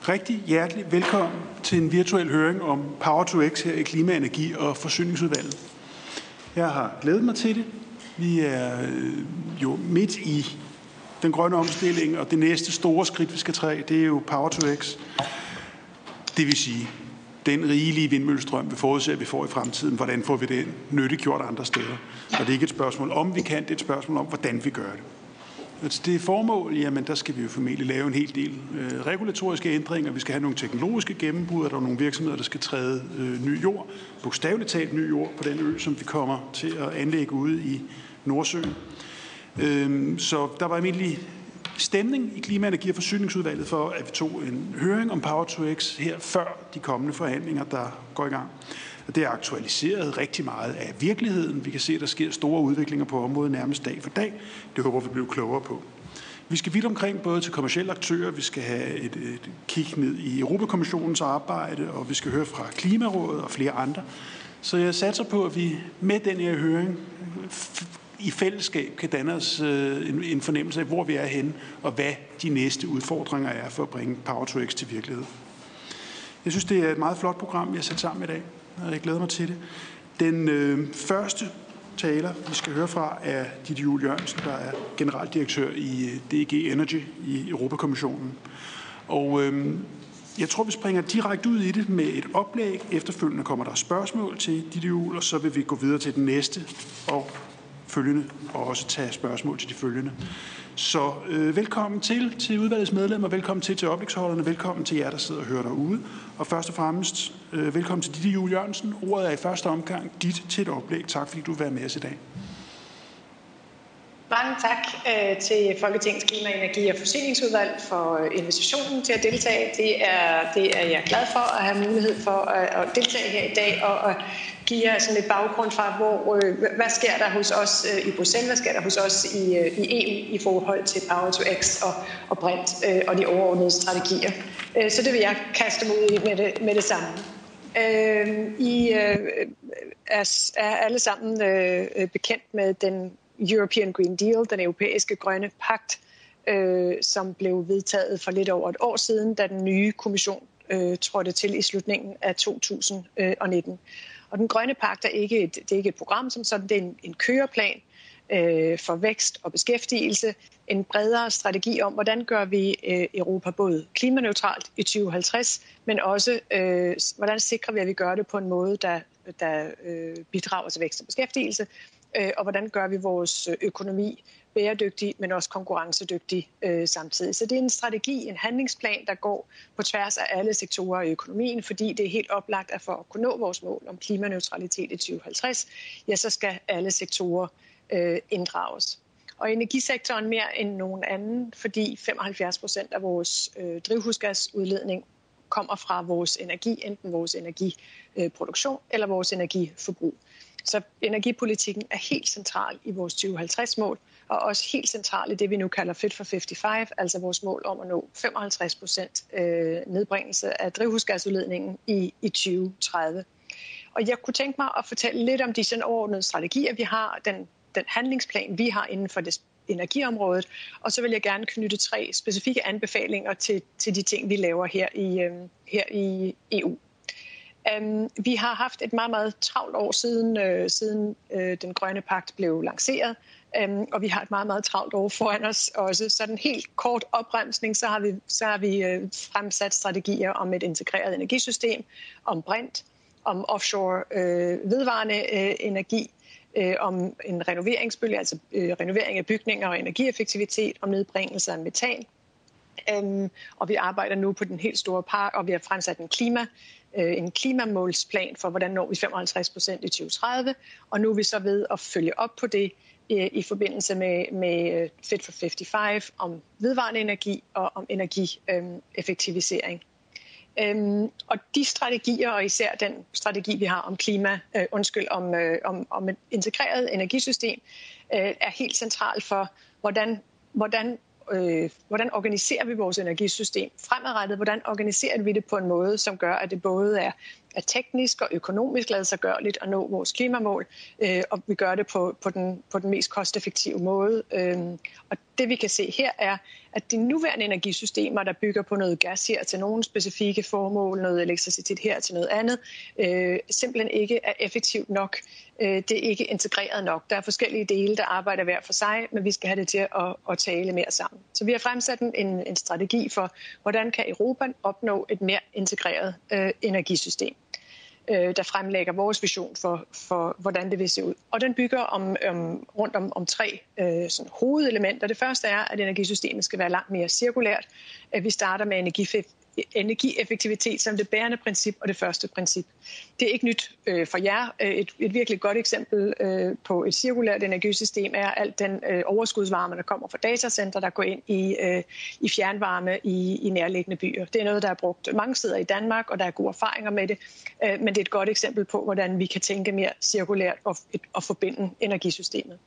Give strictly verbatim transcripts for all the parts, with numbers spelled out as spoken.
Rigtig hjertelig velkommen til en virtuel høring om Power to X her i Klima-, Energi- og Forsyningsudvalget. Jeg har glædet mig til det. Vi er jo midt i den grønne omstilling, og det næste store skridt, vi skal træde, det er jo Power to X. Det vil sige, den rigelige vindmøllestrøm, vi forudser, at vi får i fremtiden, hvordan får vi det nyttiggjort andre steder? Og det er ikke et spørgsmål om vi kan, det er et spørgsmål om, hvordan vi gør det. Altså det formål, jamen der skal vi jo formentlig lave en hel del øh, regulatoriske ændringer. Vi skal have nogle teknologiske gennembrud, og der er nogle virksomheder, der skal træde øh, ny jord, bogstaveligt talt ny jord på den ø, som vi kommer til at anlægge ude i Nordsøen. Øh, så der var almindelig stemning i Klima-, Energi- og Forsyningsudvalget for, at vi tog en høring om Power to X her før de kommende forhandlinger, der går i gang. Og det er aktualiseret rigtig meget af virkeligheden. Vi kan se, at der sker store udviklinger på området nærmest dag for dag. Det håber vi bliver klogere på. Vi skal vidt omkring både til kommercielle aktører, vi skal have et, et kig ned i Europakommissionens arbejde, og vi skal høre fra Klimarådet og flere andre. Så jeg satser på, at vi med den her høring i fællesskab kan danne os en, en fornemmelse af, hvor vi er henne, og hvad de næste udfordringer er for at bringe Power to X til virkelighed. Jeg synes, det er et meget flot program, vi har sat sammen i dag, og jeg glæder mig til det. Den øh, første taler, vi skal høre fra, er Ditte Juul Jørgensen, der er generaldirektør i D G Energy i Europakommissionen. Og øh, jeg tror, vi springer direkte ud i det med et oplæg. Efterfølgende kommer der spørgsmål til Ditte Juul, og så vil vi gå videre til den næste og følgende, og også tage spørgsmål til de følgende. Så øh, velkommen til til udvalgets medlemmer, velkommen til til oplægsholderne, velkommen til jer, der sidder og hører derude. Og først og fremmest, øh, velkommen til Ditte Juul Jørgensen. Ordet er i første omgang dit til et oplæg. Tak fordi du vil være med os i dag. Mange tak øh, til Folketingets Klima-, Energi- og Forsyningsudvalg for invitationen til at deltage. Det er, det er jeg glad for at have mulighed for at, at deltage her i dag og at give jer sådan et baggrund fra, hvor, øh, hvad sker der hos os øh, i Bruxelles, hvad sker der hos os i, øh, i E U i forhold til Power to X og, og brint øh, og de overordnede strategier. Øh, så det vil jeg kaste mig ud i med det, med det samme. Øh, I øh, er, er alle sammen øh, bekendt med den European Green Deal, den europæiske grønne pagt, øh, som blev vedtaget for lidt over et år siden, da den nye kommission øh, trådte til i slutningen af to tusind nitten. Og den grønne pagt er ikke et, det er ikke et program som sådan, det er en, en køreplan øh, for vækst og beskæftigelse, en bredere strategi om, hvordan gør vi øh, Europa både klimaneutralt i tyve halvtreds, men også øh, hvordan sikrer vi, at vi gør det på en måde, der, der øh, bidrager til vækst og beskæftigelse, og hvordan gør vi vores økonomi bæredygtig, men også konkurrencedygtig øh, samtidig. Så det er en strategi, en handlingsplan, der går på tværs af alle sektorer i økonomien, fordi det er helt oplagt, at for at kunne nå vores mål om klimaneutralitet i tyve halvtreds, ja, så skal alle sektorer øh, inddrages. Og energisektoren mere end nogen anden, fordi femoghalvfjerds procent af vores øh, drivhusgasudledning kommer fra vores energi, enten vores energiproduktion eller vores energiforbrug. Så energipolitikken er helt central i vores tyve halvtreds-mål, og også helt central i det, vi nu kalder Fit for femoghalvfems, altså vores mål om at nå femoghalvtreds procent nedbringelse af drivhusgasudledningen i, i tyve tredive. Og jeg kunne tænke mig at fortælle lidt om de sådan overordnede strategier, vi har, den, den handlingsplan, vi har inden for det energiområdet, og så vil jeg gerne knytte tre specifikke anbefalinger til, til de ting, vi laver her i, øh, her i E U. Um, vi har haft et meget, meget travlt år siden, øh, siden øh, den grønne pagt blev lanceret, um, og vi har et meget, meget travlt år foran os også. Så den helt kort opbremsning, så har vi, så har vi øh, fremsat strategier om et integreret energisystem, om brint, om offshore øh, vedvarende øh, energi, øh, om en renoveringsbølge, altså øh, renovering af bygninger og energieffektivitet, om nedbringelse af metan. Um, og vi arbejder nu på den helt store park, og vi har fremsat en klima en klimamålsplan for, hvordan når vi femoghalvtreds procent i tyve tredive, og nu er vi så ved at følge op på det i, i forbindelse med, med Fit for femoghalvfems om vedvarende energi og om energieffektivisering. Øhm, og de strategier, og især den strategi, vi har om klima, øh, undskyld, om, øh, om, om et integreret energisystem, øh, er helt central for, hvordan, hvordan Øh, hvordan organiserer vi vores energisystem fremadrettet? Hvordan organiserer vi det på en måde, som gør, at det både er, er teknisk og økonomisk lader sig gørligt at nå vores klimamål, øh, og vi gør det på, på, den, på den mest kosteffektive måde. Øh, og det vi kan se her er, at de nuværende energisystemer, der bygger på noget gas her til nogle specifikke formål, noget elektricitet her til noget andet, øh, simpelthen ikke er effektivt nok. Øh, det er ikke integreret nok. Der er forskellige dele, der arbejder hver for sig, men vi skal have det til at, at tale mere sammen. Så vi har fremsat en, en strategi for, hvordan kan Europa opnå et mere integreret øh, energisystem, der fremlægger vores vision for, for, hvordan det vil se ud. Og den bygger om, om, rundt om, om tre øh, sådan hovedelementer. Det første er, at energisystemet skal være langt mere cirkulært. At vi starter med energieffektivitet energieffektivitet som det bærende princip og det første princip. Det er ikke nyt øh, for jer. Et, et virkelig godt eksempel øh, på et cirkulært energisystem er alt den øh, overskudsvarme, der kommer fra datacenter, der går ind i, øh, i fjernvarme i, i nærliggende byer. Det er noget, der er brugt mange steder i Danmark, og der er gode erfaringer med det. Øh, men det er et godt eksempel på, hvordan vi kan tænke mere cirkulært og, og forbinde energisystemet.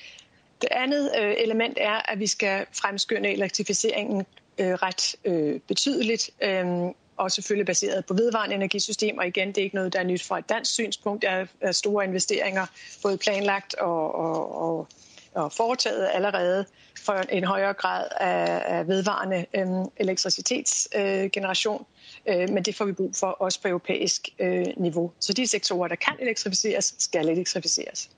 Det andet øh, element er, at vi skal fremskynde elektrificeringen øh, ret øh, betydeligt, øh, og selvfølgelig baseret på vedvarende energisystemer. Og igen, det er ikke noget, der er nyt fra et dansk synspunkt. Der er store investeringer, både planlagt og, og, og, og foretaget allerede for en højere grad af, af vedvarende øh, elektricitetsgeneration. Øh, men det får vi brug for også på europæisk øh, niveau. Så de sektorer, der kan elektrificeres, skal elektrificeres.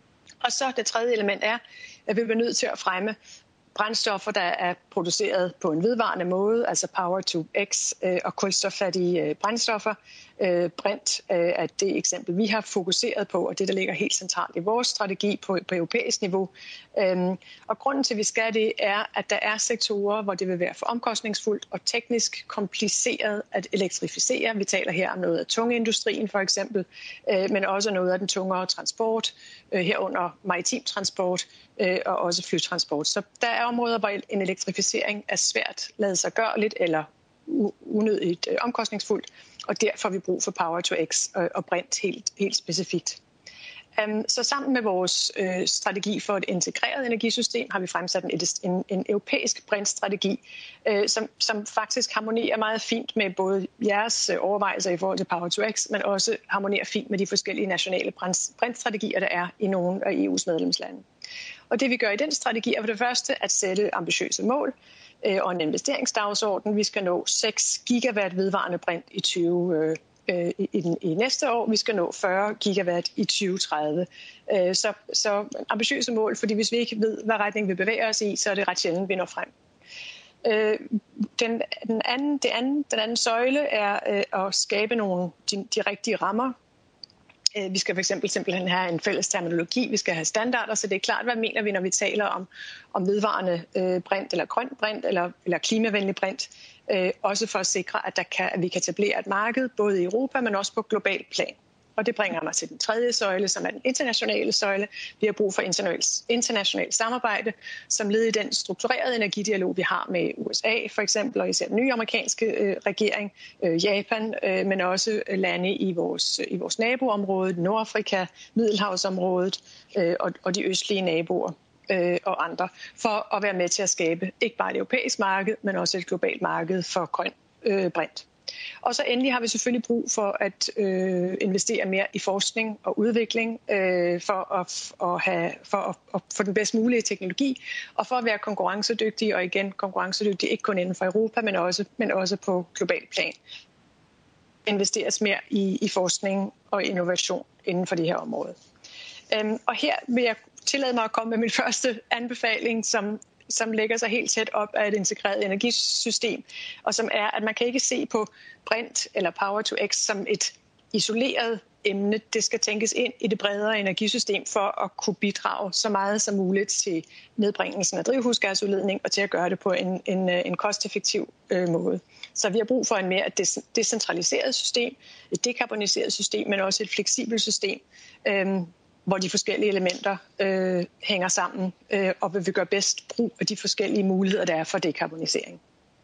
Og så det tredje element er, at vi bliver nødt til at fremme brændstoffer, der er produceret på en vedvarende måde, altså power to x øh, og kulstoffattige øh, brændstoffer. Øh, brint øh, er det eksempel, vi har fokuseret på, og det, der ligger helt centralt i vores strategi på, på europæisk niveau. Øhm, og grunden til, at vi skal det, er, at der er sektorer, hvor det vil være for omkostningsfuldt og teknisk kompliceret at elektrificere. Vi taler her om noget af tungeindustrien for eksempel, øh, men også noget af den tungere transport, øh, herunder maritim transport øh, og også flytransport. Så der er områder, hvor en elektrificering er svært lade sig gørligt eller unødigt øh, omkostningsfuldt, og derfor har vi brug for power to x og, og brint helt, helt specifikt. Um, så sammen med vores øh, strategi for et integreret energisystem har vi fremsat en, en, en europæisk brintstrategi, øh, som, som faktisk harmonerer meget fint med både jeres øh, overvejelser i forhold til power to x, men også harmonerer fint med de forskellige nationale brintstrategier, der er i nogle af E U's medlemslande. Og det vi gør i den strategi er for det første at sætte ambitiøse mål øh, og en investeringsdagsorden. Vi skal nå seks gigawatt vedvarende brint i tyve I, i, i næste år. Vi skal nå fyrre gigawatt i tyve tredive. Så, så ambitiøse mål, fordi hvis vi ikke ved, hvad retning vi bevæger os i, så er det ret sjældent, vi når frem. Den, den, anden, det anden, den anden søjle er at skabe nogle, de, de rigtige rammer. Vi skal for eksempel simpelthen have en fælles terminologi, vi skal have standarder, så det er klart, hvad mener vi, når vi taler om, om vedvarende øh, brint, eller grøn brint, eller, eller klimavenlig brint, øh, også for at sikre, at, der kan, at vi kan etablere et marked, både i Europa, men også på global plan. Og det bringer mig til den tredje søjle, som er den internationale søjle. Vi har brug for internationalt samarbejde, som led i den strukturerede energidialog, vi har med U S A for eksempel, og især den nye amerikanske øh, regering, øh, Japan, øh, men også lande i vores, i vores naboområde, Nordafrika, Middelhavsområdet øh, og, og de østlige naboer øh, og andre, for at være med til at skabe ikke bare et europæisk marked, men også et globalt marked for grøn øh, brint. Og så endelig har vi selvfølgelig brug for at øh, investere mere i forskning og udvikling øh, for, at, at have, for at, at få den bedst mulige teknologi og for at være konkurrencedygtige, og igen konkurrencedygtige ikke kun inden for Europa, men også, men også på global plan. Investeres mere i, i forskning og innovation inden for det her område. Øhm, og her vil jeg tillade mig at komme med min første anbefaling, som som lægger sig helt tæt op af et integreret energisystem, og som er, at man kan ikke se på brint eller power to x som et isoleret emne. Det skal tænkes ind i det bredere energisystem for at kunne bidrage så meget som muligt til nedbringelsen af drivhusgasudledning og til at gøre det på en, en, en kosteffektiv øh, måde. Så vi har brug for en mere decentraliseret system, et dekarboniseret system, men også et fleksibelt system, øh, hvor de forskellige elementer øh, hænger sammen, øh, og vil vi gøre bedst brug af de forskellige muligheder, der er for dekarbonisering.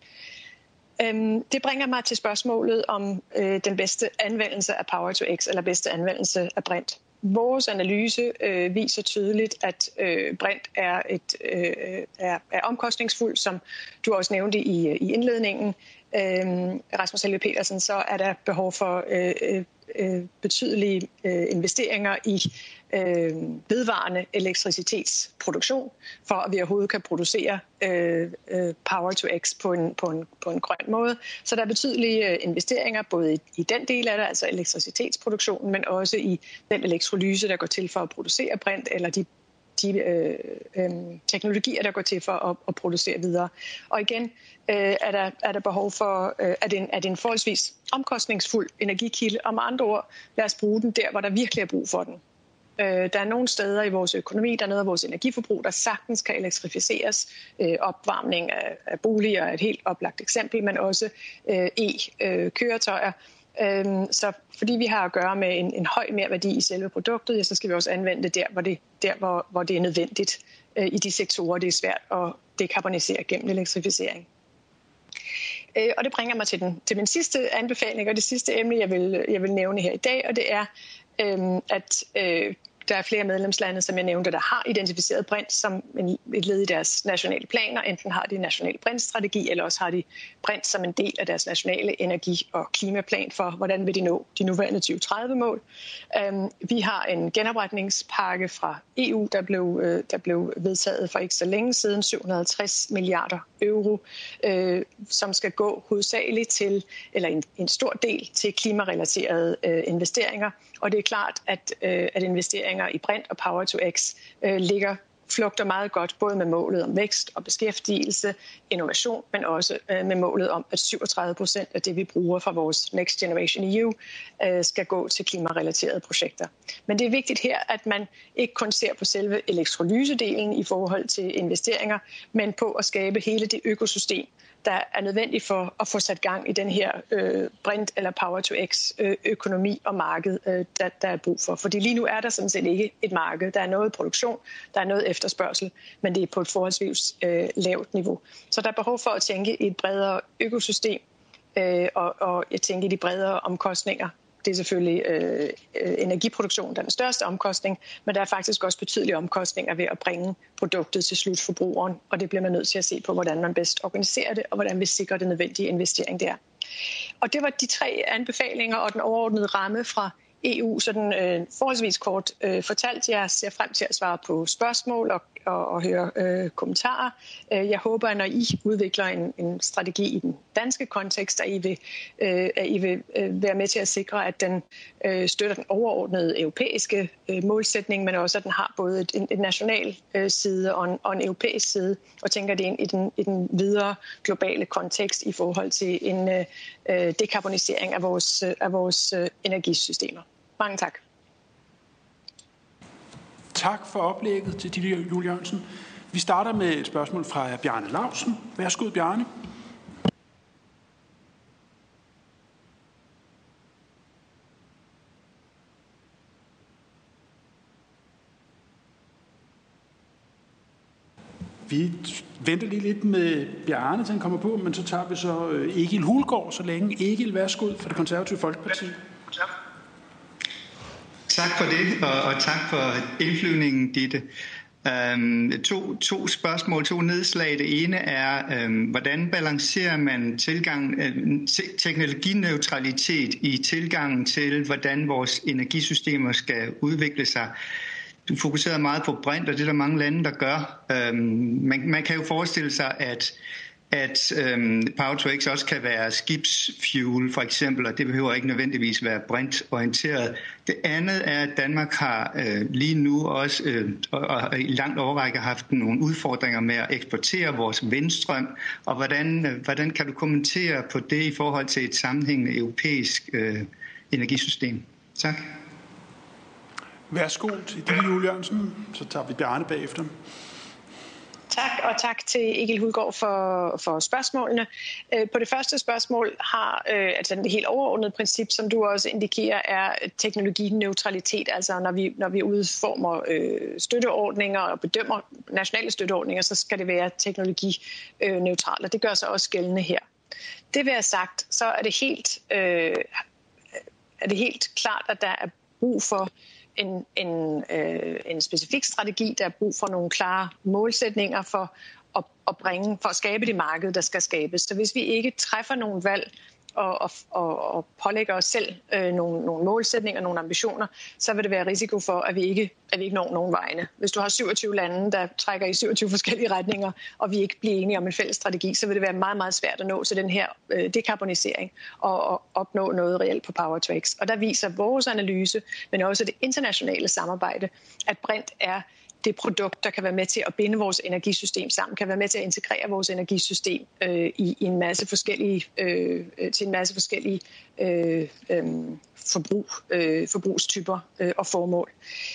Øhm, det bringer mig til spørgsmålet om øh, den bedste anvendelse af power to x, eller bedste anvendelse af brint. Vores analyse øh, viser tydeligt, at øh, brint er, et, øh, er, er omkostningsfuld, som du også nævnte i, i indledningen. Øh, Rasmus Helveg Petersen, så er der behov for øh, øh, betydelige øh, investeringer i øh, vedvarende elektricitetsproduktion, for at vi overhovedet kan producere øh, øh, Power to X på en, på, en, på en grøn måde. Så der er betydelige øh, investeringer både i, i den del af det, altså elektricitetsproduktionen, men også i den elektrolyse, der går til for at producere brint, eller de de øh, øh, teknologier, der går til for at, at producere videre. Og igen øh, er, der, er der behov for, øh, at, det en, at det en forholdsvis omkostningsfuld energikilde, og med andre ord, lad os bruge den der, hvor der virkelig er brug for den. Øh, der er nogle steder i vores økonomi, der er noget af vores energiforbrug, der sagtens kan elektrificeres. Øh, opvarmning af, af boliger er et helt oplagt eksempel, men også øh, e-køretøjer. Så fordi vi har at gøre med en, en høj merværdi i selve produktet, ja, så skal vi også anvende det der, hvor det, der, hvor, hvor det er nødvendigt øh, i de sektorer, det er svært at dekarbonisere gennem elektrificering. Øh, og det bringer mig til, den, til min sidste anbefaling og det sidste emne, jeg vil, jeg vil nævne her i dag, og det er, øh, at øh, der er flere medlemslande, som jeg nævnte, der har identificeret brint som et led i deres nationale planer. Enten har de en national brintstrategi, eller også har de brint som en del af deres nationale energi- og klimaplan for, hvordan vil de nå de nuværende tyve tredive-mål. Vi har en genopretningspakke fra E U, der blev, der blev vedtaget for ikke så længe siden, syv hundrede og halvtreds milliarder euro, som skal gå hovedsageligt til, eller en, en stor del til klimarelaterede investeringer. Og det er klart, at, at investeringer i brint og Power to X ligger flugter meget godt, både med målet om vækst og beskæftigelse, innovation, men også med målet om, at syvogtredive procent af det, vi bruger fra vores Next Generation E U, skal gå til klimarelaterede projekter. Men det er vigtigt her, at man ikke kun ser på selve elektrolysedelen i forhold til investeringer, men på at skabe hele det økosystem, der er nødvendigt for at få sat gang i den her øh, brint- eller power-to-x-økonomi øh, og marked, øh, der, der er brug for. Fordi lige nu er der sådan set ikke et marked. Der er noget produktion, der er noget efterspørgsel, men det er på et forholdsvis øh, lavt niveau. Så der er behov for at tænke i et bredere økosystem, øh, og, og jeg tænker i de bredere omkostninger. Det er selvfølgelig øh, energiproduktion, der er den største omkostning, men der er faktisk også betydelige omkostninger ved at bringe produktet til slutforbrugeren, og det bliver man nødt til at se på, hvordan man bedst organiserer det, og hvordan vi sikrer det nødvendige investering der. Og det var de tre anbefalinger og den overordnede ramme fra E U, sådan øh, forholdsvis kort øh, fortalt. Jeg ser frem til at svare på spørgsmål og, og, og høre øh, kommentarer. Jeg håber, at når I udvikler en, en strategi i den danske kontekst, at I vil, øh, at I vil øh, være med til at sikre, at den øh, støtter den overordnede europæiske øh, målsætning, men også at den har både et, en, en national øh, side og en, og en europæisk side, og tænker det ind i den, i den videre globale kontekst i forhold til en øh, dekarbonisering af vores, af vores øh, energisystemer. Mange tak. Tak for oplægget til Ditte Juel Jørgensen. Vi starter med et spørgsmål fra Bjarne Laustsen. Værsgo, Bjarne. Vi venter lige lidt med Bjarne, til han kommer på, men så tager vi så Egil Hulgaard, så længe. Egil, værsgo for Det Konservative Folkeparti. Tak for det, og, og tak for indflyvningen, Ditte. Um, to, to spørgsmål, to nedslag. Det ene er, um, hvordan balancerer man tilgang, uh, te- teknologineutralitet i tilgangen til, hvordan vores energisystemer skal udvikle sig? Du fokuserede meget på brint, og det er der mange lande, der gør. Um, man, man kan jo forestille sig, at at øhm, Power to X også kan være skibsfuel for eksempel, og det behøver ikke nødvendigvis være brintorienteret. Det andet er, at Danmark har øh, lige nu også øh, og, og i langt overrække haft nogle udfordringer med at eksportere vores vindstrøm, og hvordan, øh, hvordan kan du kommentere på det i forhold til et sammenhængende europæisk øh, energisystem? Tak. Værsgo til Ditte Juel Jørgensen, så tager vi Bjarne bagefter. Tak, og tak til Egil Hulgaard for, for spørgsmålene. På det første spørgsmål har altså det helt overordnede princip, som du også indikerer, er teknologineutralitet. Altså når vi, når vi udformer øh, støtteordninger og bedømmer nationale støtteordninger, så skal det være teknologineutralt, og det gør sig også gældende her. Det vil jeg sagt, så er det helt, øh, er det helt klart, at der er brug for En, en, øh, en specifik strategi, der er brug for nogle klare målsætninger for at, at bringe, for at skabe det marked, der skal skabes. Så hvis vi ikke træffer nogle valg og, og, og, og pålægger os selv øh, nogle, nogle målsætninger, nogle ambitioner, så vil det være risiko for, at vi ikke, at vi ikke når nogen vegne. Hvis du har syvogtyve lande, der trækker i syvogtyve forskellige retninger, og vi ikke bliver enige om en fælles strategi, så vil det være meget, meget svært at nå til den her øh, dekarbonisering og, og opnå noget reelt på Power to X. Og der viser vores analyse, men også det internationale samarbejde, at brint er det produkt, der kan være med til at binde vores energisystem sammen, kan være med til at integrere vores energisystem øh, i, i en masse forskellige, øh, til en masse forskellige øh, øh, forbrug, øh, forbrugstyper øh, og formål.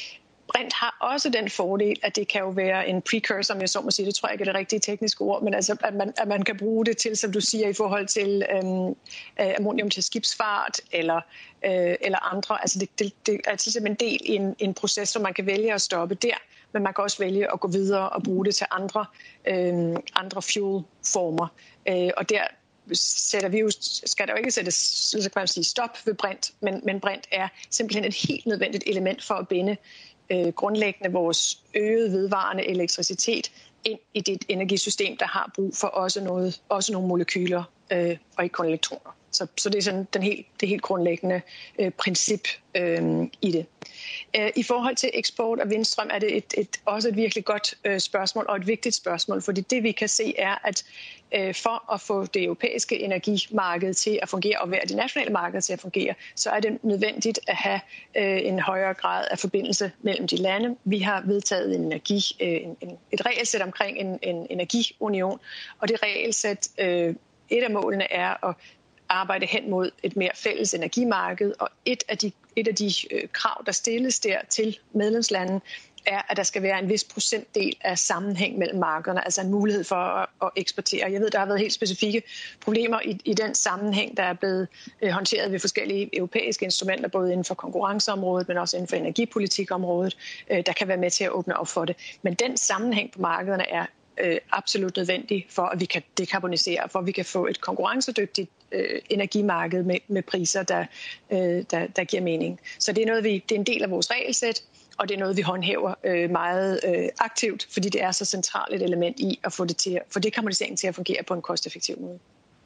Brint har også den fordel, at det kan jo være en precursor, om jeg så må sige, det tror jeg ikke er det rigtige tekniske ord, men altså, at man, at man kan bruge det til, som du siger, i forhold til øhm, ammonium til skibsfart eller, øh, eller andre. Altså det, det, det er simpelthen en del i en, en proces, som man kan vælge at stoppe der, men man kan også vælge at gå videre og bruge det til andre, øh, andre fuelformer. Øh, og der sætter vi jo, skal der jo ikke sættes, så kan man sige, stop ved brint, men, men brint er simpelthen et helt nødvendigt element for at binde øh, grundlæggende vores øgede vedvarende elektricitet ind i det energisystem, der har brug for også, noget, også nogle molekyler øh, og ikke kun elektroner. Så, så det er sådan den helt, det helt grundlæggende øh, princip øh, i det. Øh, I forhold til eksport af vindstrøm er det et, et, også et virkelig godt øh, spørgsmål og et vigtigt spørgsmål, fordi det vi kan se er, at øh, for at få det europæiske energimarked til at fungere og være det nationale marked til at fungere, så er det nødvendigt at have øh, en højere grad af forbindelse mellem de lande. Vi har vedtaget en energi, øh, en, en, et regelsæt omkring en, en energiunion, og det regelsæt, øh, et af målene er at arbejde hen mod et mere fælles energimarked, og et af de, et af de øh, krav, der stilles der til medlemslandene, er, at der skal være en vis procentdel af sammenhæng mellem markederne, altså en mulighed for at, at eksportere. Jeg ved, der har været helt specifikke problemer i, i den sammenhæng, der er blevet øh, håndteret ved forskellige europæiske instrumenter, både inden for konkurrenceområdet, men også inden for energipolitikområdet, øh, der kan være med til at åbne op for det. Men den sammenhæng på markederne er øh, absolut nødvendig for, at vi kan dekarbonisere, for at vi kan få et konkurrencedygtigt øh, energimarked med, med priser, der, øh, der, der giver mening. Så det er, noget, vi, det er en del af vores regelsæt, og det er noget, vi håndhæver øh, meget øh, aktivt, fordi det er så centralt et element i at få, det til, få dekarboniseringen til at fungere på en kosteffektiv måde.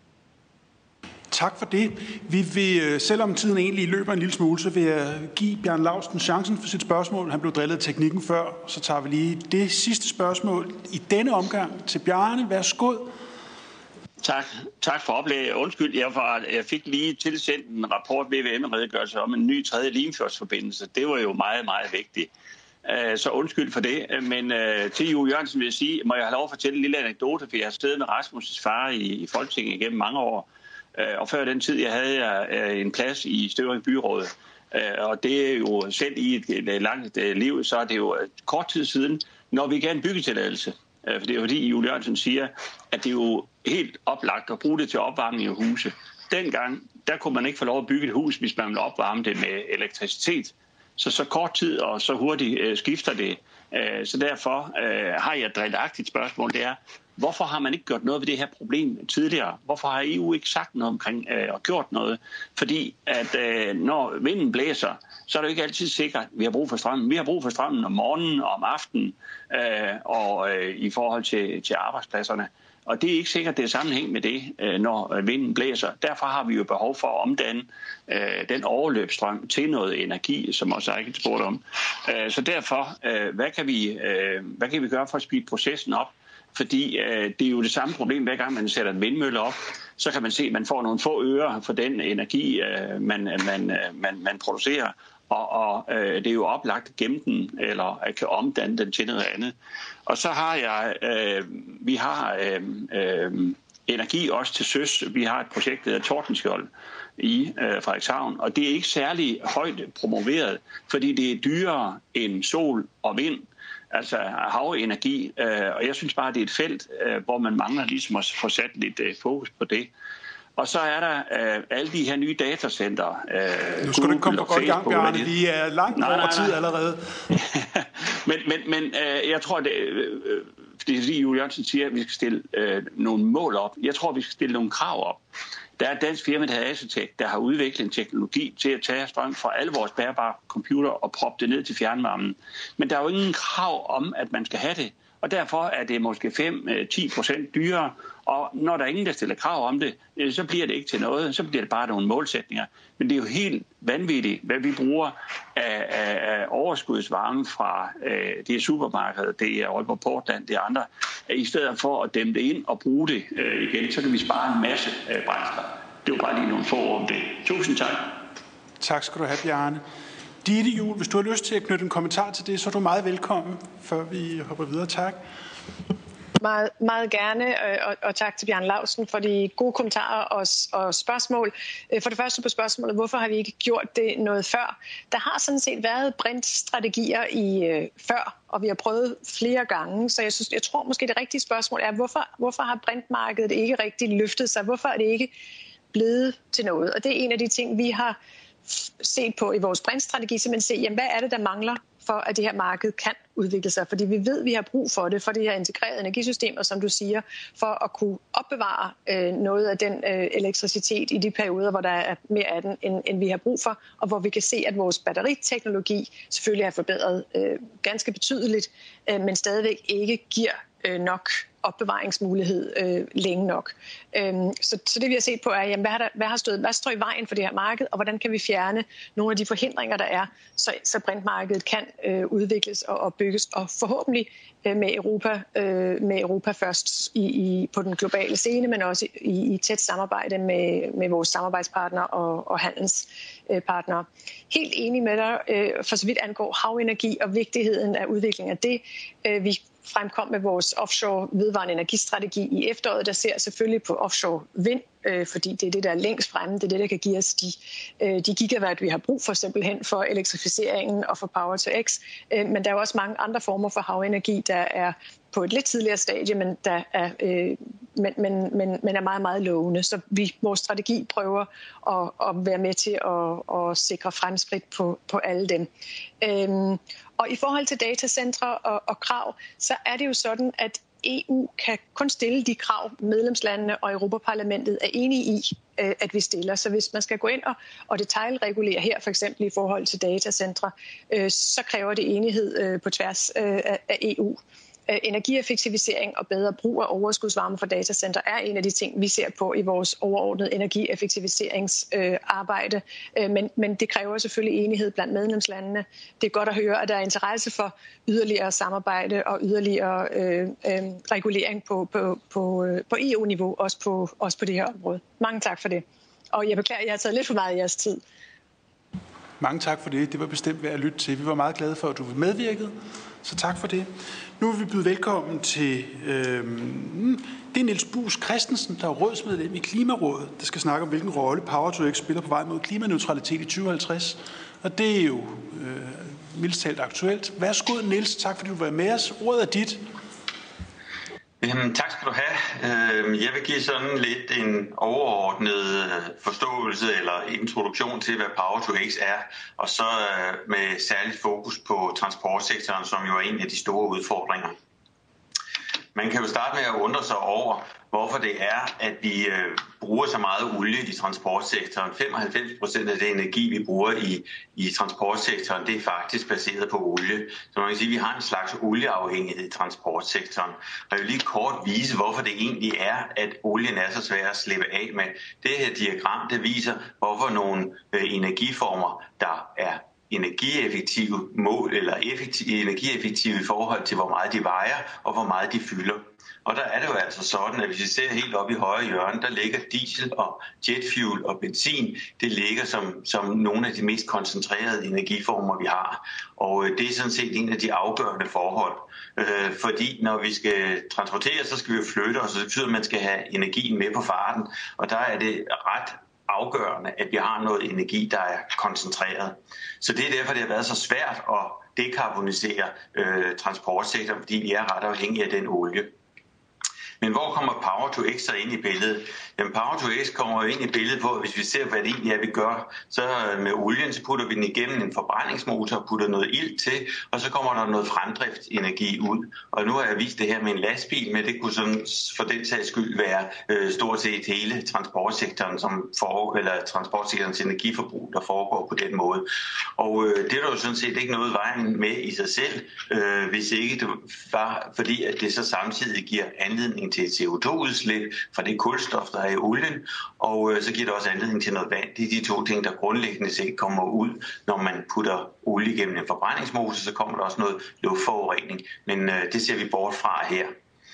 Tak for det. Vi vil, selvom tiden egentlig løber en lille smule, så vil jeg give Bjarne Laustsen chancen for sit spørgsmål. Han blev drillet af teknikken før, så tager vi lige det sidste spørgsmål i denne omgang til Bjarne. Værsgo. Tak. Tak for oplægget. Undskyld, jeg, var, jeg fik lige tilsendt en rapport V V M-redegørelse om en ny tredje Limfjordsforbindelse. Det var jo meget, meget vigtigt. Så undskyld for det. Men til Juhl Jørgensen vil jeg sige, må jeg have lov at fortælle en lille anekdote, for jeg har siddet med Rasmus' far i, i Folketinget igennem mange år. Og før den tid, jeg havde jeg en plads i Støvring Byråd. Og det er jo selv i et langt liv, så er det jo kort tid siden, når vi gav en byggetilladelse. For det er jo fordi, Juhl Jørgensen siger, at det er jo helt oplagt at bruge det til opvarmning af huse. Dengang, der kunne man ikke få lov at bygge et hus, hvis man ville opvarme det med elektricitet. Så så kort tid og så hurtigt øh, skifter det. Øh, så derfor øh, har jeg et drillagtigt spørgsmål, det er, hvorfor har man ikke gjort noget ved det her problem tidligere? Hvorfor har E U ikke sagt noget omkring øh, og gjort noget? Fordi at øh, når vinden blæser, så er det jo ikke altid sikkert, at vi har brug for strømmen. Vi har brug for strømmen om morgenen og om aftenen øh, og øh, i forhold til, til arbejdspladserne. Og det er ikke sikkert, det er sammenhæng med det, når vinden blæser. Derfor har vi jo behov for at omdanne øh, den overløbsstrøm til noget energi, som også er ikke spurgt om. Øh, så derfor, øh, hvad, kan vi, øh, hvad kan vi gøre for at speede processen op? Fordi øh, det er jo det samme problem, hver gang man sætter en vindmølle op, så kan man se, at man får nogle få øre for den energi, øh, man, man, man, man producerer. Og, og øh, det er jo oplagt at gemme den, eller at kan omdanne den til noget andet. Og så har jeg, øh, vi har øh, øh, energi også til søs. Vi har et projekt, der hedder Tordenskjold i øh, Frederikshavn, og det er ikke særlig højt promoveret, fordi det er dyrere end sol og vind, altså havenergi. Øh, og jeg synes bare, det er et felt, øh, hvor man mangler ligesom at få sat lidt øh, fokus på det. Og så er der øh, alle de her nye datacenter. Øh, nu skal du ikke komme for godt i gang, Bjarne. Vi er langt nej, over nej, nej. tid allerede. men men, men øh, jeg tror, det, øh, det er fordi Juhl Jørgensen siger, at vi skal stille øh, nogle mål op. Jeg tror, vi skal stille nogle krav op. Der er et dansk firma, der hedder Asetek, der har udviklet en teknologi til at tage strøm fra alle vores bærbare computer og proppe det ned til fjernvarmen. Men der er jo ingen krav om, at man skal have det. og derfor er det måske fem til ti procent dyrere, og når der er ingen, der stiller krav om det, så bliver det ikke til noget, så bliver det bare nogle målsætninger. Men det er jo helt vanvittigt, hvad vi bruger af, af, af overskudsvarme fra øh, det er supermarkeder, det er Aalborg Portland, det er andre, i stedet for at dæmme det ind og bruge det øh, igen, så kan vi spare en masse øh, brændsler. Det var bare lige nogle få om det. Tusind tak. Tak skal du have, Bjarne. Ditte Juhl, hvis du har lyst til at knytte en kommentar til det, så er du meget velkommen, før vi hopper videre. Tak. Meget, meget gerne, og, og tak til Bjarne Laustsen for de gode kommentarer og, og spørgsmål. For det første på spørgsmålet, hvorfor har vi ikke gjort det noget før? Der har sådan set været brintstrategier i øh, før, og vi har prøvet flere gange, så jeg, synes, jeg tror måske det rigtige spørgsmål er, hvorfor, hvorfor har brintmarkedet ikke rigtig løftet sig? Hvorfor er det ikke blevet til noget? Og det er en af de ting, vi har set på i vores brintstrategi, så man ser, jamen, hvad er det, der mangler for, at det her marked kan udvikle sig? Fordi vi ved, at vi har brug for det, for det her integrerede energisystemer, som du siger, for at kunne opbevare øh, noget af den øh, elektricitet i de perioder, hvor der er mere af den, end, end vi har brug for, og hvor vi kan se, at vores batteriteknologi selvfølgelig er forbedret øh, ganske betydeligt, øh, men stadigvæk ikke giver øh, nok opbevaringsmulighed øh, længe nok. Øhm, så, så det vi har set på er, jamen, hvad, har der, hvad, har stået, hvad står i vejen for det her marked, og hvordan kan vi fjerne nogle af de forhindringer, der er, så, så brintmarkedet kan øh, udvikles og, og bygges, og forhåbentlig øh, med, Europa, øh, med Europa først i, i, på den globale scene, men også i, i tæt samarbejde med, med vores samarbejdspartnere og, og handelspartnere. Helt enig med dig, øh, for så vidt angår havenergi og vigtigheden af udviklingen af det. Øh, vi fremkom med vores offshore vedvarende energistrategi i efteråret, der ser selvfølgelig på offshore vind, øh, fordi det er det, der er længst fremme. Det er det, der kan give os de, øh, de gigawatt, vi har brug for simpelthen for elektrificeringen og for Power to X. Øh, men der er også mange andre former for havenergi, der er på et lidt tidligere stadie, men, der er, øh, men, men, men, men er meget, meget lovende. Så vi, vores strategi prøver at, at være med til at, at sikre fremskridt på, på alle dem. Øh, Og i forhold til datacentre og, og krav, så er det jo sådan, at E U kan kun stille de krav, medlemslandene og Europaparlamentet er enige i, at vi stiller. Så hvis man skal gå ind og, og detailregulere her, for eksempel i forhold til datacentre, så kræver det enighed på tværs af E U. Energieffektivisering og bedre brug af overskudsvarme for datacenter er en af de ting, vi ser på i vores overordnede energieffektiviseringsarbejde. Men, men det kræver selvfølgelig enighed blandt medlemslandene. Det er godt at høre, at der er interesse for yderligere samarbejde og yderligere øh, øh, regulering på, på, på, på E U-niveau, også på, også på det her område. Mange tak for det. Og jeg beklager, at jeg har taget lidt for meget af jeres tid. Mange tak for det. Det var bestemt værd at lytte til. Vi var meget glade for, at du var medvirket. Så tak for det. Nu vil vi byde velkommen til, øh, det er Niels Buus Christensen, der er rådsmedlem i Klimarådet, der skal snakke om, hvilken rolle Power to X spiller på vej mod klimaneutralitet i tyve halvtreds. Og det er jo øh, mildt talt aktuelt. Værsgo, Niels. Tak fordi du var med os. Ordet er dit. Jamen, tak skal du have. Jeg vil give sådan lidt en overordnet forståelse eller introduktion til, hvad Power to X er, og så med særligt fokus på transportsektoren, som jo er en af de store udfordringer. Man kan jo starte med at undre sig over, hvorfor det er, at vi øh, bruger så meget olie i transportsektoren. femoghalvfems procent af det energi, vi bruger i, i transportsektoren, det er faktisk baseret på olie. Så man kan sige, at vi har en slags olieafhængighed i transportsektoren. Og jeg vil lige kort vise, hvorfor det egentlig er, at olien er så svær at slippe af med. Det her diagram, det viser, hvorfor nogle øh, energiformer, der er energieffektive mål eller effektive, energieffektive i forhold til, hvor meget de vejer og hvor meget de fylder. Og der er det jo altså sådan, at hvis vi ser helt op i højre hjørne, der ligger diesel og jetfuel og benzin. Det ligger som, som nogle af de mest koncentrerede energiformer, vi har. Og det er sådan set en af de afgørende forhold. Øh, fordi når vi skal transportere, så skal vi flytte os, og det betyder, at man skal have energien med på farten. Og der er det ret afgørende, at vi har noget energi, der er koncentreret. Så det er derfor, det har været så svært at dekarbonisere øh, transportsektoren, fordi vi er ret afhængige af den olie. Men hvor kommer Power to X så ind i billedet? Jamen Power to X kommer jo ind i billedet på, hvis vi ser, hvad det egentlig er, vi gør. Så med olien, så putter vi den igennem en forbrændingsmotor, putter noget ilt til, og så kommer der noget fremdriftsenergi ud. Og nu har jeg vist det her med en lastbil, men det kunne sådan for den sags skyld være øh, stort set hele transportsektoren, som for, eller transportsektorens energiforbrug, der foregår på den måde. Og øh, det er der jo sådan set ikke noget vejen med i sig selv, øh, hvis ikke det var, fordi at det så samtidig giver anledning til et C O to udslip fra det kulstof, der er i olien, og øh, så giver det også anledning til noget vand. Det er de to ting, der grundlæggende set kommer ud, når man putter olie gennem en forbrændingsmotor, så kommer der også noget luftforurening, men øh, det ser vi bort fra her.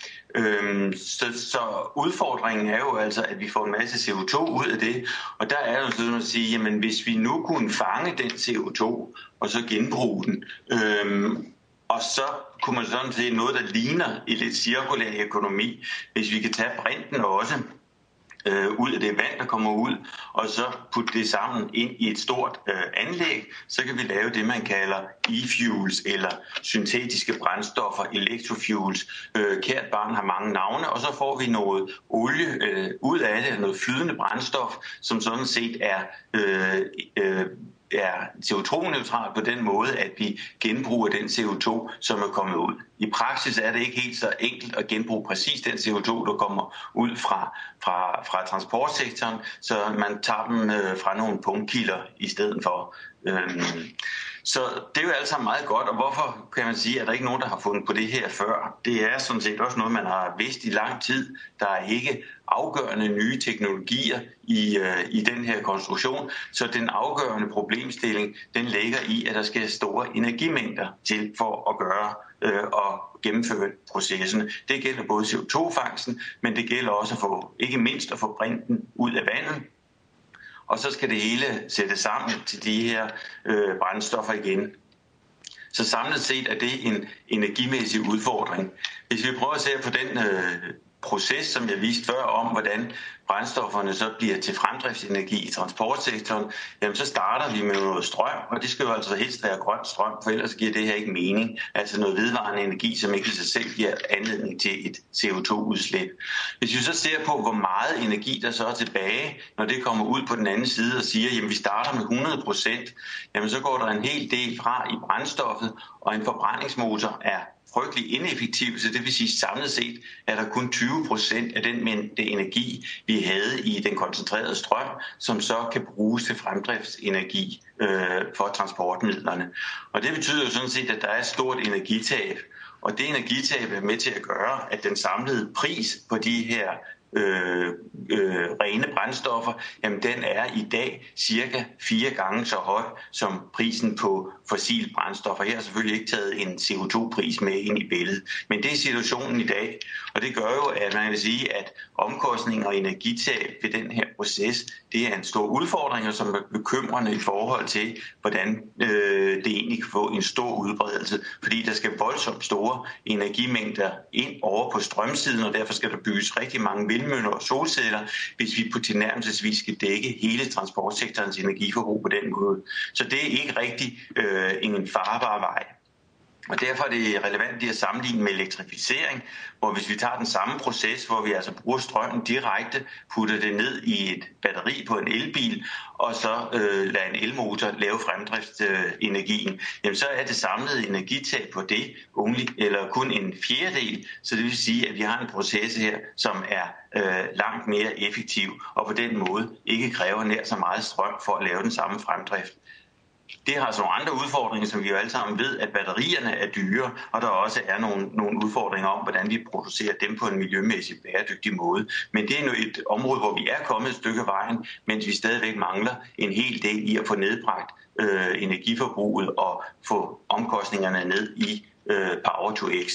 Øhm, så, så udfordringen er jo altså, at vi får en masse C O to ud af det, og der er jo sådan at sige, jamen hvis vi nu kunne fange den C O to, og så genbruge den, øhm, og så kunne man sådan se noget, der ligner i lidt cirkulær økonomi, hvis vi kan tage brinten også øh, ud af det vand, der kommer ud, og så putte det sammen ind i et stort øh, anlæg, så kan vi lave det, man kalder e-fuels eller syntetiske brændstoffer, electrofuels. Øh, kært barn har mange navne, og så får vi noget olie øh, ud af det, noget flydende brændstof, som sådan set er øh, øh, er C O to neutralt på den måde, at vi genbruger den C O to, som er kommet ud. I praksis er det ikke helt så enkelt at genbruge præcis den C O to, der kommer ud fra, fra, fra transportsektoren, så man tager dem øh, fra nogle punktkilder i stedet for. Øhm, så det er jo alt sammen meget godt, og hvorfor kan man sige, at der ikke er nogen, der har fundet på det her før? Det er sådan set også noget, man har vidst i lang tid. Der er ikke afgørende nye teknologier i, øh, i den her konstruktion, så den afgørende problemstilling, den ligger i, at der skal store energimængder til for at gøre øh, og gennemføre processen. Det gælder både C O to fangsten, men det gælder også at få, ikke mindst at få brinten ud af vandet. Og så skal det hele sættes sammen til de her øh, brændstoffer igen. Så samlet set er det en energimæssig udfordring. Hvis vi prøver at se på den øh, proces, som jeg viste før om, hvordan brændstofferne så bliver til fremdriftsenergi i transportsektoren, jamen så starter vi med noget strøm, og det skal jo altså helst være grøn strøm, for ellers giver det her ikke mening. Altså noget vedvarende energi, som ikke i sig selv giver anledning til et C O to udslip. Hvis vi så ser på, hvor meget energi der så er tilbage, når det kommer ud på den anden side og siger, jamen vi starter med hundrede procent, jamen så går der en hel del fra i brændstoffet, og en forbrændingsmotor er frygtelig ineffektiv, så det vil sige samlet set, at der kun tyve procent af den mængde energi, vi havde i den koncentrerede strøm, som så kan bruges til fremdriftsenergi øh, for transportmidlerne. Og det betyder jo sådan set, at der er et stort energitab, og det energitab er med til at gøre, at den samlede pris på de her Øh, øh, rene brændstoffer, jamen den er i dag cirka fire gange så høj som prisen på fossile brændstoffer. Her er selvfølgelig ikke taget en C O to pris med ind i billedet, men det er situationen i dag, og det gør jo, at man kan sige, at omkostninger og energitab ved den her proces, det er en stor udfordring, som er bekymrende i forhold til, hvordan øh, det egentlig kan få en stor udbredelse, fordi der skal voldsomt store energimængder ind over på strømsiden, og derfor skal der bygges rigtig mange vindmøller og solceller, hvis vi på tilnærmelsesvis skal dække hele transportsektorens energiforbrug på den måde. Så det er ikke rigtig øh, en farbar vej. Og derfor er det relevant at sammenligne med elektrificering, hvor hvis vi tager den samme proces, hvor vi altså bruger strømmen direkte, putter det ned i et batteri på en elbil, og så øh, lader en elmotor lave fremdriftsenergien, øh, jamen så er det samlede energitab på det only, eller kun en fjerdedel, så det vil sige, at vi har en proces her, som er øh, langt mere effektiv, og på den måde ikke kræver nær så meget strøm for at lave den samme fremdrift. Det har så nogle andre udfordringer, som vi jo alle sammen ved, at batterierne er dyre, og der også er nogle, nogle udfordringer om, hvordan vi producerer dem på en miljømæssig bæredygtig måde. Men det er nu et område, hvor vi er kommet et stykke af vejen, mens vi stadigvæk mangler en hel del i at få nedbragt øh, energiforbruget og få omkostningerne ned i øh, Power to X.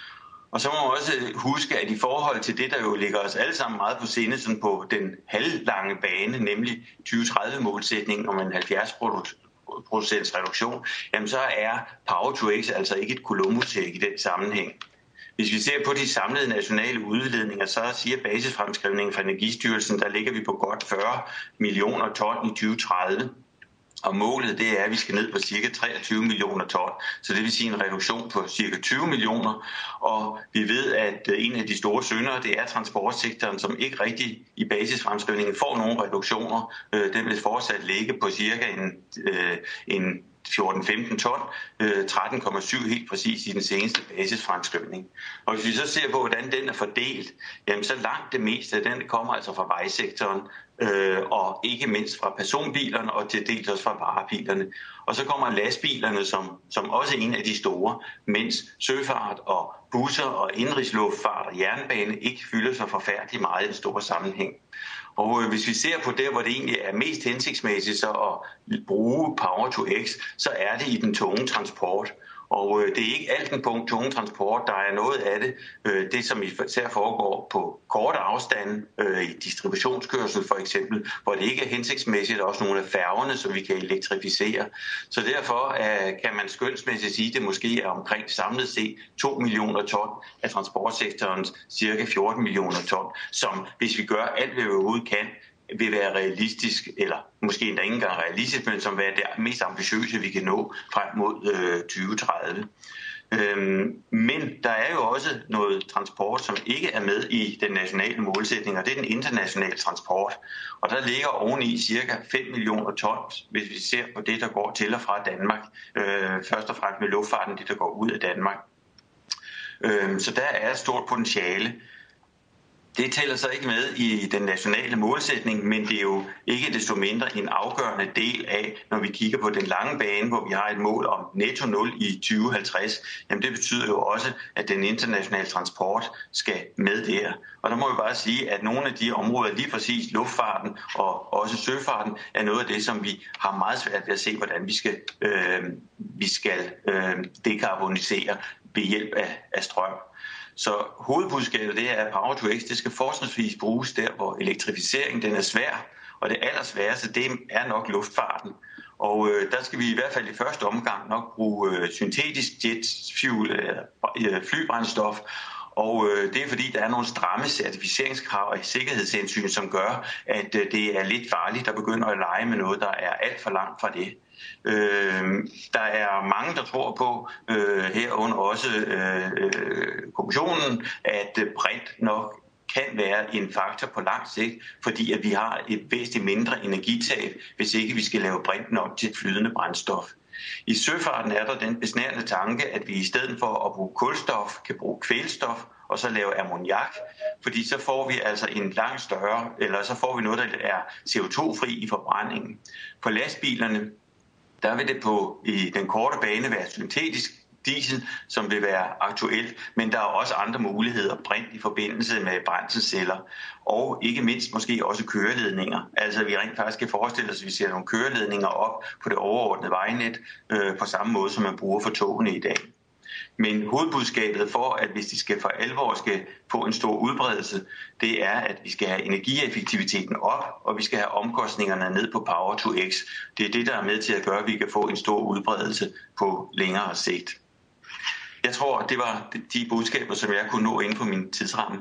Og så må man også huske, at i forhold til det, der jo ligger os alle sammen meget på sinde sådan på den halvlange bane, nemlig tyve tredive målsætningen om en halvfjerds procents reduktion, jamen så er Power to X altså ikke et Columbus-æg i den sammenhæng. Hvis vi ser på de samlede nationale udledninger, så siger basisfremskrivningen fra Energistyrelsen, der ligger vi på godt fyrre millioner ton i tyve tredive. Og målet det er, at vi skal ned på cirka treogtyve millioner ton, så det vil sige en reduktion på cirka tyve millioner. Og vi ved, at en af de store syndere, det er transportsektoren, som ikke rigtig i basisfremskrivningen får nogle reduktioner. Den vil fortsat ligge på cirka en, en fjorten til femten ton, tretten komma syv helt præcis i den seneste basisfremskrivning. Og hvis vi så ser på, hvordan den er fordelt, jamen så langt det meste af den kommer altså fra vejsektoren, øh, og ikke mindst fra personbilerne og til dels også fra varebilerne. Og så kommer lastbilerne som, som også en af de store, mens søfart og busser og indrigsluftfart og jernbane ikke fylder så forfærdeligt meget i den store sammenhæng. Og hvis vi ser på det, hvor det egentlig er mest hensigtsmæssigt så at bruge Power to X, så er det i den tunge transport. Og det er ikke alt den tunge transport, der er noget af det, det som især foregår på korte afstande, i distributionskørsel for eksempel, hvor det ikke er hensigtsmæssigt, og også nogle af færgerne, som vi kan elektrificere. Så derfor kan man skønsmæssigt sige, at det måske er omkring samlet set to millioner ton af transportsektorens cirka fjorten millioner ton, som hvis vi gør alt, hvad vi overhovedet kan, vil være realistisk, eller måske endda ikke engang realistisk, men som være det mest ambitiøse, vi kan nå frem mod øh, tyve tredive. Øhm, men der er jo også noget transport, som ikke er med i den nationale målsætning, og det er den internationale transport. Og der ligger oveni cirka fem millioner tons, hvis vi ser på det, der går til og fra Danmark. Øh, først og fremmest med luftfarten, det der går ud af Danmark. Øh, så der er et stort potentiale. Det tæller så ikke med i den nationale målsætning, men det er jo ikke desto mindre en afgørende del af, når vi kigger på den lange bane, hvor vi har et mål om netto nul i tyve halvtreds. Jamen det betyder jo også, at den internationale transport skal med der. Og der må vi bare sige, at nogle af de områder, lige præcis luftfarten og også søfarten, er noget af det, som vi har meget svært ved at se, hvordan vi skal, øh, vi skal øh, dekarbonisere ved hjælp af, af strøm. Så hovedbudskabet det er, at Power to X det skal forskningsvis bruges der, hvor elektrificering den er svær, og det allersværeste det er nok luftfarten. Og øh, der skal vi i hvert fald i første omgang nok bruge øh, syntetisk jet fuel, øh, flybrændstof, og øh, det er fordi, der er nogle stramme certificeringskrav og sikkerhedshensyn, som gør, at øh, det er lidt farligt at begynde at lege med noget, der er alt for langt fra det. Øh, der er mange, der tror på, øh, herunder også øh, kommissionen, at brint nok kan være en faktor på lang sigt, fordi at vi har et væsentligt mindre energitab, hvis ikke vi skal lave brint nok til flydende brændstof. I søfarten er der den besnærende tanke, at vi i stedet for at bruge kulstof, kan bruge kvælstof og så lave ammoniak, fordi så får vi altså en langt større, eller så får vi noget, der er C O to fri i forbrændingen. På lastbilerne, der vil det på i den korte bane være syntetisk diesel, som vil være aktuelt, men der er også andre muligheder, brint i forbindelse med brændselsceller, og ikke mindst måske også køreledninger. Altså vi rent faktisk kan forestille os, at vi ser nogle køreledninger op på det overordnede vejnet, øh, på samme måde, som man bruger for togene i dag. Men hovedbudskabet for, at hvis de skal for alvor skal få en stor udbredelse, det er, at vi skal have energieffektiviteten op, og vi skal have omkostningerne ned på Power to X. Det er det, der er med til at gøre, at vi kan få en stor udbredelse på længere sigt. Jeg tror, det var de budskaber, som jeg kunne nå inden for min tidsramme.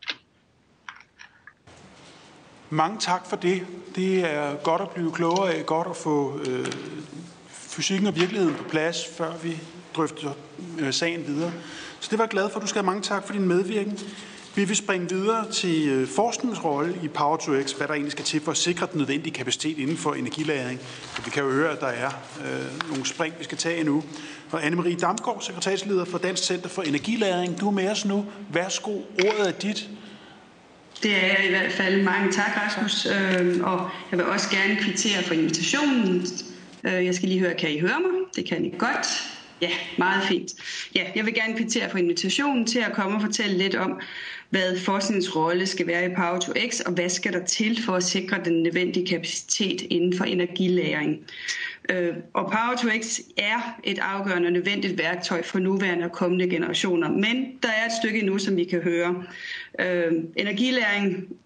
Mange tak for det. Det er godt at blive klogere af, godt at få øh, fysikken og virkeligheden på plads, før vi drøfter øh, sagen videre. Så det var jeg glad for. Du skal have mange tak for din medvirken. Vi vil springe videre til øh, forskningens rolle i Power to X, hvad der egentlig skal til for at sikre den nødvendige kapacitet inden for energilagring. Så vi kan jo høre, at der er øh, nogle spring, vi skal tage endnu. Og Anne-Marie Damgaard, sekretærsleder for Dansk Center for Energilagring. Du er med os nu. Værsgo, ordet er dit. Det er jeg i hvert fald. Mange tak, Rasmus. Øh, og jeg vil også gerne kvittere for invitationen. Øh, jeg skal lige høre, kan I høre mig? Det kan I godt. Ja, meget fint. Ja, jeg vil gerne kvittere for invitationen til at komme og fortælle lidt om, hvad forskningens rolle skal være i Power to X, og hvad skal der til for at sikre den nødvendige kapacitet inden for energilagring. Og Power to X er et afgørende nødvendigt værktøj for nuværende og kommende generationer, men der er et stykke endnu, som vi kan høre. Energilagring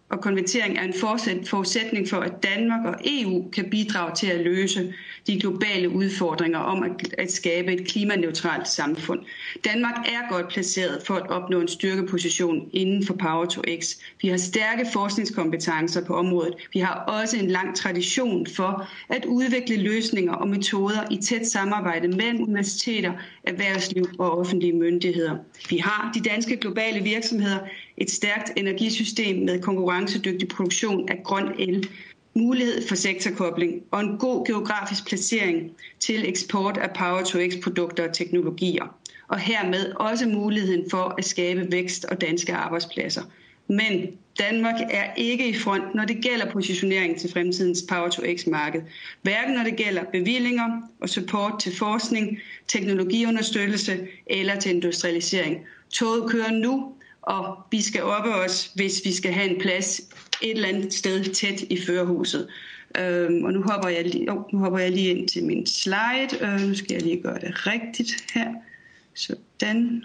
og konvertering er en forudsætning for, at Danmark og E U kan bidrage til at løse de globale udfordringer om at skabe et klimaneutralt samfund. Danmark er godt placeret for at opnå en styrkeposition inden for Power to X. Vi har stærke forskningskompetencer på området. Vi har også en lang tradition for at udvikle løsninger og metoder i tæt samarbejde mellem universiteter, erhvervsliv og offentlige myndigheder. Vi har de danske globale virksomheder, et stærkt energisystem med konkurrencedygtig produktion af grøn el, mulighed for sektorkobling og en god geografisk placering til eksport af Power to X produkter og teknologier. Og hermed også muligheden for at skabe vækst og danske arbejdspladser. Men Danmark er ikke i front, når det gælder positionering til fremtidens Power to X-marked. Hverken når det gælder bevillinger og support til forskning, teknologiunderstøttelse eller til industrialisering. Toget kører nu, og vi skal oppe os, hvis vi skal have en plads et eller andet sted tæt i førerhuset. Øhm, og nu hopper, jeg lige, oh, nu hopper jeg lige ind til min slide. Øh, nu skal jeg lige gøre det rigtigt her. Sådan.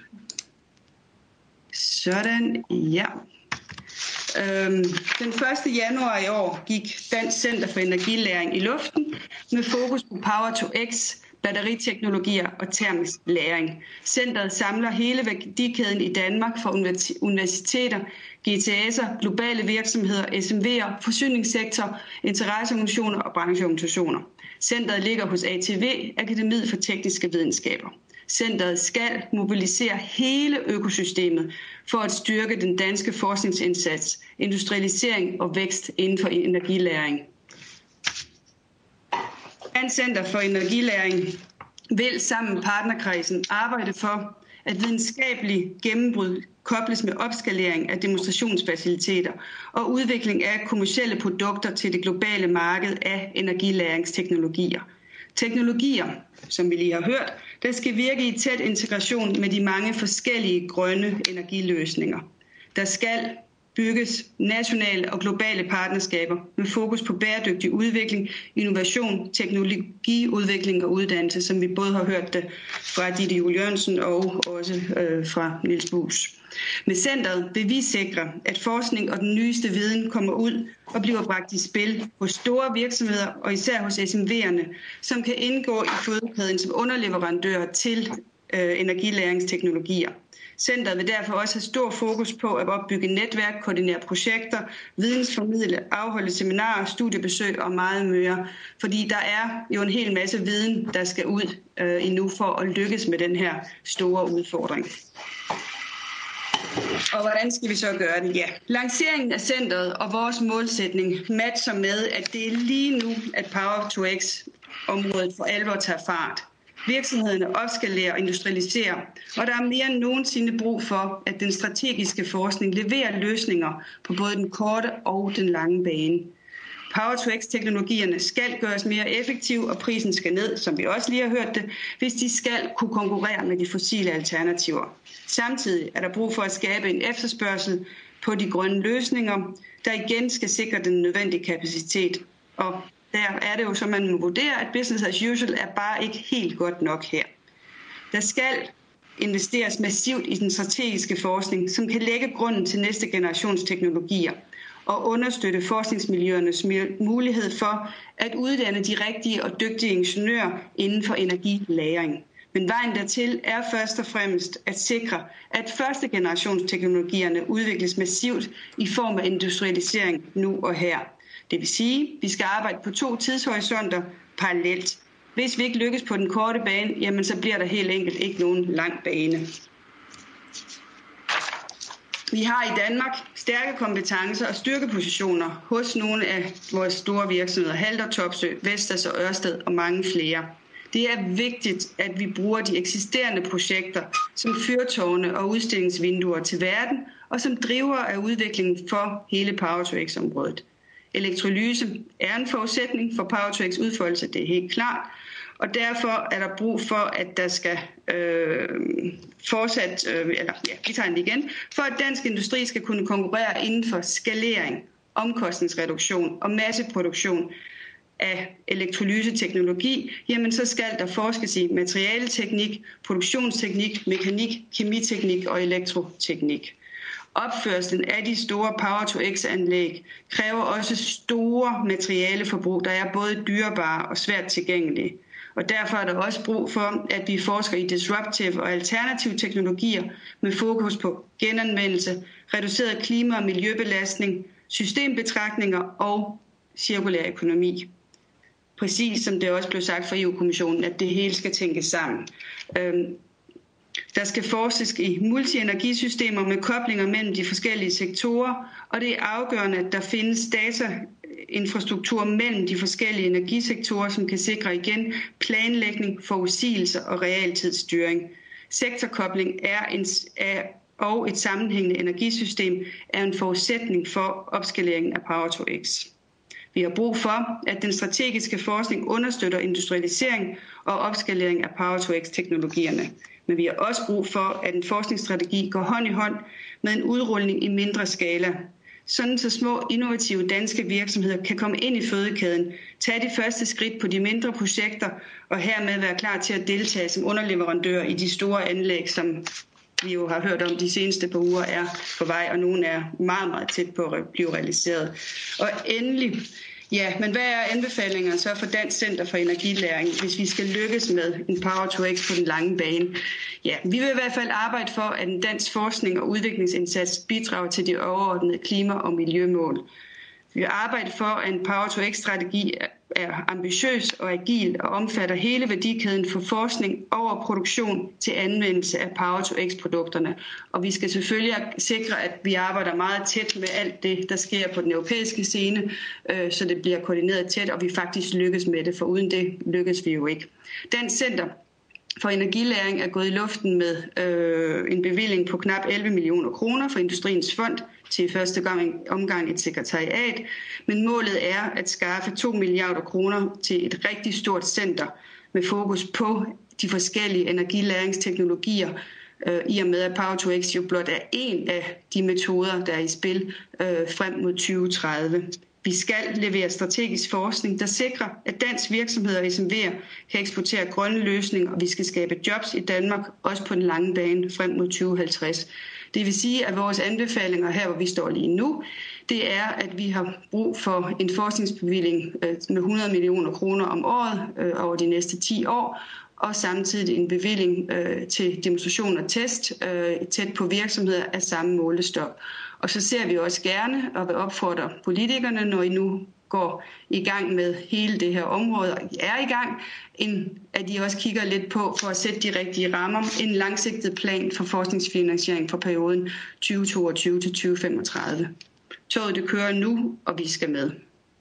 Sådan, ja. Øhm, den første januar i år gik Dansk Center for Energilæring i luften med fokus på Power to X, batteriteknologier og termisk læring. Centeret samler hele værdikæden i Danmark for universiteter, G T S'er, globale virksomheder, S M V'er, forsyningssektor, interesseorganisationer og brancheorganisationer. Centeret ligger hos A T V, Akademiet for Tekniske Videnskaber. Centeret skal mobilisere hele økosystemet for at styrke den danske forskningsindsats, industrialisering og vækst inden for energilæring. Dansk Center for Energilæring vil sammen med partnerkredsen arbejde for, at videnskabelig gennembrud kobles med opskalering af demonstrationsfaciliteter og udvikling af kommercielle produkter til det globale marked af energilæringsteknologier. Teknologier, som vi lige har hørt, der skal virke i tæt integration med de mange forskellige grønne energiløsninger. Der skal bygges nationale og globale partnerskaber med fokus på bæredygtig udvikling, innovation, teknologiudvikling og uddannelse, som vi både har hørt det fra Ditte Juel Jørgensen og også øh, fra Niels Buus. Med centret vil vi sikre, at forskning og den nyeste viden kommer ud og bliver bragt i spil hos store virksomheder og især hos S M V'erne, som kan indgå i fødekæden som underleverandører til øh, energilæringsteknologier. Centret vil derfor også have stor fokus på at opbygge netværk, koordinere projekter, vidensformidle, afholde seminarer, studiebesøg og meget mere. Fordi der er jo en hel masse viden, der skal ud øh, endnu for at lykkes med den her store udfordring. Og hvordan skal vi så gøre det? Ja, lanceringen af centret og vores målsætning matcher med, at det er lige nu, at Power to X-området for alvor tager fart. Virksomhederne opskalerer og industrialiserer, og der er mere end nogensinde brug for, at den strategiske forskning leverer løsninger på både den korte og den lange bane. Power to X-teknologierne skal gøres mere effektive, og prisen skal ned, som vi også lige har hørt det, hvis de skal kunne konkurrere med de fossile alternativer. Samtidig er der brug for at skabe en efterspørgsel på de grønne løsninger, der igen skal sikre den nødvendige kapacitet. Og der er det jo så, man må vurdere, at business as usual er bare ikke helt godt nok her. Der skal investeres massivt i den strategiske forskning, som kan lægge grunden til næste generations teknologier og understøtte forskningsmiljøernes mulighed for at uddanne de rigtige og dygtige ingeniører inden for energilæring. Men vejen dertil er først og fremmest at sikre, at første generations teknologierne udvikles massivt i form af industrialisering nu og her. Det vil sige, at vi skal arbejde på to tidshorisonter parallelt. Hvis vi ikke lykkes på den korte bane, jamen så bliver der helt enkelt ikke nogen lang bane. Vi har i Danmark stærke kompetencer og styrkepositioner hos nogle af vores store virksomheder, Halder, Topsøe, Vestas og Ørsted og mange flere. Det er vigtigt, at vi bruger de eksisterende projekter som fyrtårne og udstillingsvinduer til verden, og som driver af udviklingen for hele Power to X-området. Elektrolyse er en forudsætning for Power to X udfoldelse, det er helt klart. Og derfor er der brug for, at der skal øh, fortsat, øh, eller ja, vi tager den igen, for at dansk industri skal kunne konkurrere inden for skalering, omkostningsreduktion og masseproduktion af elektrolyseteknologi, jamen så skal der forskes i materialeteknik, produktionsteknik, mekanik, kemiteknik og elektroteknik. Opførslen af de store Power-to-X-anlæg kræver også store materialeforbrug, der er både dyrebare og svært tilgængelige. Og derfor er der også brug for, at vi forsker i disruptive og alternative teknologier med fokus på genanvendelse, reduceret klima- og miljøbelastning, systembetragtninger og cirkulær økonomi. Præcis som det også blev sagt fra E U-kommissionen, at det hele skal tænkes sammen. Der skal forskes i multienergisystemer med koblinger mellem de forskellige sektorer, og det er afgørende, at der findes datainfrastruktur mellem de forskellige energisektorer, som kan sikre igen planlægning, forudsigelser og realtidsstyring. Sektorkobling er en, er, og et sammenhængende energisystem er en forudsætning for opskaleringen af Power to X. Vi har brug for, at den strategiske forskning understøtter industrialisering og opskalering af Power to X-teknologierne. Men vi har også brug for, at en forskningsstrategi går hånd i hånd med en udrulning i mindre skala. Sådan så små, innovative danske virksomheder kan komme ind i fødekæden, tage de første skridt på de mindre projekter og hermed være klar til at deltage som underleverandør i de store anlæg, som vi jo har hørt om de seneste par uger er på vej, og nogle er meget, meget tæt på at blive realiseret. Og endelig, ja, men hvad er anbefalingerne så for Dansk Center for Energilæring, hvis vi skal lykkes med en Power to X på den lange bane? Ja, vi vil i hvert fald arbejde for, at en dansk forskning og udviklingsindsats bidrager til de overordnede klima- og miljømål. Vi vil arbejde for, at en Power to X-strategi er ambitiøs og agil og omfatter hele værdikæden fra forskning over produktion til anvendelse af Power to X-produkterne. Og vi skal selvfølgelig sikre, at vi arbejder meget tæt med alt det, der sker på den europæiske scene, øh, så det bliver koordineret tæt, og vi faktisk lykkes med det, for uden det lykkes vi jo ikke. Dansk Center for Energilæring er gået i luften med øh, en bevilling på knap elleve millioner kroner fra Industriens Fond til første gang, omgang et sekretariat, men målet er at skaffe to milliarder kroner til et rigtig stort center med fokus på de forskellige energilæringsteknologier, øh, i og med at Power to X jo blot er en af de metoder, der er i spil øh, frem mod tyve tredive. Vi skal levere strategisk forskning, der sikrer, at dansk virksomheder og S M V'er kan eksportere grønne løsninger, og vi skal skabe jobs i Danmark, også på den lange bane frem mod tyve halvtreds. Det vil sige, at vores anbefalinger her, hvor vi står lige nu, det er, at vi har brug for en forskningsbevilling med hundrede millioner kroner om året over de næste ti år, og samtidig en bevilling til demonstration og test tæt på virksomheder af samme målestok. Og så ser vi også gerne og vil opfordre politikerne, når I nu går i gang med hele det her område, og I er i gang, at I også kigger lidt på for at sætte de rigtige rammer, en langsigtet plan for forskningsfinansiering for perioden tyve toogtyve til tyve femogtredive. Toget det kører nu, og vi skal med.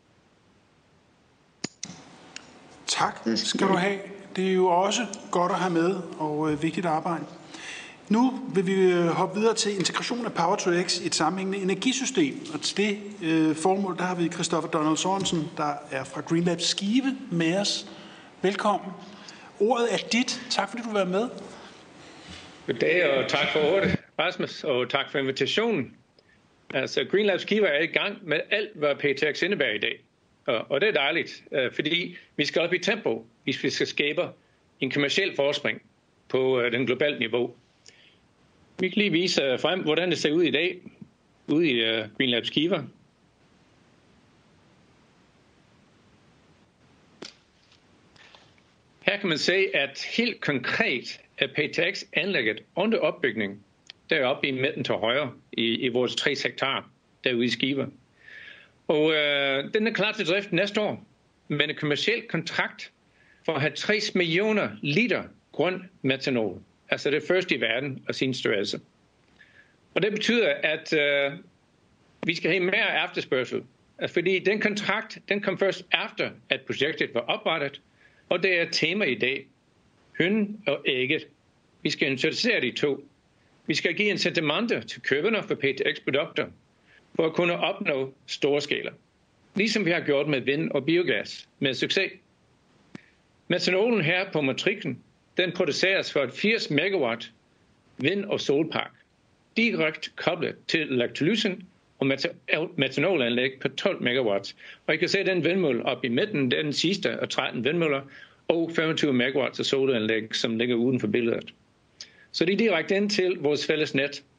Tak skal du have. Det er jo også godt at have med, og øh, vigtigt arbejde. Nu vil vi hoppe videre til integration af Power to X i et sammenhængende energisystem. Og til det øh, formål, der har vi Christoffer Donald Sørensen, der er fra GreenLab Skive med os. Velkommen. Ordet er dit. Tak fordi du var med. Goddag, og tak for ordet, Rasmus, og tak for invitationen. Altså, GreenLab Skive er i gang med alt, hvad P T X indebærer i dag. Og, og det er dejligt, øh, fordi vi skal op i tempo, hvis vi skal skabe en kommerciel forspring på øh, den globale niveau. Vi kan lige vise frem, hvordan det ser ud i dag, ude i uh, GreenLab Skive. Her kan man se, at helt konkret er P T X-anlægget under opbygning, deroppe i midten til højre, i, i vores tre hektar derude i Skive. Og uh, den er klar til drift næste år, med en kommerciel kontrakt for halvtreds millioner liter grøn metanol. Altså det første i verden af sin størrelse. Og det betyder, at øh, vi skal have mere efterspørgsel. Altså, fordi den kontrakt, den kom først efter, at projektet var oprettet. Og det er et tema i dag. Hønnen og ægget. Vi skal introducere de to. Vi skal give incitamenter til køberne for P T X-produkter, for at kunne opnå store skala. Ligesom vi har gjort med vind og biogas med succes. Metanolen her på matriklen, den produceres for et firs megawatt vind- og solpark, direkte koblet til elektrolysen og metanolanlæg på tolv megawatt. Og I kan se den vindmølle op i midten, den sidste af tretten vindmøller, og femogtyve megawatt af solanlæg, som ligger uden for billedet. Så det er direkte ind til vores fælles net.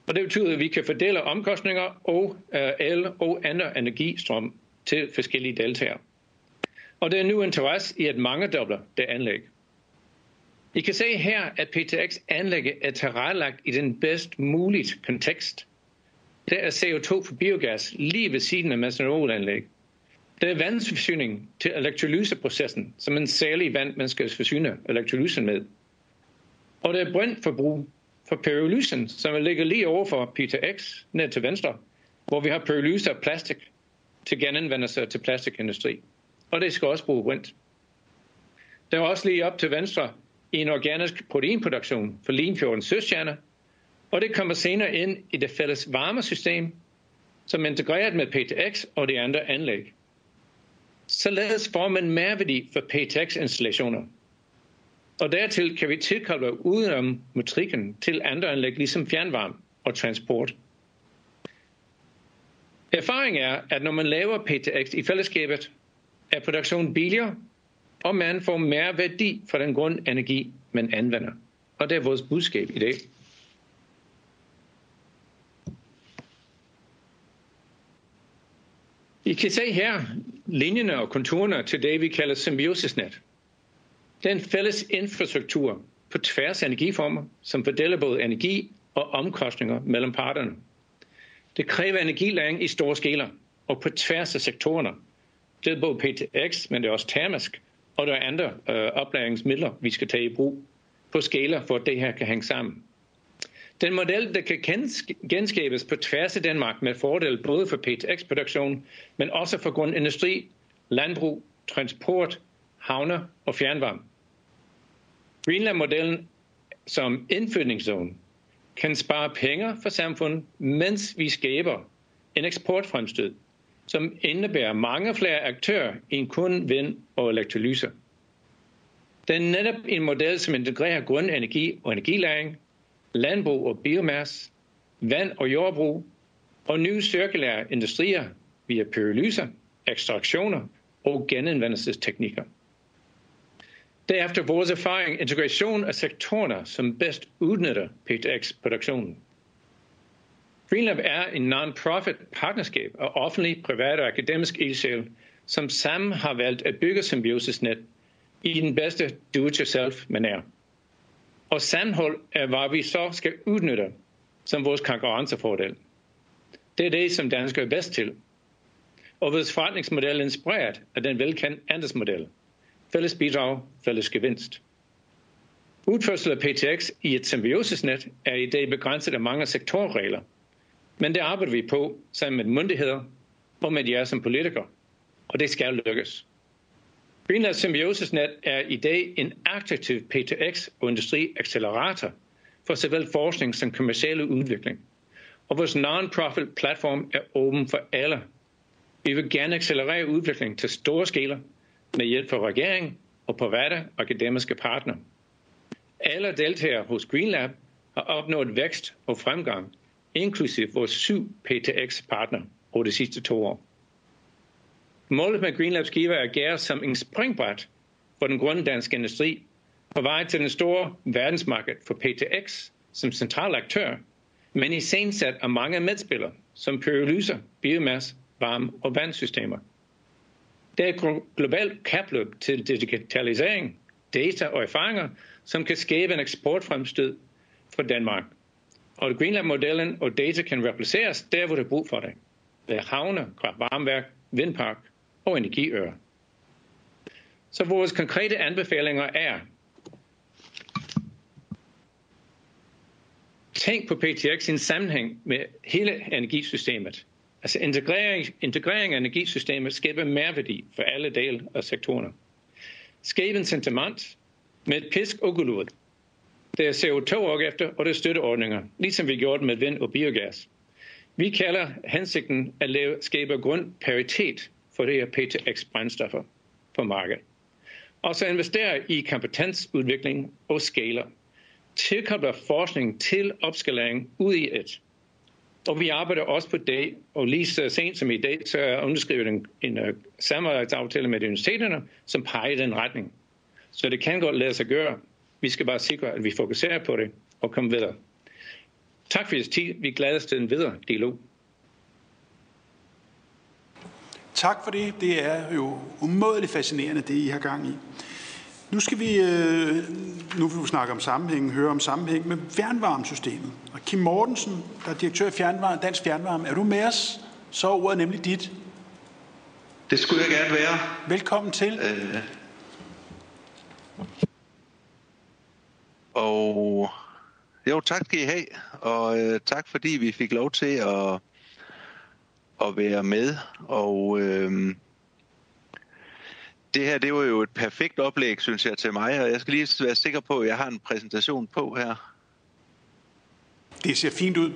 Og det betyder, at vi kan fordele omkostninger og øh, el og andre energistrøm til forskellige deltagere. Og der er nu interesse i at mangedoble det anlæg. I kan se her, at P T X-anlægget er tilrettelagt i den bedst mulige kontekst. Der er C O to for biogas lige ved siden af metanolanlæg. Der er vandforsyning til elektrolyseprocessen, som en særlig vand, man skal forsyne elektrolysen med. Og der er brintforbrug for pyrolysen, som ligger lige over for P T X, ned til venstre, hvor vi har pyrolyse af plastik til genanvendelse til plastikindustri. Og det skal også bruge brint. Der er også lige op til venstre i en organisk proteinproduktion for Limfjordens søstjerner, og det kommer senere ind i det fælles varmesystem, som er integreret med P T X og de andre anlæg. Således får man merværdi for P T X-installationer. Og dertil kan vi tilkoble udenom matrikken til andre anlæg, ligesom fjernvarme og transport. Erfaringen er, at når man laver P T X i fællesskabet, er produktionen billigere, og man får mere værdi for den grundenergi, man anvender. Og det er vores budskab i dag. I kan se her linjerne og konturerne til det, vi kalder symbiosisnet. Det er en fælles infrastruktur på tværs af energiformer, som fordeler både energi og omkostninger mellem parterne. Det kræver energilagring i store skeler og på tværs af sektorerne. Det er både P T X, men det er også termisk, og der er andre øh, oplagringsmidler, vi skal tage i brug på skeler, for at det her kan hænge sammen. Den model, der kan genskabes på tværs af Danmark med fordel både for P T X-produktion, men også for grundindustri, landbrug, transport, havner og fjernvarme. Greenland-modellen som indfødningszone kan spare penge for samfundet, mens vi skaber en eksportfremstød, som indebærer mange flere aktører end kun vind og elektrolyse. Det er netop en model, som integrerer grundenergi og energilagring, landbrug og biomasse, vand og jordbrug og nye cirkulære industrier via pyrolyser, ekstraktioner og genanvendelsesteknikker. Derefter vores erfaring integration af sektorer, som bedst udnytter P T X-produktionen. Greenlab er en non-profit partnerskab af offentlig, privat og akademisk ildsjæl, som sammen har valgt at bygge symbiosisnet i den bedste do-it-yourself-manér. Og sammenhold er, hvad vi så skal udnytte som vores konkurrencefordel. Det er det, som danskere er bedst til. Og vores forretningsmodel er inspireret af den velkendte andelsmodel. Fælles bidrag, fælles gevinst. Udførsel af P T X i et symbiosisnet er i dag begrænset af mange sektorregler. Men det arbejder vi på sammen med myndigheder og med jer som politikere. Og det skal lykkes. Greenlands symbiosisnet er i dag en attraktiv P T X- og industriaccelerator for såvel forskning som kommercielle udvikling. Og vores non-profit platform er åben for alle. Vi vil gerne accelerere udvikling til store skeler med hjælp fra regeringen og private akademiske partnere. Alle deltagere hos Greenlab har opnået vækst og fremgang, inklusive vores syv P T X-partnere over de sidste to år. Målet med Greenlabs giver er at agere som en springbræt for den grunddanske industri på vej til den store verdensmarked for P T X som central aktør, men iscenesat af mange medspillere som pyrolyser, biomasse, varme og vandsystemer. Det er et globalt kapløb til digitalisering, data og erfaringer, som kan skabe en eksportfremstød for Danmark. Og Greenland-modellen og data kan repliceres der, hvor der er brug for det. Det er havne, kraftvarmeværk, vindpark og energiøer. Så vores konkrete anbefalinger er: tænk på P T X i en sammenhæng med hele energisystemet. Altså integrering, integrering af energisystemet skaber merværdi for alle dele af sektorerne. Skab en sentiment med et pisk og gulod. Det er C O to-afgifter og det er støtteordninger, ligesom vi gjorde med vind og biogas. Vi kalder hensigten at lave, skabe grundparitet for det her P T X-brændstoffer på markedet. Og så investere i kompetensudvikling og skaler. Tilkobler forskning til opskalering ud i et. Og vi arbejder også på det, og lige så sent som i dag, så er underskrevet en, en uh, samarbejdsaftale med universiteterne, som peger i den retning. Så det kan godt lade sig gøre. Vi skal bare sikre, at vi fokuserer på det og kommer videre. Tak for jeres tid. Vi glæder os til den videre dialog. Tak for det. Det er jo umådeligt fascinerende, det I har gang i. Nu skal vi, øh, nu vil vi snakke om sammenhængen, høre om sammenhæng med fjernvarmesystemet. Og Kim Mortensen, der er direktør i Fjernvarme, Dansk Fjernvarme, er du med os? Så er ordet nemlig dit. Det skulle jeg gerne være. Velkommen til. Øh. Og jo, tak skal I have, og øh, tak fordi vi fik lov til at, at være med. Og øh, det her, det var jo et perfekt oplæg, synes jeg, til mig, og jeg skal lige være sikker på, at jeg har en præsentation på her. Det ser fint ud.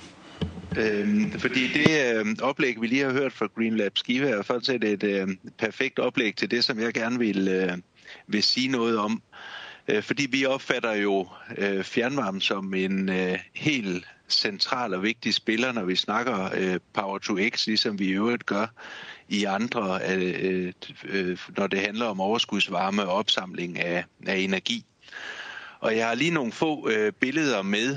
Øhm, fordi det øh, oplæg, vi lige har hørt fra Green Lab Skive, er faktisk et, et øh, perfekt oplæg til det, som jeg gerne vil, øh, vil sige noget om. Øh, fordi vi opfatter jo øh, fjernvarme som en øh, helt central og vigtig spiller, når vi snakker øh, Power to X, ligesom vi i øvrigt gør i andre, øh, øh, når det handler om overskudsvarme og opsamling af, af energi. Og jeg har lige nogle få øh, billeder med.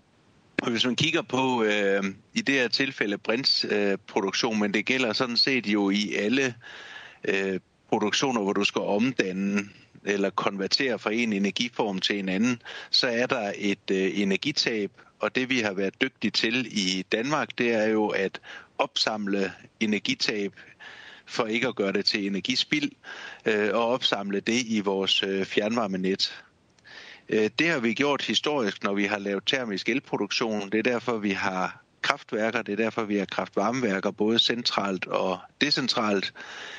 Og hvis man kigger på øh, i det her tilfælde brintsproduktion, øh, men det gælder sådan set jo i alle øh, produktioner, hvor du skal omdanne eller konvertere fra en energiform til en anden, så er der et øh, energitab. Og det vi har været dygtige til i Danmark, det er jo at opsamle energitab for ikke at gøre det til energispild, øh, og opsamle det i vores øh, fjernvarmenet. Det har vi gjort historisk, når vi har lavet termisk elproduktion. Det er derfor, vi har kraftværker, det er derfor, vi har kraftvarmeværker, både centralt og decentralt.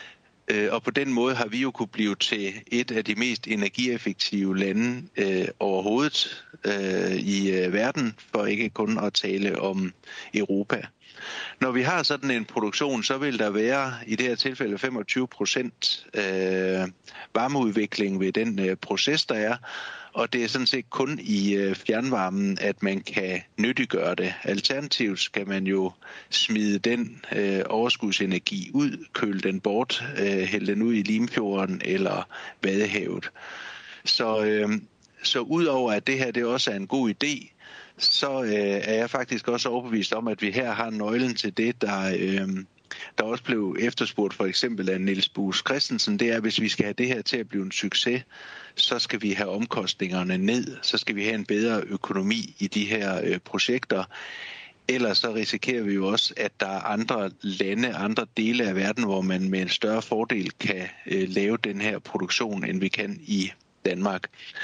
Og på den måde har vi jo kunne blive til et af de mest energieffektive lande øh, overhovedet øh, i øh, verden, for ikke kun at tale om Europa. Når vi har sådan en produktion, så vil der være i det her tilfælde femogtyve procent øh, varmeudvikling ved den øh, proces, der er. Og det er sådan set kun i øh, fjernvarmen, at man kan nyttiggøre det. Alternativt skal man jo smide den øh, overskudsenergi ud, køle den bort, øh, hælde den ud i Limfjorden eller Vadehavet. Så, øh, så udover at det her det også er en god idé, så øh, er jeg faktisk også overbevist om, at vi her har nøglen til det, der... Øh, der også blev efterspurgt for eksempel af Niels Buus Christensen, det er, at hvis vi skal have det her til at blive en succes, så skal vi have omkostningerne ned, så skal vi have en bedre økonomi i de her øh, projekter. Ellers så risikerer vi jo også, at der er andre lande, andre dele af verden, hvor man med en større fordel kan øh, lave den her produktion, end vi kan i Danmark.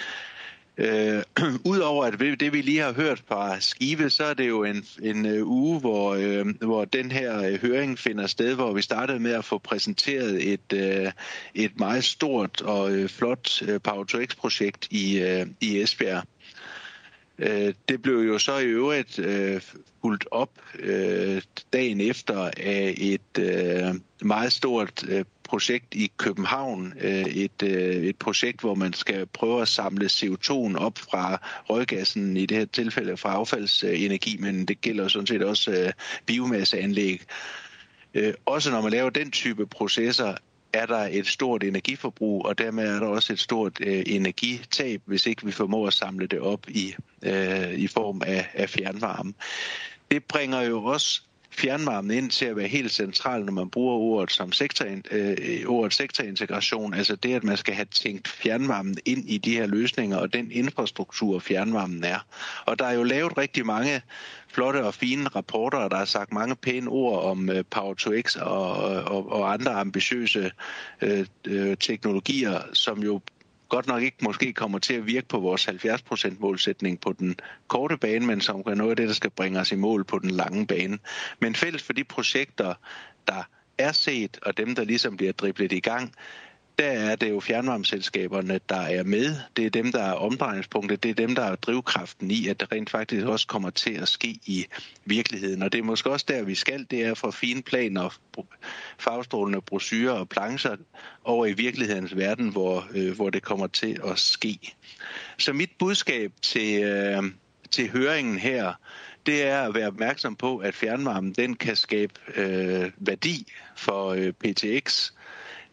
Øh, Udover at det vi lige har hørt fra Skive, så er det jo en, en uh, uge, hvor, øh, hvor den her uh, høring finder sted, hvor vi startede med at få præsenteret et, uh, et meget stort og uh, flot uh, Power to X-projekt i, uh, i Esbjerg. Uh, det blev jo så i øvrigt uh, fulgt op uh, dagen efter af et uh, meget stort uh, projekt i København, et, et projekt, hvor man skal prøve at samle C O to'en op fra røggassen, i det her tilfælde fra affaldsenergi, men det gælder sådan set også biomasseanlæg. Også når man laver den type processer, er der et stort energiforbrug, og dermed er der også et stort energitab, hvis ikke vi formår at samle det op i, i form af, af fjernvarme. Det bringer jo også fjernvarmen ind til at være helt central, når man bruger ordet som sektor, øh, ordet sektorintegration, altså det, at man skal have tænkt fjernvarmen ind i de her løsninger, og den infrastruktur, fjernvarmen er. Og der er jo lavet rigtig mange flotte og fine rapporter, og der er sagt mange pæne ord om øh, Power to X og, og, og andre ambitiøse øh, øh, teknologier, som jo godt nok ikke måske kommer til at virke på vores halvfjerds procent målsætning på den korte bane, men som er noget af det, der skal bringe os i mål på den lange bane. Men fælles for de projekter, der er set, og dem, der ligesom bliver driblet i gang, der er det jo fjernvarmeselskaberne, der er med. Det er dem, der er omdrejningspunktet. Det er dem, der er drivkraften i, at det rent faktisk også kommer til at ske i virkeligheden. Og det er måske også der, vi skal. Det er fra fine planer, farvestrålende brochurer og plancher over i virkelighedens verden, hvor, øh, hvor det kommer til at ske. Så mit budskab til, øh, til høringen her, det er at være opmærksom på, at fjernvarmen den kan skabe øh, værdi for øh, P T X.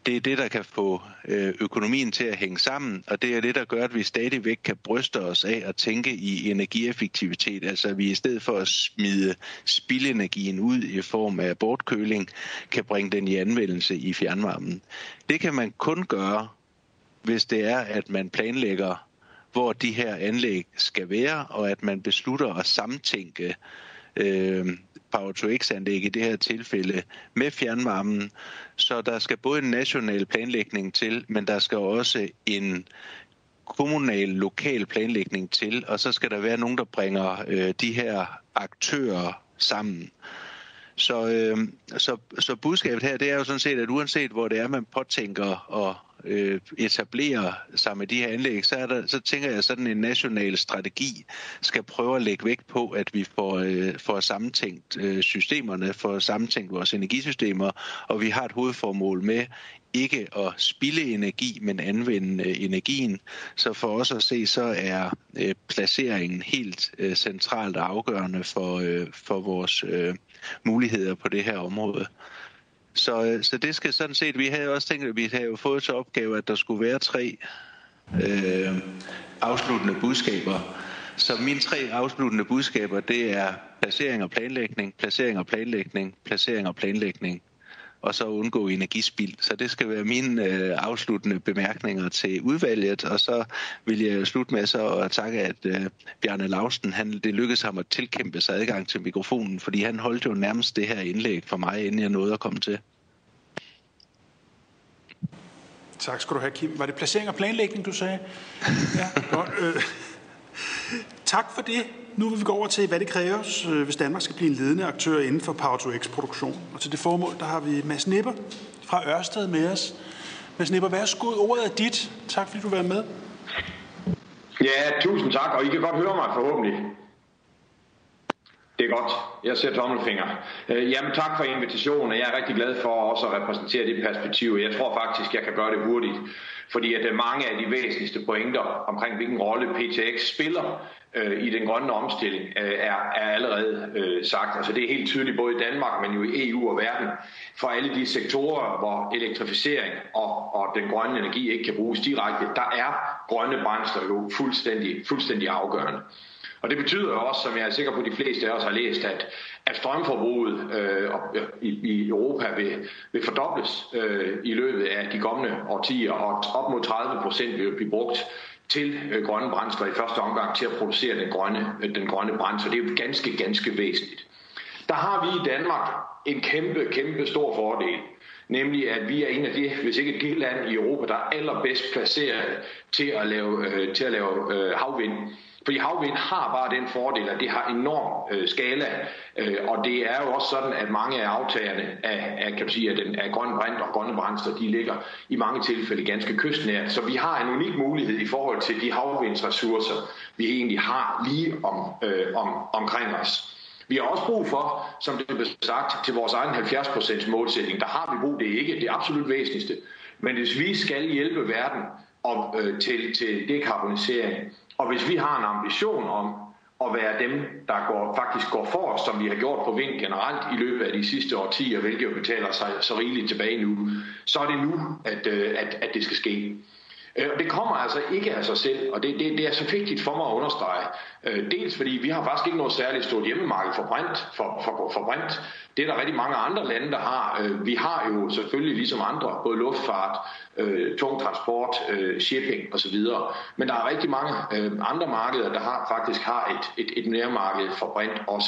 det er det, der kan få økonomien til at hænge sammen, og det er det, der gør, at vi stadigvæk kan bryste os af at tænke i energieffektivitet. Altså at vi i stedet for at smide spildenergien ud i form af bortkøling, kan bringe den i anvendelse i fjernvarmen. Det kan man kun gøre, hvis det er, at man planlægger, hvor de her anlæg skal være, og at man beslutter at samtænke øh, Power to X-anlæg i det her tilfælde med fjernvarmen. Så der skal både en national planlægning til, men der skal også en kommunal, lokal planlægning til, og så skal der være nogen, der bringer øh, de her aktører sammen. Så, øh, så, så budskabet her, det er jo sådan set, at uanset hvor det er, man påtænker og øh, etablerer sig med de her anlæg, så, er der, så tænker jeg, at sådan en national strategi skal prøve at lægge vægt på, at vi får, øh, får sammentænkt øh, systemerne, får sammentænkt vores energisystemer, og vi har et hovedformål med ikke at spilde energi, men anvende øh, energien. Så for os at se, så er øh, placeringen helt øh, centralt og afgørende for, øh, for vores øh, muligheder på det her område. Så, så det skal sådan set, vi havde også tænkt, at vi havde jo fået til opgave, at der skulle være tre øh, afsluttende budskaber. Så mine tre afsluttende budskaber, det er placering og planlægning, placering og planlægning, placering og planlægning, og så undgå energispild. Så det skal være mine øh, afsluttende bemærkninger til udvalget, og så vil jeg slutte med så at takke, at øh, Bjarne Laustsen, han, det lykkedes ham at tilkæmpe sig adgang til mikrofonen, fordi han holdt jo nærmest det her indlæg for mig, inden jeg nåede at komme til. Tak skal du have, Kim. Var det placering og planlægning, du sagde? Ja, godt. Øh, tak for det. Nu vil vi gå over til, hvad det kræves, hvis Danmark skal blive en ledende aktør inden for Power to X-produktion. Og til det formål, der har vi Mads Nipper fra Ørsted med os. Mads Nipper, værsgo, ordet er dit. Tak fordi du var med. Ja, tusind tak, og I kan godt høre mig forhåbentlig. Det er godt. Jeg ser tommelfinger. Jamen tak for invitationen, og jeg er rigtig glad for også at repræsentere det perspektiv. Jeg tror faktisk, jeg kan gøre det hurtigt, fordi at mange af de væsentligste pointer omkring, hvilken rolle P T X spiller i den grønne omstilling, er, er allerede øh, sagt. Altså det er helt tydeligt både i Danmark, men jo i E U og verden, for alle de sektorer, hvor elektrificering og, og den grønne energi ikke kan bruges direkte, der er grønne brændstoffer jo fuldstændig, fuldstændig afgørende. Og det betyder også, som jeg er sikker på, at de fleste af os har læst, at, at strømforbruget øh, i, i Europa vil, vil fordobles øh, i løbet af de kommende årtier, og op mod tredive procent vil blive brugt til øh, grønne brændstoffer i første omgang til at producere den grønne, øh, den grønne brændstof. Det er jo ganske, ganske væsentligt. Der har vi i Danmark en kæmpe, kæmpe stor fordel, nemlig at vi er en af de, hvis ikke et land i Europa, der er allerbedst placeret til at lave, øh, til at lave øh, havvind. Fordi havvind har bare den fordel, at det har enorm øh, skala, øh, og det er jo også sådan, at mange af aftagerne af, af, kan man sige, af, den, af grønne brint og grønne brændstof, de ligger i mange tilfælde ganske kystnært. Så vi har en unik mulighed i forhold til de havvindsressourcer, vi egentlig har lige om, øh, om, omkring os. Vi har også brug for, som det blev sagt, til vores egen halvfjerds procent målsætning. Der har vi brug, det er ikke det absolut væsentligste. Men hvis vi skal hjælpe verden om, øh, til, til dekarbonisering, og hvis vi har en ambition om at være dem, der går, faktisk går for os, som vi har gjort på vind generelt i løbet af de sidste årtier, hvilket jo betaler sig så rigeligt tilbage nu, så er det nu, at, at, at det skal ske. Det kommer altså ikke af sig selv, og det, det, det er så vigtigt for mig at understrege. Dels fordi vi har faktisk ikke noget særligt stort hjemmemarked for brint, for, for, for brint. Det er der rigtig mange andre lande, der har. Vi har jo selvfølgelig ligesom andre, både luftfart, øh, tung transport, øh, shipping osv. Men der er rigtig mange øh, andre markeder, der har, faktisk har et, et, et nærmarked for brint også.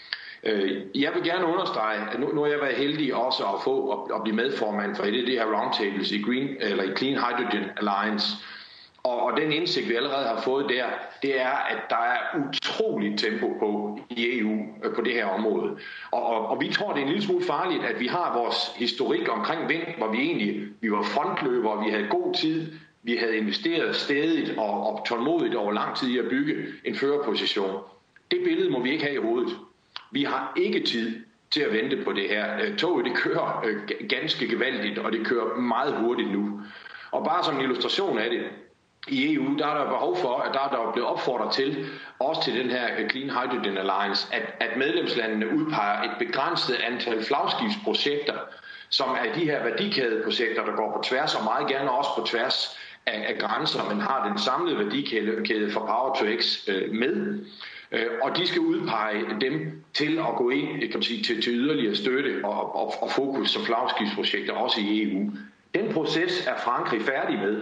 Jeg vil gerne understrege, at nu, nu har jeg været heldig også at få at, at blive medformand for det, det her roundtables i, Green, eller i Clean Hydrogen Alliance. Og, og den indsigt, vi allerede har fået der, det er, at der er utroligt tempo på i E U på det her område. Og, og, og vi tror, det er en lille smule farligt, at vi har vores historik omkring vind, hvor vi egentlig vi var frontløbere, vi havde god tid, vi havde investeret stædigt og, og tålmodigt over lang tid i at bygge en førerposition. Det billede må vi ikke have i hovedet. Vi har ikke tid til at vente på det her. Toget det kører ganske gevaldigt, og det kører meget hurtigt nu. Og bare som en illustration af det, i E U der er der behov for, at der er der blevet opfordret til, også til den her Clean Hydrogen Alliance, at, at medlemslandene udpeger et begrænset antal flagskibsprojekter, som er de her værdikædeprojekter, der går på tværs, og meget gerne også på tværs af, af grænser, men har den samlede værdikæde for Power to X øh, med. Øh, og de skal udpege dem til at gå ind kan man sige, til, til yderligere støtte og, og, og fokus som flagskibsprojekter, også i E U. Den proces er Frankrig færdig med.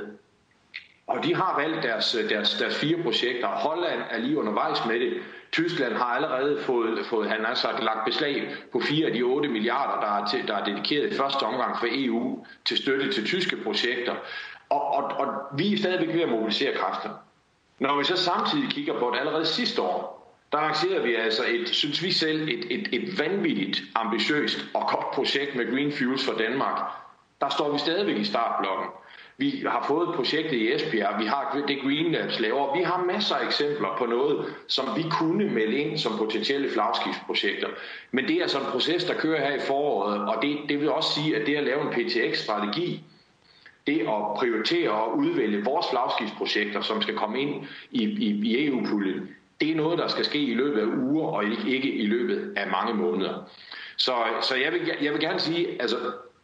Og de har valgt deres, deres, deres fire projekter. Holland er lige undervejs med det. Tyskland har allerede fået, fået han har sagt, lagt beslag på fire af de otte milliarder, der er, til, der er dedikeret i første omgang for E U til støtte til tyske projekter. Og, og, og vi er stadigvæk ved at mobilisere kræfter. Når vi så samtidig kigger på det allerede sidste år, der lancerede vi altså et, synes vi selv, et, et, et vanvittigt ambitiøst og godt projekt med Green Fuels for Danmark. Der står vi stadigvæk i startblokken. Vi har fået projektet i Esbjerg, vi har det Green Labs laver. Vi har masser af eksempler på noget, som vi kunne melde ind som potentielle flagskibsprojekter. Men det er altså en proces, der kører her i foråret, og det, det vil også sige, at det at lave en P T X-strategi, det at prioritere og udvælge vores flagskibsprojekter, som skal komme ind i, i, i E U-puljen, det er noget, der skal ske i løbet af uger, og ikke, ikke i løbet af mange måneder. Så, så jeg, vil, jeg vil gerne sige, altså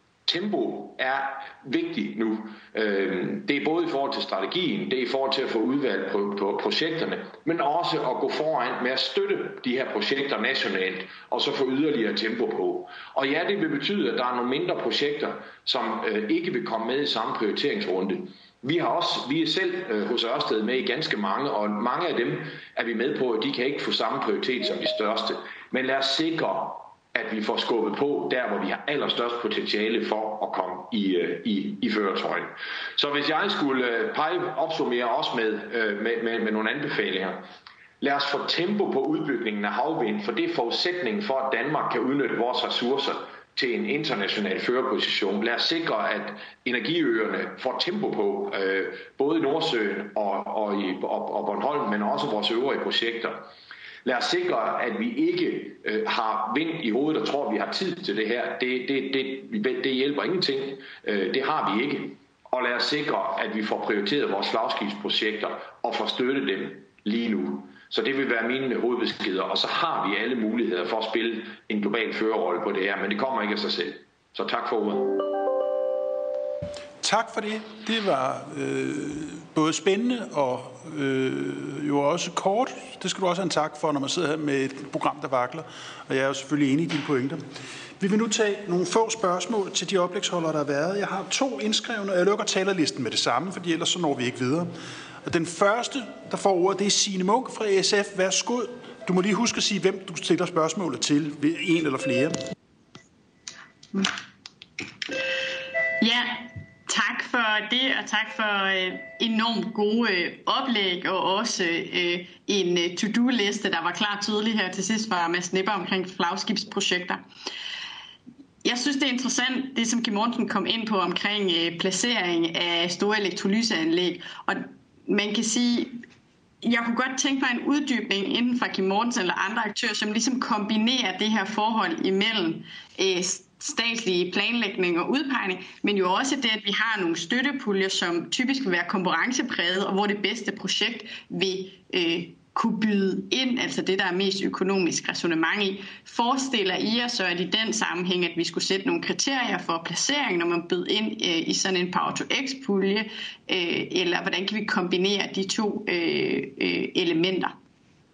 tempo er vigtigt nu. Det er både i forhold til strategien, det er i forhold til at få udvalgt på, på projekterne, men også at gå foran med at støtte de her projekter nationalt, og så få yderligere tempo på. Og ja, det vil betyde, at der er nogle mindre projekter, som ikke vil komme med i samme prioriteringsrunde. Vi har også, vi er selv øh, hos Ørsted med i ganske mange, og mange af dem er vi med på, at de kan ikke få samme prioritet som de største. Men lad os sikre, at vi får skubbet på der, hvor vi har allerstørst potentiale for at komme i, øh, i, i førertrøjen. Så hvis jeg skulle øh, pege, opsummere også med, øh, med, med, med nogle anbefalinger, lad os få tempo på udbygningen af havvind, for det er forudsætningen for, at Danmark kan udnytte vores ressourcer til en international førerposition. Lad os sikre, at energiøerne får tempo på, øh, både i Nordsøen og, og, i, og, og Bornholm, men også vores øvrige projekter. Lad os sikre, at vi ikke øh, har vind i hovedet og tror, at vi har tid til det her. Det, det, det, det hjælper ingenting. Øh, det har vi ikke. Og lad os sikre, at vi får prioriteret vores flagskibsprojekter og får støttet dem lige nu. Så det vil være mine hovedbeskeder, og så har vi alle muligheder for at spille en global førerrolle på det her, men det kommer ikke af sig selv. Så tak for ordet. Tak for det. Det var øh, både spændende og øh, jo også kort. Det skal du også have en tak for, når man sidder her med et program, der vakler. Og jeg er jo selvfølgelig enig i dine pointer. Vi vil nu tage nogle få spørgsmål til de oplægsholdere, der har været. Jeg har to indskrevne, og jeg lukker talerlisten med det samme, fordi ellers så når vi ikke videre. Og den første, der får ordet, det er Signe Munk fra S F. Værsgo. Du må lige huske at sige, hvem du stiller spørgsmålet til, ved en eller flere. Ja, tak for det, og tak for øh, enormt gode øh, oplæg, og også øh, en øh, to-do-liste, der var klart tydelig her til sidst fra Mads Nipper omkring flagskibsprojekter. Jeg synes, det er interessant, det som Kim Mortensen kom ind på omkring øh, placering af store elektrolyseanlæg, og man kan sige, jeg kunne godt tænke mig en uddybning inden fra Kim Mortensen eller andre aktører, som ligesom kombinerer det her forhold imellem øh, statslige planlægning og udpegning, men jo også det, at vi har nogle støttepuljer, som typisk vil være konkurrencepræget, og hvor det bedste projekt vil øh, kunne byde ind, altså det, der er mest økonomisk ræsonnement i. Forestiller I jer så, at i den sammenhæng, at vi skulle sætte nogle kriterier for placering, når man byder ind øh, i sådan en Power to X-pulje, øh, eller hvordan kan vi kombinere de to øh, øh, elementer?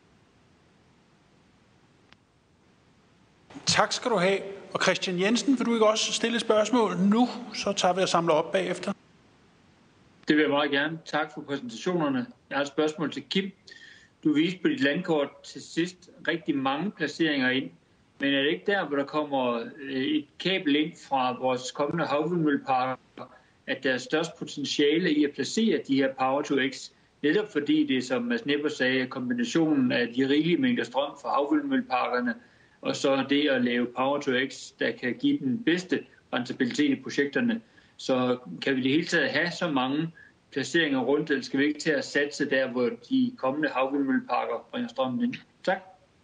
Tak skal du have. Og Christian Jensen, vil du ikke også stille et spørgsmål nu? Så tager vi og samler op bagefter. Det vil jeg meget gerne. Tak for præsentationerne. Jeg har et spørgsmål til Kim. Du viste på dit landkort til sidst rigtig mange placeringer ind, men er det ikke der, hvor der kommer et kabel ind fra vores kommende havvindmølleparker, at der er størst potentiale i at placere de her Power to X, netop fordi det, som Mads Nipper sagde, er kombinationen af de rigelige mængder strøm fra havvindmølleparkerne, og så det at lave Power to X, der kan give den bedste rentabilitet i projekterne. Så kan vi i det hele taget have så mange placeringer rundt, eller skal vi ikke til at satse der, hvor de kommende havvindmølleparker bringer strømmen ind? Tak.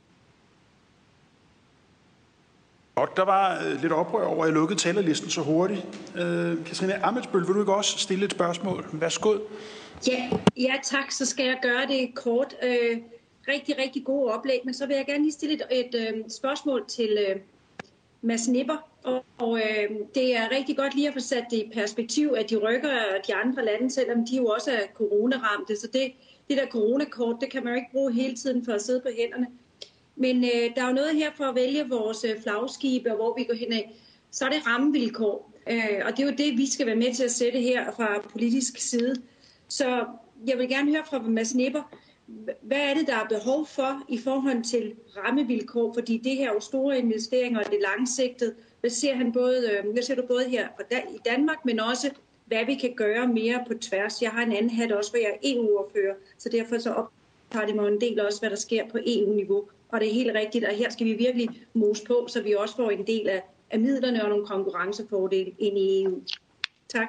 Og der var lidt oprør over, at jeg lukkede talerlisten så hurtigt. Øh, Katrine Amitsbøl, vil du ikke også stille et spørgsmål? Værsgo. Ja, ja, tak. Så skal jeg gøre det kort. Øh, rigtig, rigtig gode oplæg, men så vil jeg gerne lige stille et, et, et spørgsmål til, Mads Nipper, og, og øh, det er rigtig godt lige at få sat det i perspektiv, at de rykker de andre lande, selvom de jo også er coronaramte. Så det, det der coronakort, det kan man jo ikke bruge hele tiden for at sidde på hænderne. Men øh, der er jo noget her for at vælge vores flagskibe, og hvor vi går hen af. Så er det rammevilkår, øh, og det er jo det, vi skal være med til at sætte her fra politisk side. Så jeg vil gerne høre fra Mads Nipper, hvad er det, der er behov for i forhold til rammevilkår? Fordi det her er jo store investeringer, og det er langsigtet. Hvad ser, han både, hvad ser du både her i Danmark, men også, hvad vi kan gøre mere på tværs? Jeg har en anden hat også, hvor jeg er E U-ordfører, så derfor så optager det mig en del også, hvad der sker på E U-niveau. Og det er helt rigtigt, og her skal vi virkelig mose på, så vi også får en del af, af midlerne og nogle konkurrencefordele ind i E U. Tak.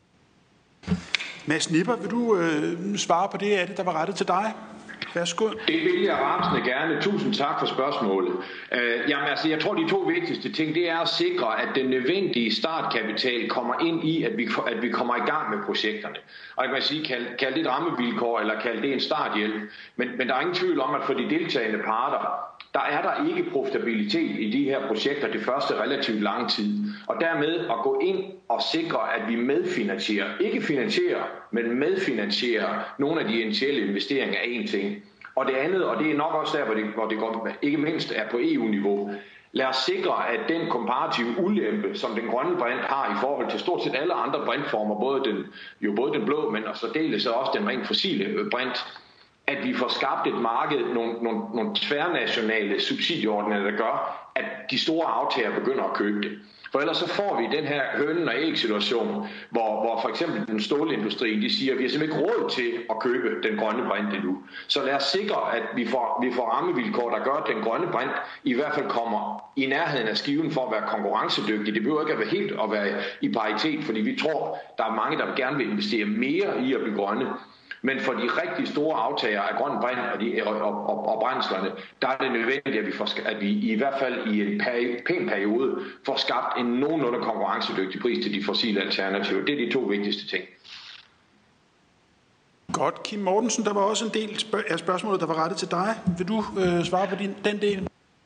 Mads Nipper, vil du øh, svare på det af det, der var rettet til dig? Værsgo. Det vil jeg rapsende gerne. Tusind tak for spørgsmålet. Uh, jamen, altså, jeg tror, de to vigtigste ting, det er at sikre, at den nødvendige startkapital kommer ind i, at vi, at vi kommer i gang med projekterne. Og jeg kan sige, kald, kald det et rammevilkår, eller kald det en starthjælp. Men, men der er ingen tvivl om, at for de deltagende parter, der er der ikke profitabilitet i de her projekter det første relativt lang tid. Og dermed at gå ind og sikre, at vi medfinansierer, ikke finansierer, men medfinansierer nogle af de initielle investeringer er en ting. Og det andet, og det er nok også der, hvor det, hvor det går, ikke mindst er på E U-niveau, lad os sikre, at den komparative ulempe, som den grønne brint har i forhold til stort set alle andre brintformer, både den, jo både den blå, men også deles også den rent fossile brint, at vi får skabt et marked, nogle, nogle, nogle tværnationale subsidieordninger, der gør, at de store aftager begynder at købe det. For ellers så får vi den her hønen og æg situation, hvor, hvor for eksempel den stålindustri, de siger, at vi har simpelthen ikke råd til at købe den grønne brint endnu. Så lad os sikre, at vi får, vi får rammevilkår, der gør, at den grønne brint i hvert fald kommer i nærheden af skiven for at være konkurrencedygtig. Det behøver ikke at være helt at være i paritet, fordi vi tror, der er mange, der gerne vil investere mere i at blive grønne. Men for de rigtig store aftager af grøn brint og, de, og, og, og brændslerne, der er det nødvendigt, at vi, får, at vi i hvert fald i en peri, pæn periode får skabt en nogenlunde konkurrencedygtig pris til de fossile alternativer. Det er de to vigtigste ting. Godt. Kim Mortensen, der var også en del af spørgsmålet, der var rettet til dig. Vil du øh, svare på din, den del?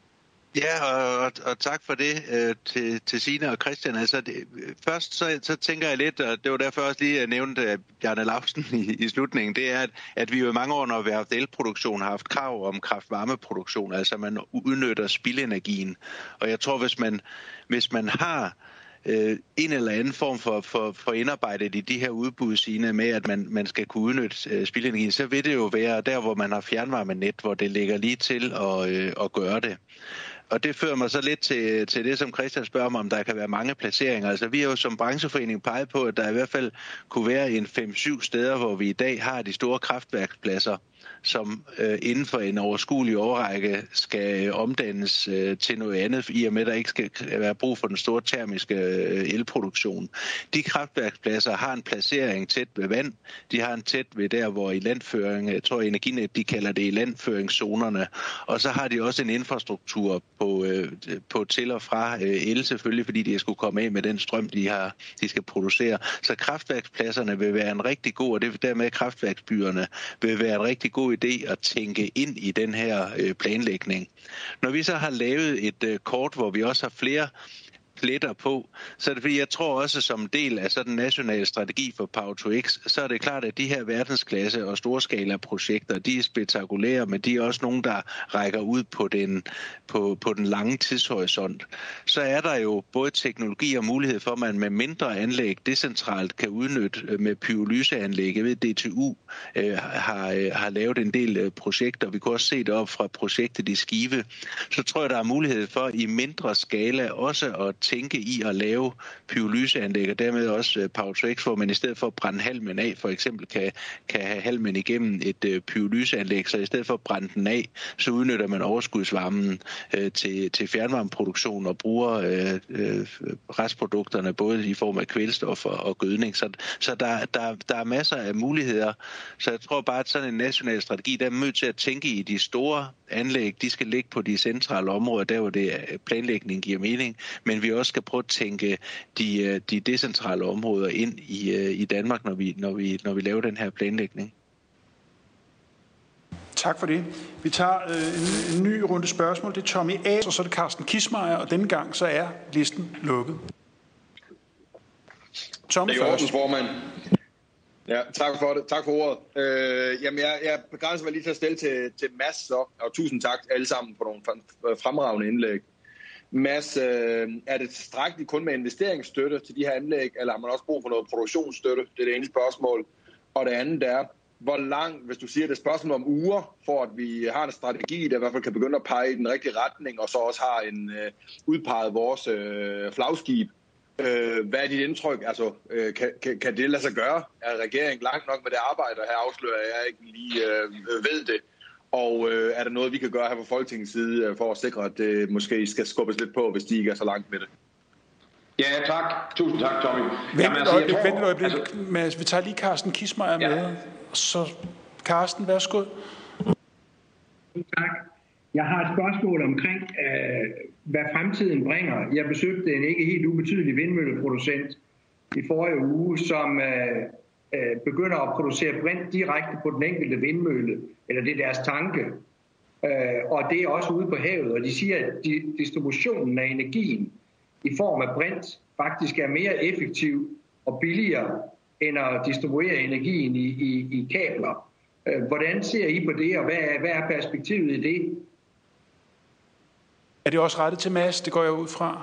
Ja, og, og tak for det øh, til, til Signe og Christian. Altså, det, først så, så tænker jeg lidt, og det var derfor også lige, jeg nævnte Bjarne Laustsen i, i slutningen, det er, at, at vi jo i mange år, når vi har haft elproduktion, har haft krav om kraft-varmeproduktion, altså man udnytter spildenergien. Og jeg tror, hvis man, hvis man har øh, en eller anden form for, for, for indarbejdet i de her udbud, Signe, med at man, man skal kunne udnytte øh, spildenergien, så vil det jo være der, hvor man har fjernvarmenet, hvor det ligger lige til at, øh, at gøre det. Og det fører mig så lidt til, til det, som Christian spørger mig, om der kan være mange placeringer. Altså, vi har jo som brancheforening peget på, at der i hvert fald kunne være en fem syv steder, hvor vi i dag har de store kraftværkspladser, som øh, inden for en overskuelig årrække skal omdannes øh, til noget andet, i og med, at der ikke skal være brug for den store termiske øh, elproduktion. De kraftværkspladser har en placering tæt ved vand. De har en tæt ved der, hvor i landføring, jeg tror Energinet, de kalder det i landføringszonerne. Og så har de også en infrastruktur på, øh, på til og fra øh, el, selvfølgelig, fordi de skulle komme af med den strøm, de, har, de skal producere. Så kraftværkspladserne vil være en rigtig god, og det dermed kraftværksbyerne vil være en rigtig god idé at tænke ind i den her øh, planlægning. Når vi så har lavet et øh, kort, hvor vi også har flere pletter på, så er det fordi, jeg tror også som del af sådan en national strategi for Power to X, så er det klart, at de her verdensklasse og storskala projekter, de er spektakulære, men de er også nogle, der rækker ud på den, på, på den lange tidshorisont. Så er der jo både teknologi og mulighed for, at man med mindre anlæg decentralt kan udnytte med pyrolyseanlæg. Jeg ved, D T U øh, har, øh, har lavet en del øh, projekter. Vi kunne også se det op fra projektet i Skive. Så tror jeg, der er mulighed for i mindre skala også at tænke i at lave pyrolyseanlæg, og dermed også Power to X, hvor man i stedet for at brænde halmen af, for eksempel kan, kan have halmen igennem et uh, pyrolyseanlæg, så i stedet for at brænde den af, så udnytter man overskudsvarmen uh, til, til fjernvarmeproduktion og bruger uh, uh, restprodukterne både i form af kvælstof og, og gødning. Så, så der, der, der er masser af muligheder. Så jeg tror bare, at sådan en national strategi, der er nødt til at tænke i de store anlæg, de skal ligge på de centrale områder, der hvor det planlægning giver mening, men vi også skal prøve at tænke de, de decentrale områder ind i, i Danmark, når vi, når, vi, når vi laver den her planlægning. Tak for det. Vi tager øh, en, en ny runde spørgsmål. Det er Tommy A., og så er det Carsten Kissmeyer, og denne gang så er listen lukket. Tommy det er først. Ordens, formand. Ja, tak for det. Tak for ordet. Øh, jamen, jeg, jeg begrænser mig lige til at stille til, til Mads, så, og tusind tak alle sammen for nogle fremragende indlæg. Mads, øh, er det tilstrækkeligt kun med investeringsstøtte til de her anlæg, eller har man også brug for noget produktionsstøtte? Det er det ene spørgsmål. Og det andet er, hvor langt, hvis du siger, det er et spørgsmål om uger, for at vi har en strategi, der i hvert fald kan begynde at pege i den rigtige retning, og så også har en øh, udpeget vores øh, flagskib. Øh, hvad er dit indtryk? Altså, øh, kan, kan, kan det lade sig gøre? Er regeringen langt nok med det arbejde? Her afslører jeg ikke lige øh, ved det. Og øh, er der noget, vi kan gøre her fra Folketingets side, øh, for at sikre, at det måske skal skubbes lidt på, hvis de ikke er så langt med det? Ja, tak. Tusind tak, Tommy. Vent Jamen, et altså, øjeblik, tror, vent et øjeblik. altså... Mads, vi tager lige Carsten Kissmeyer ja. med. Så Carsten, værsgo. Tak. Jeg har et spørgsmål omkring, øh, hvad fremtiden bringer. Jeg besøgte en ikke helt ubetydelig vindmølleproducent i forrige uge, som øh, øh, begynder at producere brint direkte på den enkelte vindmølle, eller det er deres tanke. Øh, og det er også ude på havet, og de siger, at distributionen af energien i form af brint faktisk er mere effektiv og billigere end at distribuere energien i, i, i kabler. Øh, hvordan ser I på det, og hvad er, hvad er perspektivet i det? Er det også rettet til Mads? Det går jeg ud fra.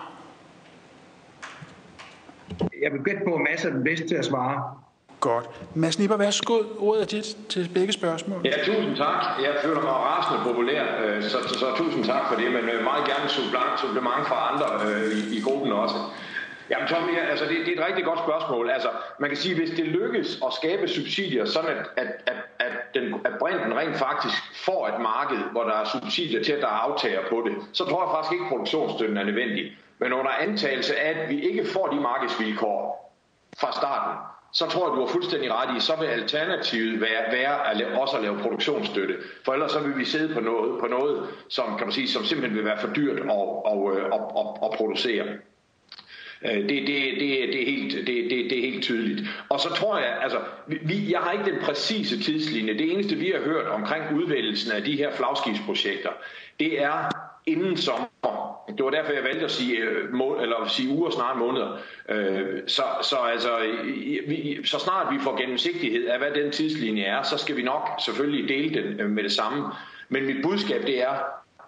Jeg vil gætte på, at Mads er den bedste til at svare. Godt. Mads Nipper, værsgo. Ordet er dit til begge spørgsmål. Ja, tusind tak. Jeg føler mig rasende populær, så, så, så tusind tak for det, men meget gerne supplement fra andre øh, i, i gruppen også. Jamen Tommy, altså det, det er et rigtig godt spørgsmål. Altså, man kan sige, hvis det lykkes at skabe subsidier, sådan at, at, at, at, den, at brinten rent faktisk får et marked, hvor der er subsidier til, at der er aftager på det, så tror jeg faktisk ikke, at produktionsstøtten er nødvendig. Men under antagelse af, at vi ikke får de markedsvilkår fra starten, så tror jeg, du har fuldstændig ret i, så vil alternativet være, være at lave, også at lave produktionsstøtte. For ellers så vil vi sidde på noget, på noget som, kan man sige, som simpelthen vil være for dyrt at, at, at, at, at producere. Det, det, det, det, er helt, det, det, det er helt tydeligt. Og så tror jeg, altså, vi, jeg har ikke den præcise tidslinje. Det eneste, vi har hørt omkring udvælgelsen af de her flagskibsprojekter, det er inden sommer. Det var derfor, jeg valgte at sige, eller at sige uger, snart måneder. Så, så, altså, så snart vi får gennemsigtighed af, hvad den tidslinje er, så skal vi nok selvfølgelig dele den med det samme. Men mit budskab, det er,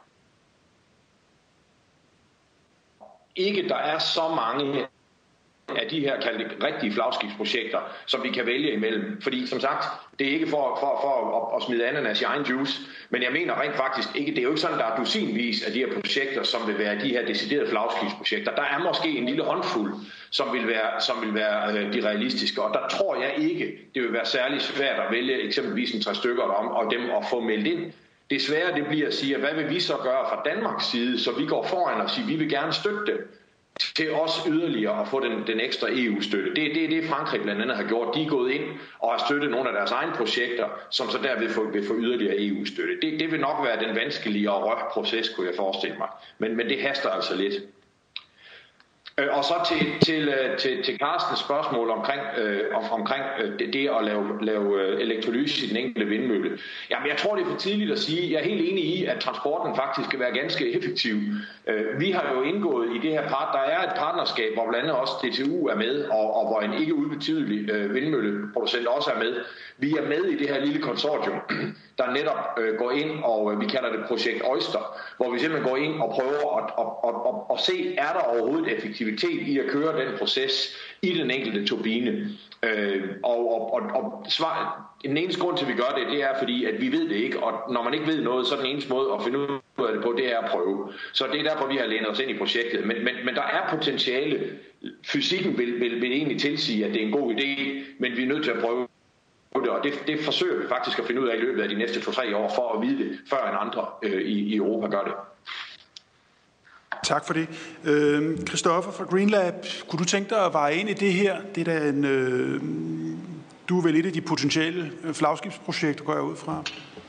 ikke der er så mange af de her kaldte rigtige flagskibsprojekter, som vi kan vælge imellem. Fordi som sagt, det er ikke for, for, for at, at smide ananas i egen juice, men jeg mener rent faktisk ikke, det er jo ikke sådan, der er dusinvis af de her projekter, som vil være de her deciderede flagskibsprojekter. Der er måske en lille håndfuld, som vil være, som vil være de realistiske, og der tror jeg ikke, det vil være særlig svært at vælge eksempelvis en tre stykker om, og dem at få meldt ind. Det svære det bliver at sige, hvad vil vi så gøre fra Danmarks side, så vi går foran og siger, vi vil gerne støtte dem til os yderligere at få den, den ekstra E U-støtte. Det er det, det, Frankrig blandt andet har gjort. De er gået ind og har støttet nogle af deres egne projekter, som så derved får, vil få yderligere E U-støtte. Det, det vil nok være den vanskelige og røde proces, kunne jeg forestille mig. Men, men det haster altså lidt. Og så til, til, til, til Carstens spørgsmål omkring, øh, omkring øh, det, det at lave, lave elektrolyse i den enkelte vindmølle. Jamen, jeg tror, det er for tidligt at sige. Jeg er helt enig i, at transporten faktisk skal være ganske effektiv. Øh, vi har jo indgået i det her part. Der er et partnerskab, hvor blandt andet også D T U er med, og, og hvor en ikke ubetydelig øh, vindmølleproducent også er med. Vi er med i det her lille konsortium, der netop øh, går ind, og øh, vi kalder det projekt Oyster, hvor vi simpelthen går ind og prøver at, at, at, at, at se, er der overhovedet effektivitet i at køre den proces i den enkelte turbine. Øh, og og, og, og svar, den eneste grund til, at vi gør det, det er fordi, at vi ved det ikke, og når man ikke ved noget, så er den eneste måde at finde ud af det på, det er at prøve. Så det er derfor, vi har lænet os ind i projektet. Men, men, men der er potentiale. Fysikken vil, vil, vil egentlig tilsige, at det er en god idé, men vi er nødt til at prøve det, og det, det forsøger vi faktisk at finde ud af i løbet af de næste to-tre år, for at vide det, før end andre øh, i, i Europa gør det. Tak for det. Øh, Christoffer fra GreenLab, kunne du tænke dig at veje ind i det her? Det er en, øh, du er vel et af de potentielle flagskibsprojekter, går jeg ud fra?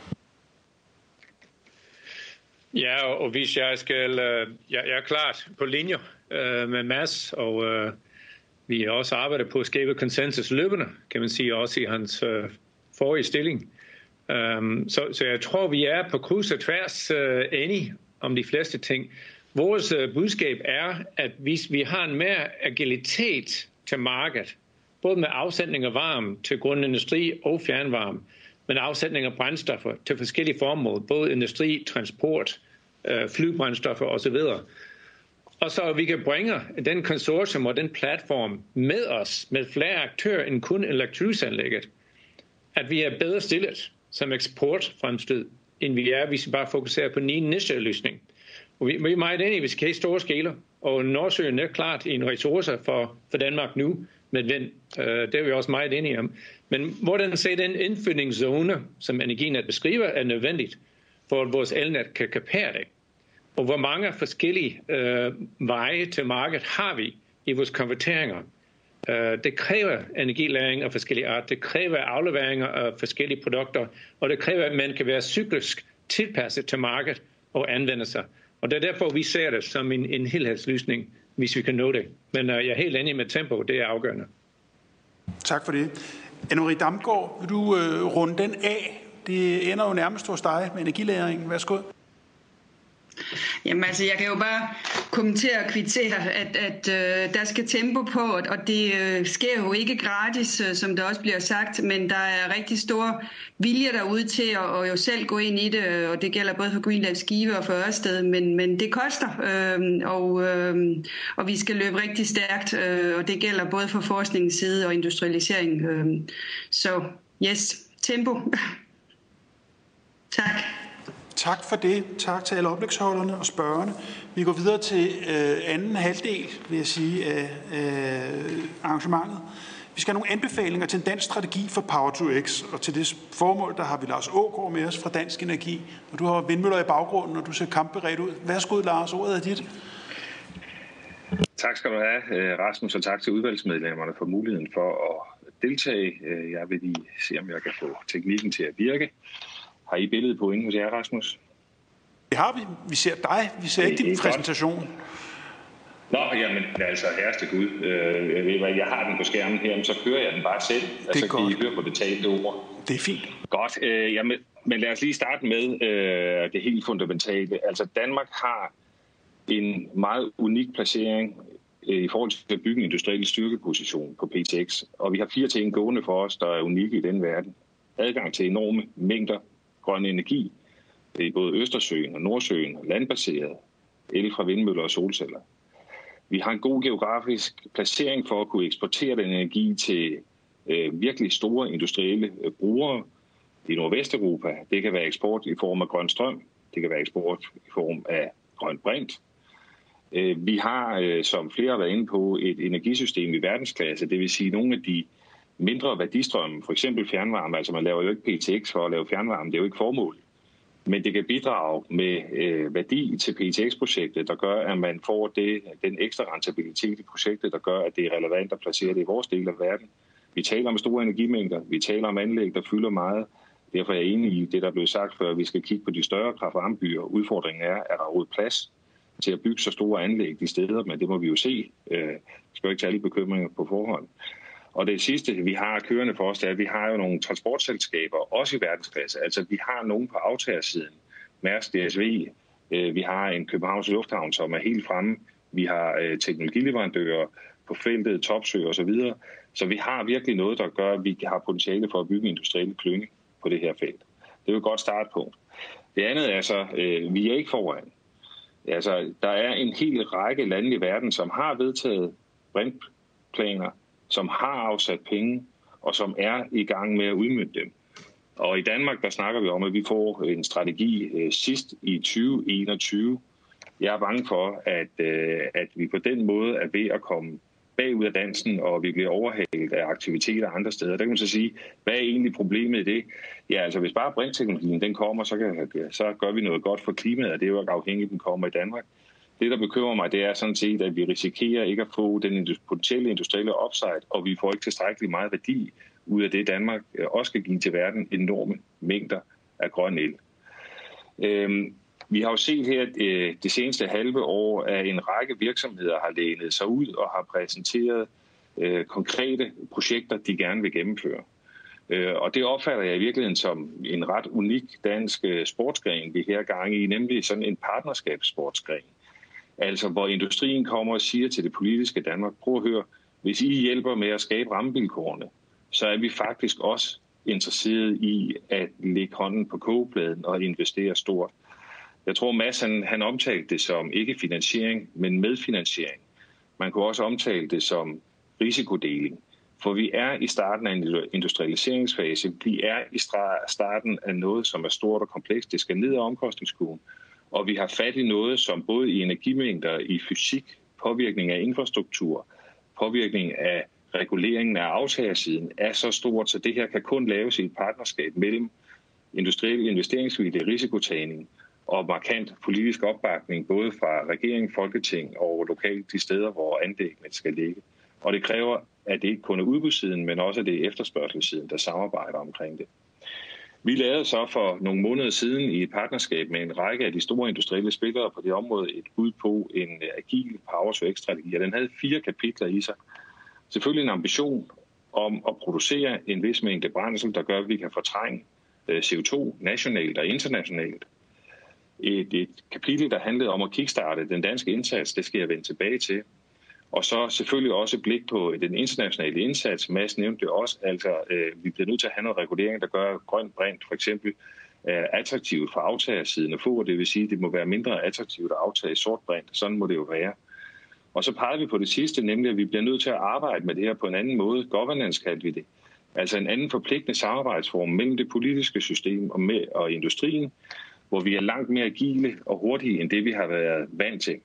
Ja, og hvis jeg skal, øh, jeg, jeg er klart på linjer øh, med Mads, og øh, vi har også arbejdet på at skabe konsensus løbende, kan man sige, også i hans øh, forrige stilling. Um, så, så jeg tror, vi er på kryds og tværs uh, enige om de fleste ting. Vores uh, budskab er, at hvis vi har en mere agilitet til markedet, både med afsætning af varme til grundindustri og fjernvarme, men afsætning af brændstoffer til forskellige formål, både industri, transport, uh, flybrændstoffer osv., og så vi kan bringe den konsortium og den platform med os, med flere aktører end kun elektrolyseanlægget, at vi er bedre stillet som eksportfremstød, end vi er, hvis vi bare fokuserer på en niche-løsning. Og vi, vi er meget enige, vi skal have store skeler, og Nordsøen er klart en ressource for, for Danmark nu med vind. Uh, det er vi også meget enige om. Men hvordan ser den indfødningszone, som Energinet beskriver, er nødvendigt, for at vores elnet kan kapere det? Og hvor mange forskellige øh, veje til markedet har vi i vores konverteringer? Uh, det kræver energilæring af forskellige art, det kræver afleveringer af forskellige produkter, og det kræver, at man kan være cyklisk tilpasset til markedet og anvende sig. Og det er derfor, vi ser det som en, en helhedsløsning, hvis vi kan nå det. Men uh, jeg er helt enig med tempo, det er afgørende. Tak for det. Anne-Marie Damgaard, vil du øh, runde den af? Det ender jo nærmest hos dig med energilæringen. Værsgo. Jamen altså, jeg kan jo bare kommentere og kvittere, at, at øh, der skal tempo på, og det øh, sker jo ikke gratis, øh, som der også bliver sagt, men der er rigtig stor vilje derude til at og jo selv gå ind i det, og det gælder både for GreenLab Skive og for Ørsted, men, men det koster, øh, og, øh, og vi skal løbe rigtig stærkt, øh, og det gælder både for forskningens side og industrialisering. Øh, så yes, tempo. Tak. Tak for det. Tak til alle oplægsholderne og spørgerne. Vi går videre til øh, anden halvdel, vil jeg sige, af øh, arrangementet. Vi skal have nogle anbefalinger til en dansk strategi for Power to X, og til det formål, der har vi Lars Aagaard med os fra Dansk Energi. Og du har vindmøller i baggrunden, og du ser kampberedt ud. Værsgo, Lars, ordet er dit. Tak skal du have, Rasmus, og tak til udvalgsmedlemmerne for muligheden for at deltage. Jeg vil lige se, om jeg kan få teknikken til at virke. Har I billedet på inde hos jer, Rasmus? Det har vi. Vi ser dig. Vi ser ikke din præsentation. Nå, jamen altså, herreste Gud. Øh, jeg har den på skærmen her, så kører jeg den bare selv. Det er altså, godt. Kan I høre på det talte ord? Det er fint. Godt. Øh, jamen, men lad os lige starte med øh, det helt fundamentale. Altså, Danmark har en meget unik placering øh, i forhold til at bygge en industriel styrkeposition på P T X. Og vi har fire ting gående for os, der er unikke i den verden. Adgang til enorme mængder grøn energi. Det er både Østersøen og Nordsøen, landbaseret, el fra vindmøller og solceller. Vi har en god geografisk placering for at kunne eksportere den energi til øh, virkelig store industrielle øh, brugere i Nordvesteuropa. Det kan være eksport i form af grøn strøm. Det kan være eksport i form af grøn brint. Øh, vi har, øh, som flere har været inde på, et energisystem i verdensklasse. Det vil sige, nogle af de mindre værdistrømme, for eksempel fjernvarme. Altså man laver jo ikke P T X for at lave fjernvarme. Det er jo ikke formål. Men det kan bidrage med øh, værdi til P T X-projektet, der gør, at man får det, den ekstra rentabilitet i projektet, der gør, at det er relevant at placere det i vores del af verden. Vi taler om store energimængder, vi taler om anlæg, der fylder meget. Derfor er jeg enig i det, der blev sagt før, at vi skal kigge på de større kraft-varme-byer. Udfordringen er, at der er overhovedet plads til at bygge så store anlæg de steder, men det må vi jo se. Øh, jeg skal jo ikke tage alle bekymringer på forhånd. Og det sidste, vi har kørende for os, er, at vi har jo nogle transportselskaber, også i verdensklasse. Altså, vi har nogen på aftagersiden, Mærsk, D S V. Vi har en Københavns Lufthavn, som er helt fremme. Vi har teknologileverandører på feltet, Topsø og så videre. Så vi har virkelig noget, der gør, at vi har potentiale for at bygge en industriel klynge på det her felt. Det er jo et godt startpunkt. Det andet er så, øh, vi er ikke foran. Altså, der er en hel række lande i verden, som har vedtaget brintplaner, som har afsat penge, og som er i gang med at udmønte dem. Og i Danmark, der snakker vi om, at vi får en strategi øh, sidst i tyve enogtyve. Jeg er bange for, at, øh, at vi på den måde er ved at komme bagud af dansen, og vi bliver overhalet af aktiviteter andre steder. Der kan man så sige, hvad er egentlig problemet i det? Ja, altså hvis bare brintteknologien den kommer, så, kan, så gør vi noget godt for klimaet, og det er jo afhængigt, den kommer i Danmark. Det, der bekymrer mig, det er sådan set, at vi risikerer ikke at få den potentielle industrielle upside, og vi får ikke tilstrækkeligt meget værdi ud af det, Danmark også skal give til verden enorme mængder af grøn el. Øhm, vi har jo set her øh, det seneste halve år, at en række virksomheder har lænet sig ud og har præsenteret øh, konkrete projekter, de gerne vil gennemføre. Og det opfatter jeg i virkeligheden som en ret unik dansk sportsgren, vi her gang i, nemlig sådan en partnerskabssportsgren. Altså hvor industrien kommer og siger til det politiske Danmark, prøv at høre, hvis I hjælper med at skabe rammevilkårene, så er vi faktisk også interesseret i at lægge hånden på kogepladen og investere stort. Jeg tror, Mads han, han omtalte det som ikke finansiering, men medfinansiering. Man kunne også omtale det som risikodeling. For vi er i starten af en industrialiseringsfase. Vi er i starten af noget, som er stort og komplekst. Det skal ned ad omkostningskurven. Og vi har fat i noget, som både i energimængder, i fysik, påvirkning af infrastruktur, påvirkning af reguleringen af aftagersiden, er så stort, så det her kan kun laves i et partnerskab mellem industriel investeringsvilje, risikotagning og markant politisk opbakning, både fra regering, folketing og lokalt de steder, hvor anlæggene skal ligge. Og det kræver, at det ikke kun er udbudssiden, men også at det er efterspørgselssiden, der samarbejder omkring det. Vi lavede så for nogle måneder siden i et partnerskab med en række af de store industrielle spillere på det område et bud på en agil Power to X-strategi, og den havde fire kapitler i sig. Selvfølgelig en ambition om at producere en vis mængde brændsel, der gør, at vi kan fortrænge C O to nationalt og internationalt. Et, et kapitel, der handlede om at kickstarte den danske indsats, det skal jeg vende tilbage til. Og så selvfølgelig også blik på den internationale indsats. Mads nævnte det også, altså øh, vi bliver nødt til at have noget regulering, der gør grøn brint for eksempel er attraktivt for aftagersiden at få, og det vil sige, at det må være mindre attraktivt at aftage sort brint. Sådan må det jo være. Og så peger vi på det sidste, nemlig at vi bliver nødt til at arbejde med det her på en anden måde. Governance kaldte vi det. Altså en anden forpligtende samarbejdsform mellem det politiske system og, med, og industrien, hvor vi er langt mere agile og hurtige end det, vi har været vant til.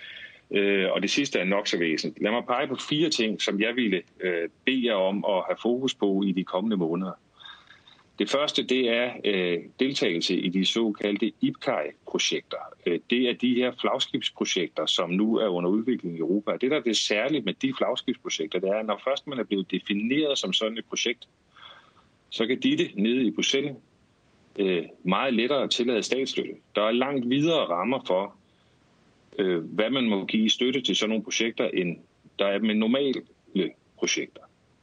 Og det sidste er nok så væsentligt. Lad mig pege på fire ting, som jeg ville bede jer om at have fokus på i de kommende måneder. Det første, det er deltagelse i de såkaldte I P C A I-projekter. Det er de her flagskibsprojekter, som nu er under udvikling i Europa. Det, der er det særlige med de flagskibsprojekter, det er, at når først man er blevet defineret som sådan et projekt, så kan de det nede i Bruxelles meget lettere tillade statsstøtte. Der er langt videre rammer for, hvad man må give støtte til sådan nogle projekter, end der er med normale projekter.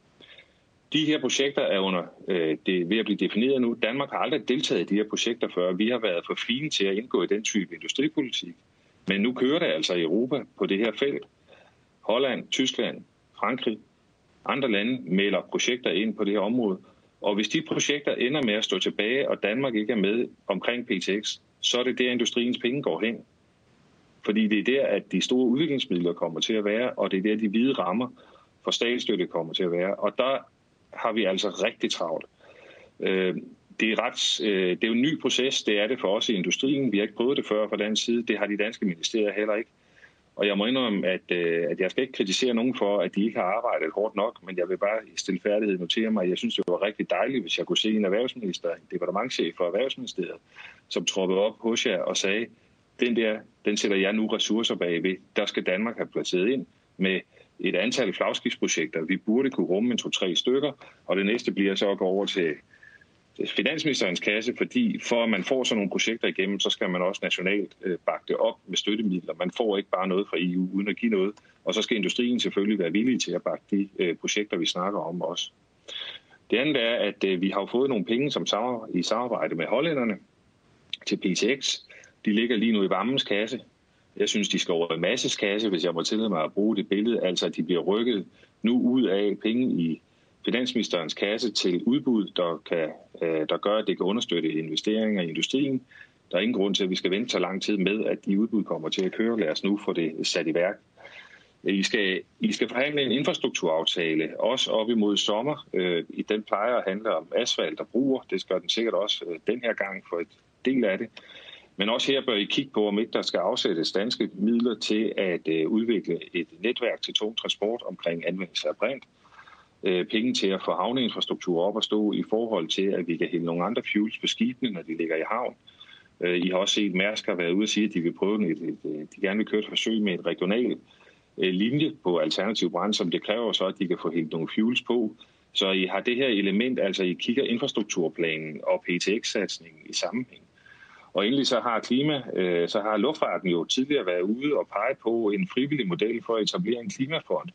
De her projekter er under øh, det ved at blive defineret nu. Danmark har aldrig deltaget i de her projekter før. Vi har været for fine til at indgå i den type industripolitik. Men nu kører det altså i Europa på det her felt. Holland, Tyskland, Frankrig, andre lande melder projekter ind på det her område. Og hvis de projekter ender med at stå tilbage, og Danmark ikke er med omkring P T X, så er det der, industriens penge går hen. Fordi det er der, at de store udviklingsmidler kommer til at være, og det er der, de hvide rammer for statsstøtte kommer til at være. Og der har vi altså rigtig travlt. Det er, ret, det er jo en ny proces, det er det for os i industrien. Vi har ikke prøvet det før fra den side, det har de danske ministerier heller ikke. Og jeg må indrømme, at, at jeg skal ikke kritisere nogen for, at de ikke har arbejdet hårdt nok, men jeg vil bare i stilfærdighed notere mig, at jeg synes, det var rigtig dejligt, hvis jeg kunne se en erhvervsminister, en departementschef for Erhvervsministeriet, som troppede op hos jer og sagde, den der, den sætter jeg nu ressourcer bagved. Der skal Danmark have placeret ind med et antal flagskibsprojekter. Vi burde kunne rumme en to-tre stykker, og det næste bliver så at gå over til finansministerens kasse, fordi for at man får sådan nogle projekter igennem, så skal man også nationalt bakke det op med støttemidler. Man får ikke bare noget fra E U uden at give noget, og så skal industrien selvfølgelig være villig til at bakke de projekter, vi snakker om også. Det andet er, at vi har fået nogle penge som i samarbejde med hollænderne til P T X. De ligger lige nu i Vammens kasse. Jeg synes, de skal over i Masses kasse, hvis jeg må tillade mig at bruge det billede. Altså, at de bliver rykket nu ud af penge i finansministerens kasse til udbud, der, kan, der gør, at det kan understøtte investeringer i industrien. Der er ingen grund til, at vi skal vente så lang tid med, at de udbud kommer til at køre. Lad os nu få det sat i værk. I skal, I skal forhandle en infrastrukturaftale, også op imod sommer. I den plejer at handle om asfalt og broer. Det skal den sikkert også den her gang for et del af det. Men også her bør I kigge på, om ikke der skal afsættes danske midler til at udvikle et netværk til tung transport omkring anvendelse af brint. Penge til at få havneinfrastruktur op og stå i forhold til, at vi kan hælde nogle andre fuels på skibene, når de ligger i havn. I har også set, at Mærsk har været ude og sige, at de vil prøve et, et, de gerne vil køre et forsøg med et regional linje på alternativ brændstof. Det kræver så, at de kan få hældt nogle fuels på. Så I har det her element, altså I kigger infrastrukturplanen og P T X-satsningen i sammenhæng. Og endelig så har klima, så har luftfarten jo tidligere været ude og pege på en frivillig model for at etablere en klimafond,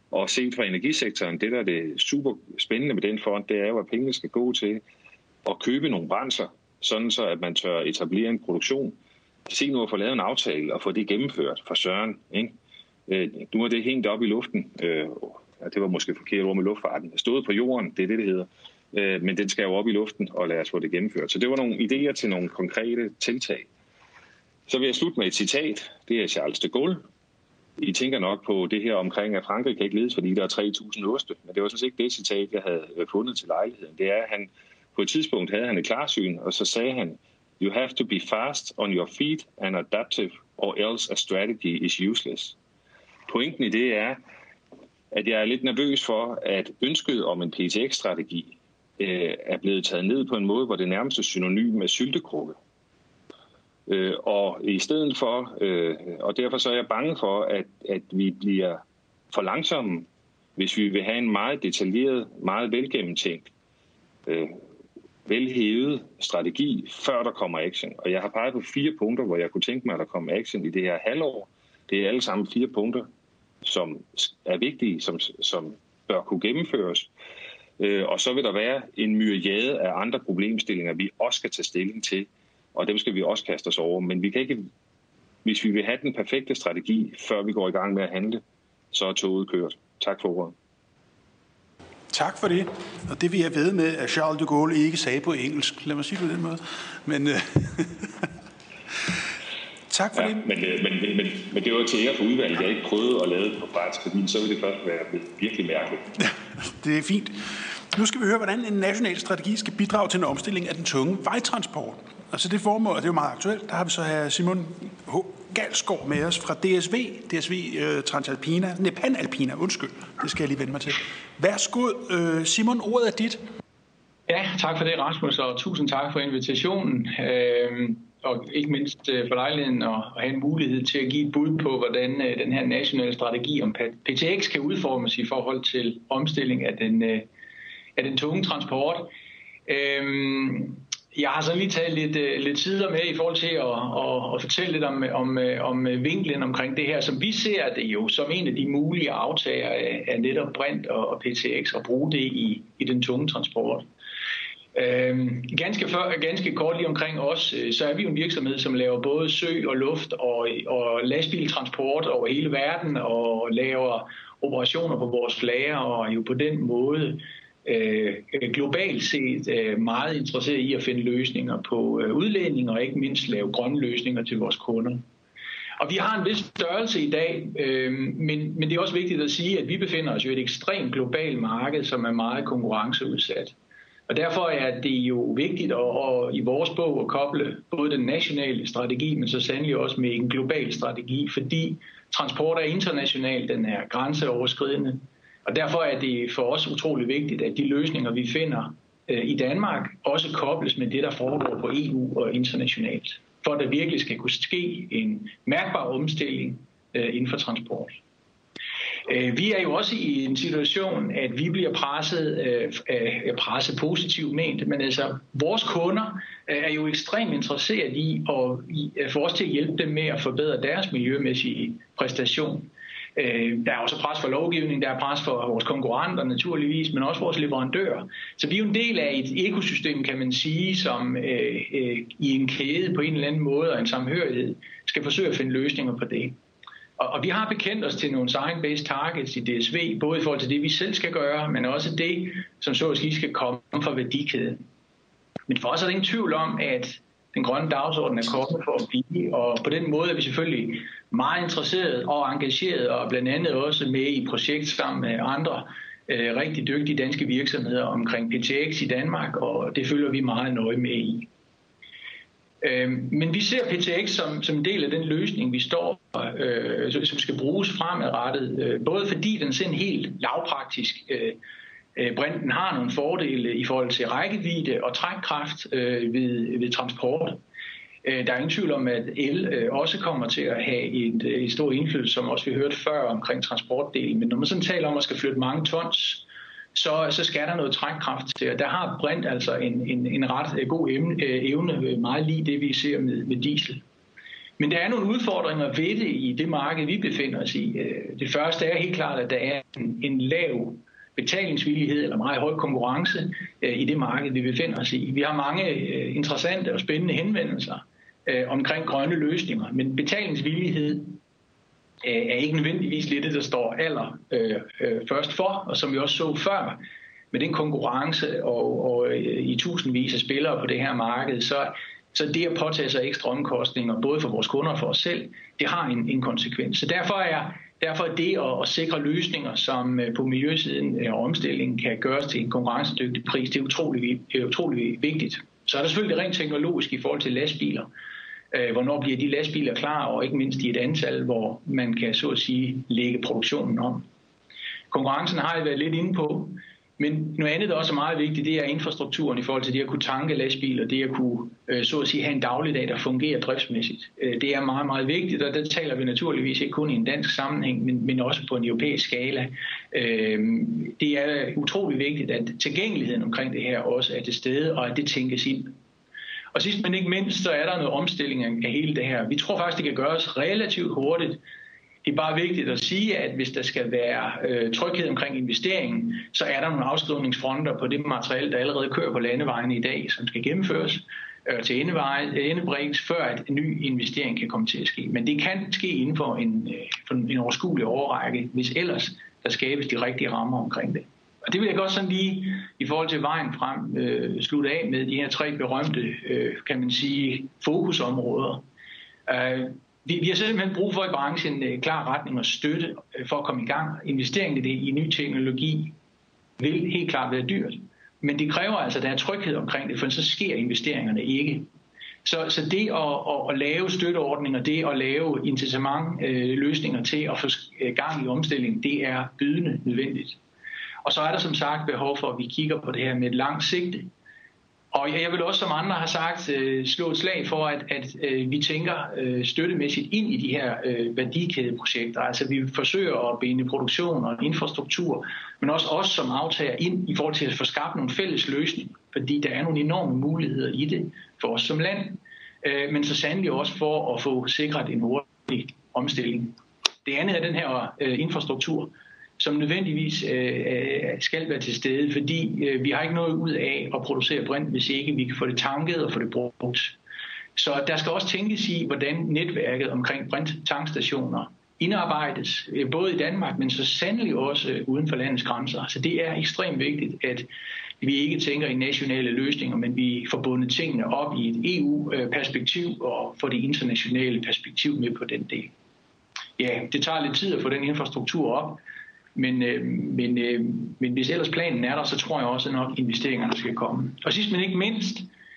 Og set fra energisektoren, det der er det super spændende med den fond, det er jo, at pengene skal gå til at købe nogle brændsler, sådan så at man tør etablere en produktion. Se nu at få lavet en aftale og få det gennemført for søren. Ikke? Øh, nu er det hængt op i luften. Øh, ja, det var måske forkert ord med luftfarten. Stået på jorden, det er det, det hedder. Øh, men den skal jo op i luften, og lad os få det gennemført. Så det var nogle idéer til nogle konkrete tiltag. Så vil jeg slutte med et citat. Det er Charles de Gaulle. I tænker nok på det her omkring, at Frankrig kan ikke ledes, fordi der er tre tusind oste. Men det var sådan set ikke det citat, jeg havde fundet til lejligheden. Det er, at han på et tidspunkt havde han et klarsyn, og så sagde han, "You have to be fast on your feet and adaptive, or else a strategy is useless." Pointen i det er, at jeg er lidt nervøs for, at ønsket om en P T X-strategi øh, er blevet taget ned på en måde, hvor det nærmest er synonym med syltekrukke. Øh, og i stedet for, øh, og derfor så er jeg bange for, at, at vi bliver for langsomme, hvis vi vil have en meget detaljeret, meget velgennemtænkt, øh, velhævet strategi, før der kommer action. Og jeg har peget på fire punkter, hvor jeg kunne tænke mig, at der kommer action i det her halvår. Det er alle sammen fire punkter, som er vigtige, som, som bør kunne gennemføres. Øh, og så vil der være en myriade af andre problemstillinger, vi også skal tage stilling til, og dem skal vi også kaste os over. Men vi kan ikke, hvis vi vil have den perfekte strategi, før vi går i gang med at handle, så er toget kørt. Tak for ordet. Tak for det. Og det vil jeg ved med, at Charles de Gaulle ikke sagde på engelsk. Lad mig sige det på den måde. Men øh, tak for ja, det. Men, men, men, men det var til jer for udvalget. Jeg ikke prøvede at lave det på fransk, fordi så ville det først være virkelig mærkeligt. Ja, det er fint. Nu skal vi høre, hvordan en national strategi skal bidrage til en omstilling af den tunge vejtransport. Altså det formål, og det er jo meget aktuelt, der har vi så her Simon H. Galsgaard med os fra D S V, D S V uh, Transalpina, nej, Panalpina, undskyld, det skal jeg lige vende mig til. Værsgo, uh, Simon, ordet er dit. Ja, tak for det, Rasmus, og tusind tak for invitationen, øh, og ikke mindst øh, for lejligheden at, at have en mulighed til at give et bud på, hvordan øh, den her nationale strategi om P T X kan udformes i forhold til omstilling af den, øh, af den tunge transport. Øh, Jeg har så lige taget lidt, lidt sider med i forhold til at, at, at fortælle lidt om, om, om vinklen omkring det her, som vi ser det jo som en af de mulige aftager af, af netop brint og, og P T X og bruge det i, i den tunge transport. Øhm, ganske, for, ganske kort lige omkring os, så er vi jo en virksomhed, som laver både sø og luft og, og lastbiltransport over hele verden og laver operationer på vores lager og jo på den måde globalt set meget interesseret i at finde løsninger på udledning og ikke mindst lave grønne løsninger til vores kunder. Og vi har en vis størrelse i dag, men, men det er også vigtigt at sige, at vi befinder os jo i et ekstremt globalt marked, som er meget konkurrenceudsat. Og derfor er det jo vigtigt at, at, i vores bog at koble både den nationale strategi, men så sandelig også med en global strategi, fordi transport er international, den er grænseoverskridende. Og derfor er det for os utrolig vigtigt, at de løsninger, vi finder øh, i Danmark, også kobles med det, der foregår på E U og internationalt, for at der virkelig skal kunne ske en mærkbar omstilling øh, inden for transport. Øh, vi er jo også i en situation, at vi bliver presset, øh, presset positivt ment, men altså vores kunder øh, er jo ekstremt interesseret i at i, få os til at hjælpe dem med at forbedre deres miljømæssige præstation. Der er også pres for lovgivning, der er pres for vores konkurrenter naturligvis, men også vores leverandører. Så vi er jo en del af et økosystem, kan man sige, som øh, øh, i en kæde på en eller anden måde og en samhørighed skal forsøge at finde løsninger på det. Og, og vi har bekendt os til nogle science-based targets i D S V, både i forhold til det, vi selv skal gøre, men også det, som så at sige skal komme fra værdikæden. Men for os er der ingen tvivl om, at den grønne dagsorden er kommet for at blive, og på den måde er vi selvfølgelig meget interesseret og engageret, og blandt andet også med i projekt sammen med andre øh, rigtig dygtige danske virksomheder omkring P T X i Danmark, og det følger vi meget nøje med i. Øh, men vi ser P T X som, som en del af den løsning, vi står, øh, som skal bruges fremadrettet, øh, både fordi den er en helt lavpraktisk øh, Brinten har nogle fordele i forhold til rækkevidde og trækkraft øh, ved, ved transport. Øh, der er ingen tvivl om, at el øh, også kommer til at have et, et stor indflydelse, som også vi hørte før omkring transportdelen. Men når man sådan taler om at skal flytte mange tons, så, så skal der noget trækkraft til. Og der har brint altså en, en, en ret god evne, evne meget lige det, vi ser med, med diesel. Men der er nogle udfordringer ved det i det marked, vi befinder os i. Det første er helt klart, at der er en, en lav betalingsvillighed eller meget høj konkurrence i det marked, vi befinder os i. Vi har mange interessante og spændende henvendelser omkring grønne løsninger, men betalingsvillighed er ikke nødvendigvis lidt det, der står aller først for, og som vi også så før, med den konkurrence og, og i tusindvis af spillere på det her marked, så Så det at påtage sig ekstra omkostninger, både for vores kunder og for os selv, det har en, en konsekvens. Så derfor er, derfor er det at, at sikre løsninger, som på miljøsiden og omstillingen kan gøres til en konkurrencedygtig pris, det er utrolig, det er utrolig vigtigt. Så er der selvfølgelig rent teknologisk i forhold til lastbiler. Hvornår bliver de lastbiler klar, og ikke mindst i et antal, hvor man kan så at sige lægge produktionen om. Konkurrencen har jeg været lidt inde på. Men noget andet, der også er meget vigtigt, det er infrastrukturen i forhold til det at kunne tanke lastbiler, det at kunne, så at sige, have en dagligdag, der fungerer driftsmæssigt. Det er meget, meget vigtigt, og der taler vi naturligvis ikke kun i en dansk sammenhæng, men, men også på en europæisk skala. Det er utrolig vigtigt, at tilgængeligheden omkring det her også er til stede, og at det tænkes ind. Og sidst men ikke mindst, så er der noget omstilling af hele det her. Vi tror faktisk, det kan gøres relativt hurtigt. Det er bare vigtigt at sige, at hvis der skal være øh, tryghed omkring investeringen, så er der nogle afskrivningsfronter på det materiale, der allerede kører på landevejene i dag, som skal gennemføres øh, til endebringes, før at en ny investering kan komme til at ske. Men det kan ske inden for en, øh, for en overskuelig overrække, hvis ellers der skabes de rigtige rammer omkring det. Og det vil jeg godt sådan lige i forhold til vejen frem øh, slutte af med de her tre berømte, øh, kan man sige, fokusområder. Øh, Vi, vi har simpelthen brug for i branchen en klar retning og støtte for at komme i gang. Investeringen i det i ny teknologi vil helt klart være dyrt. Men det kræver altså, at der er tryghed omkring det, for så sker investeringerne ikke. Så, så det at, at, at lave støtteordninger, det at lave incitamentløsninger til at få gang i omstillingen, det er bydende nødvendigt. Og så er der som sagt behov for, at vi kigger på det her med et langt sigte. Og jeg vil også, som andre har sagt, slå et slag for, at, at vi tænker støttemæssigt ind i de her værdikædeprojekter. Altså vi forsøger at binde produktion og infrastruktur, men også os som aftager ind i forhold til at få skabt nogle fælles løsninger. Fordi der er nogle enorme muligheder i det for os som land, men så sandelig også for at få sikret en hurtig omstilling. Det andet er den her infrastruktur, som nødvendigvis øh, skal være til stede, fordi øh, vi har ikke noget ud af at producere brint, hvis ikke vi kan få det tanket og få det brugt. Så der skal også tænkes i, hvordan netværket omkring brinttankstationer indarbejdes, øh, både i Danmark, men så sandelig også øh, uden for landets grænser. Så det er ekstremt vigtigt, at vi ikke tænker i nationale løsninger, men vi får bundet tingene op i et E U-perspektiv og får det internationale perspektiv med på den del. Ja, det tager lidt tid at få den infrastruktur op, Men, men, men hvis ellers planen er der, så tror jeg også nok, at investeringerne skal komme. Og sidst men ikke mindst,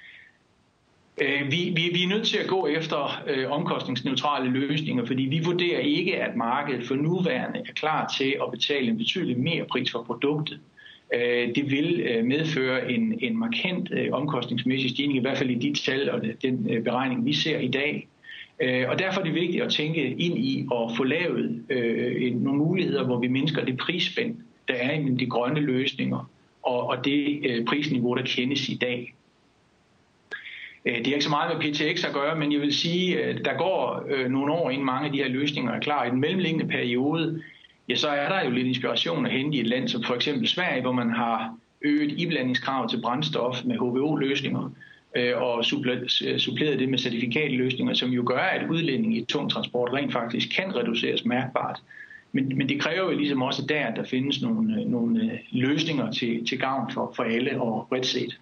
vi, vi, vi er nødt til at gå efter omkostningsneutrale løsninger, fordi vi vurderer ikke, at markedet for nuværende er klar til at betale en betydelig mere pris for produktet. Det vil medføre en, en markant omkostningsmæssig stigning, i hvert fald i de tal og den beregning, vi ser i dag. Og derfor er det vigtigt at tænke ind i at få lavet øh, nogle muligheder, hvor vi mindsker det prisspænd, der er i de grønne løsninger, og, og det øh, prisniveau, der kendes i dag. Det er ikke så meget med P T X at gøre, men jeg vil sige, at der går øh, nogle år, inden mange af de her løsninger er klar. I den mellemliggende periode, ja, så er der jo lidt inspiration at hente i et land som for eksempel Sverige, hvor man har øget iblandingskrav til brændstof med H V O-løsninger, og suppleret det med certifikatløsninger, som jo gør, at udledning i tung transport rent faktisk kan reduceres mærkbart. Men, men det kræver jo ligesom også der, at der findes nogle, nogle løsninger til, til gavn for, for alle og bredt set.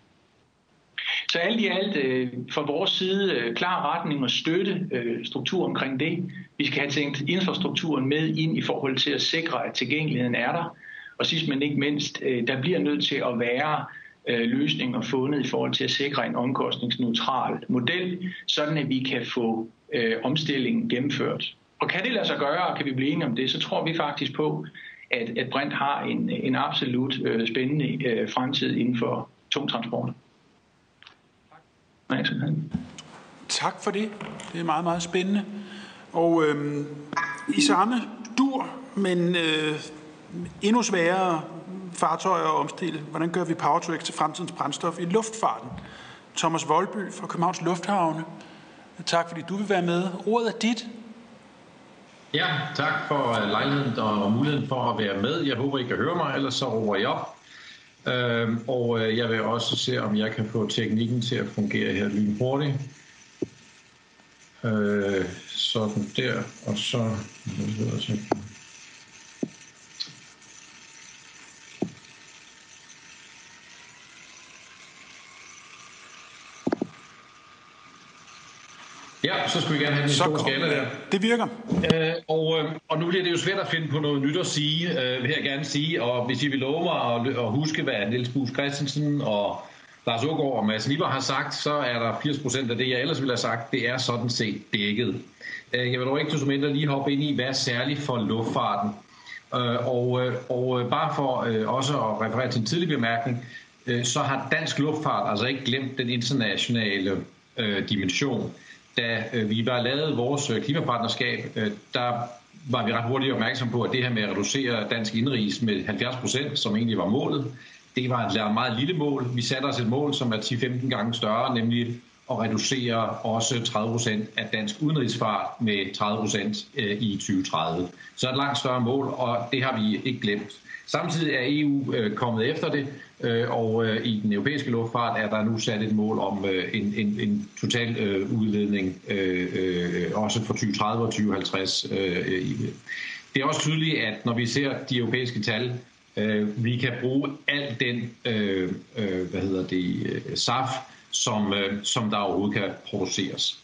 Så alt i alt fra vores side klar retning og støtte struktur omkring det. Vi skal have tænkt infrastrukturen med ind i forhold til at sikre, at tilgængeligheden er der. Og sidst men ikke mindst, der bliver nødt til at være løsninger fundet i forhold til at sikre en omkostningsneutral model, sådan at vi kan få øh, omstillingen gennemført. Og kan det lade sig gøre, og kan vi blive enige om det, så tror vi faktisk på, at, at brint har en, en absolut øh, spændende øh, fremtid inden for tungtransport. Tak. Tak for det. Det er meget, meget spændende. Og øh, i samme dur, men øh, endnu sværere fartøjer og omstille. Hvordan gør vi Power-to-X til fremtidens brændstof i luftfarten? Thomas Voldby fra Københavns Lufthavne Tak fordi du vil være med. Ordet er dit. Ja, tak for lejligheden og muligheden for at være med. Jeg håber, I kan høre mig, ellers så råber jeg op. Øhm, og jeg vil også se, om jeg kan få teknikken til at fungere her lynhurtigt. Øh, sådan der, og så... Ja, så skal vi gerne have den store skala der. Det virker. Øh, og, øh, og nu bliver det jo svært at finde på noget nyt at sige, øh, vil jeg gerne sige. Og hvis I vil love mig at, at huske, hvad Niels Buus Christensen og Lars Aagaard og Mads Nipper har sagt, så er der firs procent af det, jeg ellers ville have sagt, det er sådan set dækket. Øh, jeg vil dog ikke til mindre lige hoppe ind i, hvad er særligt for luftfarten. Øh, og, øh, og bare for øh, også at referere til en tidlig bemærkning, øh, så har dansk luftfart altså ikke glemt den internationale øh, dimension. Da vi var lavet vores klimapartnerskab, der var vi ret hurtigt opmærksom på, at det her med at reducere dansk indrigs med halvfjerds procent, som egentlig var målet, det var et meget lille mål. Vi satte os et mål, som er ti til femten gange større, nemlig at reducere også tredive procent af dansk udenrigsfart med tredive procent i tyve tredive. Så et langt større mål, og det har vi ikke glemt. Samtidig er E U kommet efter det, og i den europæiske luftfart er der nu sat et mål om en, en, en total udledning, også for tyve tredive og tyve halvtreds. Det er også tydeligt, at når vi ser de europæiske tal, vi kan bruge al den hvad hedder det, S A F, som, som der overhovedet kan produceres.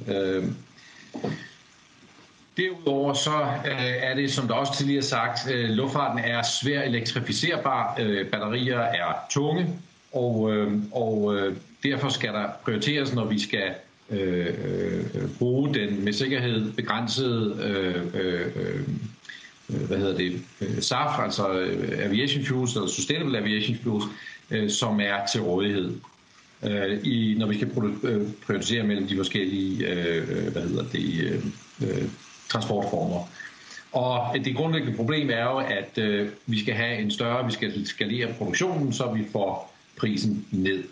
Derudover så øh, er det, som der også tidligere sagt, øh, luftfarten er svær elektrificerbar, øh, batterier er tunge, og, øh, og øh, derfor skal der prioriteres, når vi skal øh, øh, bruge den med sikkerhed begrænsede øh, øh, hvad hedder det, S A F, altså aviation fuels, eller sustainable aviation fuels, øh, som er til rådighed. Øh, i, når vi skal prioritere mellem de forskellige øh, hvad hedder det, øh, transportformer. Og det grundlæggende problem er jo, at øh, vi skal have en større, vi skal skalere produktionen, så vi får prisen ned.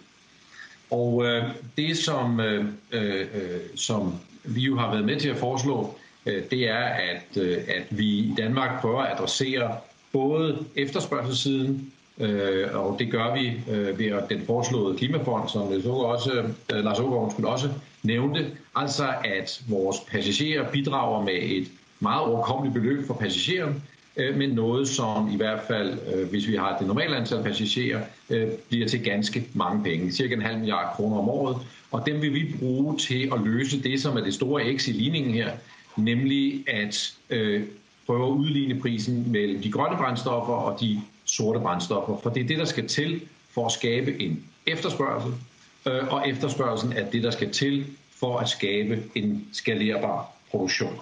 Og øh, det, som, øh, øh, som vi jo har været med til at foreslå, øh, det er, at, øh, at vi i Danmark prøver at adressere både efterspørgselssiden, øh, og det gør vi øh, ved at den foreslåede klimafond, som også, øh, Lars Aagaard også nævnte, altså at vores passagerer bidrager med et meget overkommeligt beløb for passageren, øh, men noget som i hvert fald, øh, hvis vi har det normale antal passagerer, øh, bliver til ganske mange penge, cirka en halv milliard kroner om året, og dem vil vi bruge til at løse det, som er det store X i ligningen her, nemlig at øh, prøve at udligne prisen mellem de grønne brændstoffer og de sorte brændstoffer, for det er det, der skal til for at skabe en efterspørgsel, øh, og efterspørgselen er det, der skal til for at skabe en skalerbar produktion.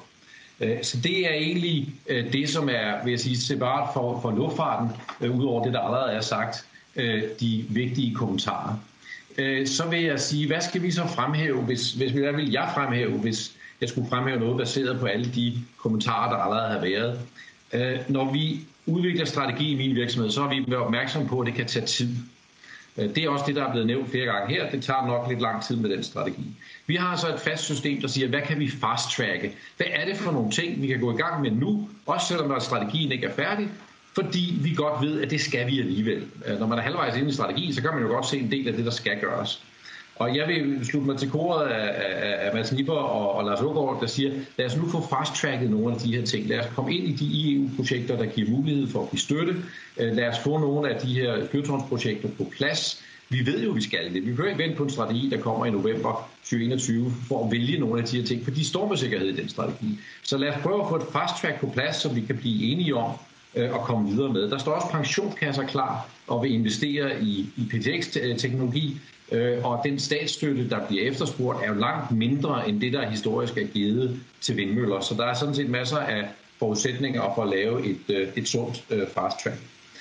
Så det er egentlig det, som er, vil jeg sige, separat for, for luftfarten, udover det, der allerede er sagt, de vigtige kommentarer. Så vil jeg sige, hvad skal vi så fremhæve, hvis, hvis hvad vil jeg fremhæve, hvis jeg skulle fremhæve noget baseret på alle de kommentarer, der allerede har været. Når vi udvikler strategi i min virksomhed, så har vi været opmærksom på, at det kan tage tid. Det er også det, der er blevet nævnt flere gange her. Det tager nok lidt lang tid med den strategi. Vi har så et fast system, der siger, hvad kan vi fast-tracke? Hvad er det for nogle ting, vi kan gå i gang med nu, også selvom strategien ikke er færdig, fordi vi godt ved, at det skal vi alligevel. Når man er halvvejs inde i strategi, så kan man jo godt se en del af det, der skal gøres. Og jeg vil slutte mig til koret af, af, af Mads Nipper og, og Lars Aagaard, der siger, lad os nu få fast-tracket nogle af de her ting. Lad os komme ind i de E U-projekter, der giver mulighed for at give støtte. Lad os få nogle af de her fyrtårnsprojekter på plads. Vi ved jo, vi skal det. Vi behøver ikke vente på en strategi, der kommer i november tyve enogtyve, for at vælge nogle af de her ting, for de står med sikkerhed i den strategi. Så lad os prøve at få et fast-track på plads, så vi kan blive enige om at komme videre med. Der står også pensionskasser klar og vil investere i, i P T X-teknologi, og den statsstøtte, der bliver efterspurgt, er jo langt mindre end det, der historisk er givet til vindmøller. Så der er sådan set masser af forudsætninger for at lave et, et sundt fast-track.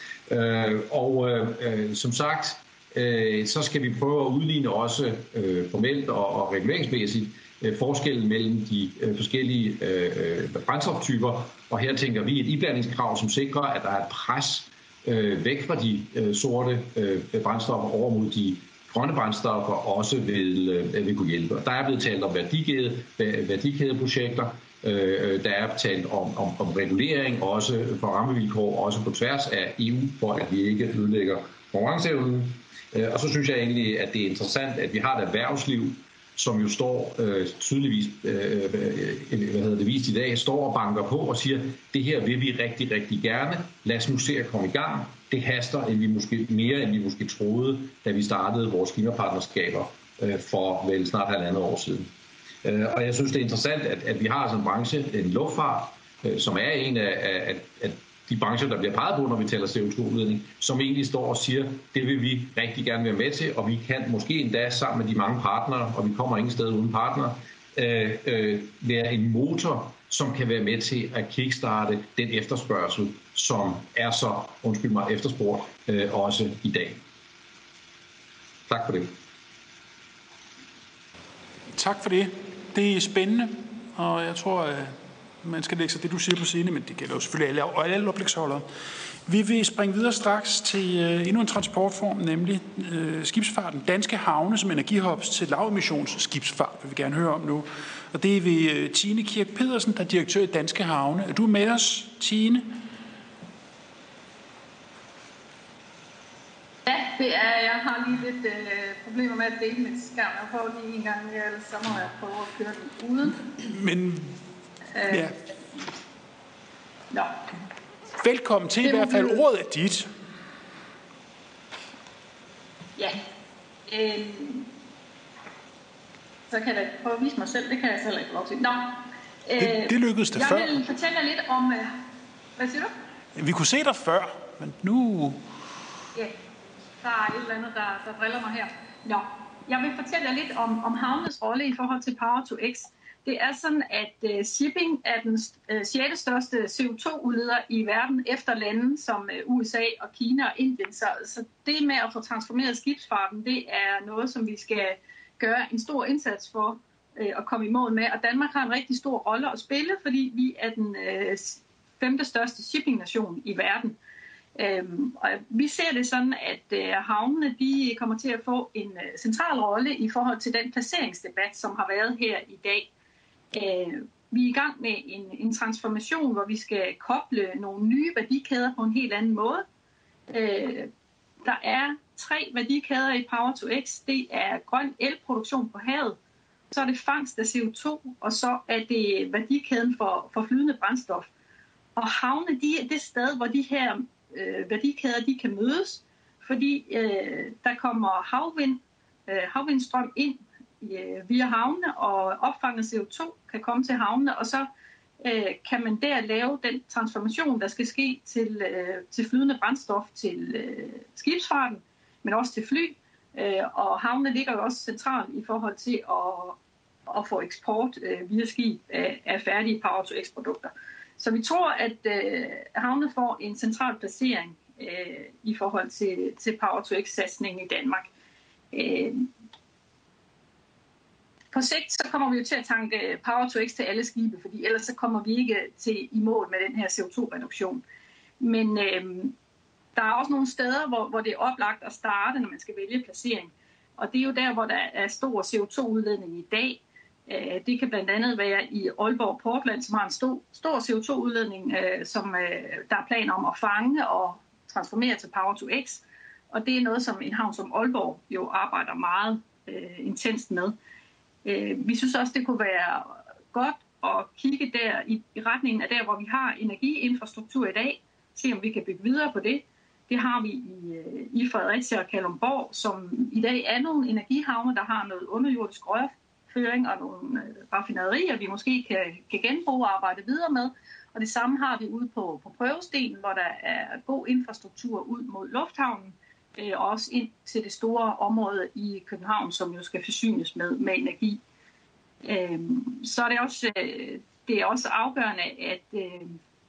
Og øh, som sagt, øh, så skal vi prøve at udligne også øh, formelt og, og reguleringsmæssigt øh, forskellen mellem de øh, forskellige øh, brændstoftyper. Og her tænker vi et iblandingskrav, som sikrer, at der er et pres øh, væk fra de øh, sorte øh, brændstoffer over mod de grønne brændstoffer også vil, øh, vil kunne hjælpe. Der er blevet talt om værdikæde, værdikædeprojekter, øh, der er talt om, om, om regulering, også for rammevilkår, også på tværs af E U, for at vi ikke ødelægger konkurrenceevnen. Øh, og så synes jeg egentlig, at det er interessant, at vi har et erhvervsliv, som jo står øh, tydeligvis, øh, hvad hedder det, vist i dag, står og banker på og siger, det her vil vi rigtig, rigtig gerne. Lad os nu se at komme i gang. Det haster end vi måske, mere, end vi måske troede, da vi startede vores klimapartnerskaber øh, for vel snart halvandet år siden. Øh, og jeg synes, det er interessant, at, at vi har sådan en branche, en luftfart, øh, som er en af, af, af de brancher, der bliver peget på, når vi taler C O to udledning, som egentlig står og siger, det vil vi rigtig gerne være med til, og vi kan måske endda sammen med de mange partnere, og vi kommer ingen sted uden partnere, øh, øh, være en motor, som kan være med til at kickstarte den efterspørgsel, som er så, undskyld mig, efterspurgt øh, også i dag. Tak for det. Tak for det. Det er spændende, og jeg tror, at man skal lægge sig det, du siger på scene, men det gælder jo selvfølgelig alle, og alle oplægsholdere. Vi vil springe videre straks til uh, endnu en transportform, nemlig uh, skibsfarten. Danske havne som energihubs til lavemissionsskibsfart, vil vi gerne høre om nu. Og det er ved uh, Tine Kirk Pedersen, der er direktør i Danske Havne. Er du med os, Tine? Ja, det er jeg. har lige lidt øh, problemer med at dele mit skærm. Jeg prøver lige en gang mere, ellers så må jeg prøve at køre den uden. Men, øh, ja. Nå. Velkommen til, i hvert fald. Ordet er dit. Ja. Øh, så kan jeg prøve at vise mig selv. Det kan jeg selv ikke lov til. Nå. Øh, det, det lykkedes det jeg før. Jeg vil fortælle dig lidt om... Øh, hvad siger du? Vi kunne se dig før, men nu... Ja, der er et eller andet, der, der driller mig her. Nå, jeg vil fortælle jer lidt om, om havnenes rolle i forhold til Power to X. Det er sådan, at uh, shipping er den uh, sjette største C O to udleder i verden efter lande som uh, U S A og Kina og Indien. Så, så det med at få transformeret skibsfarten, det er noget, som vi skal gøre en stor indsats for uh, at komme i mål med. Og Danmark har en rigtig stor rolle at spille, fordi vi er den uh, femte største shippingnation i verden. Øhm, og vi ser det sådan, at øh, havnene de kommer til at få en øh, central rolle i forhold til den placeringsdebat, som har været her i dag. Øh, vi er i gang med en, en transformation, hvor vi skal koble nogle nye værdikæder på en helt anden måde. Øh, der er tre værdikæder i Power to X. Det er grøn elproduktion på havet, så er det fangst af C O to, og så er det værdikæden for, for flydende brændstof. Og havne de er det sted, hvor de her øh, værdikæder de kan mødes, fordi øh, der kommer havvind, øh, havvindstrøm ind øh, via havne, og opfanget C O to kan komme til havne, og så øh, kan man der lave den transformation, der skal ske til, øh, til flydende brændstof til øh, skibsfarten, men også til fly. Øh, og havne ligger jo også centralt i forhold til at, at få eksport øh, via skib af, af færdige Power to X-produkter. Så vi tror, at øh, havne får en central placering øh, i forhold til, til Power to X-satsningen i Danmark. Øh, på sigt så kommer vi jo til at tanke Power to X til alle skibe, fordi ellers så kommer vi ikke til i mål med den her C O to reduktion. Men øh, der er også nogle steder, hvor, hvor det er oplagt at starte, når man skal vælge placering. Og det er jo der, hvor der er stor C O to udledning i dag. Det kan blandt andet være i Aalborg Portland, som har en stor, stor C O to udledning, som der er planer om at fange og transformere til Power to X. Og det er noget, som en havn som Aalborg jo arbejder meget øh, intenst med. Øh, vi synes også, det kunne være godt at kigge der i, i retningen af der, hvor vi har energiinfrastruktur i dag, se om vi kan bygge videre på det. Det har vi i, i Fredericia og Kalundborg, som i dag er nogle energihavne, der har noget underjordisk rørføring og nogle raffinaderier, vi måske kan, kan genbruge og arbejde videre med. Og det samme har vi ude på, på Prøvestenen, hvor der er god infrastruktur ud mod lufthavnen, øh, og også ind til det store område i København, som jo skal forsynes med, med energi. Øh, så er det også, øh, det er også afgørende, at, øh,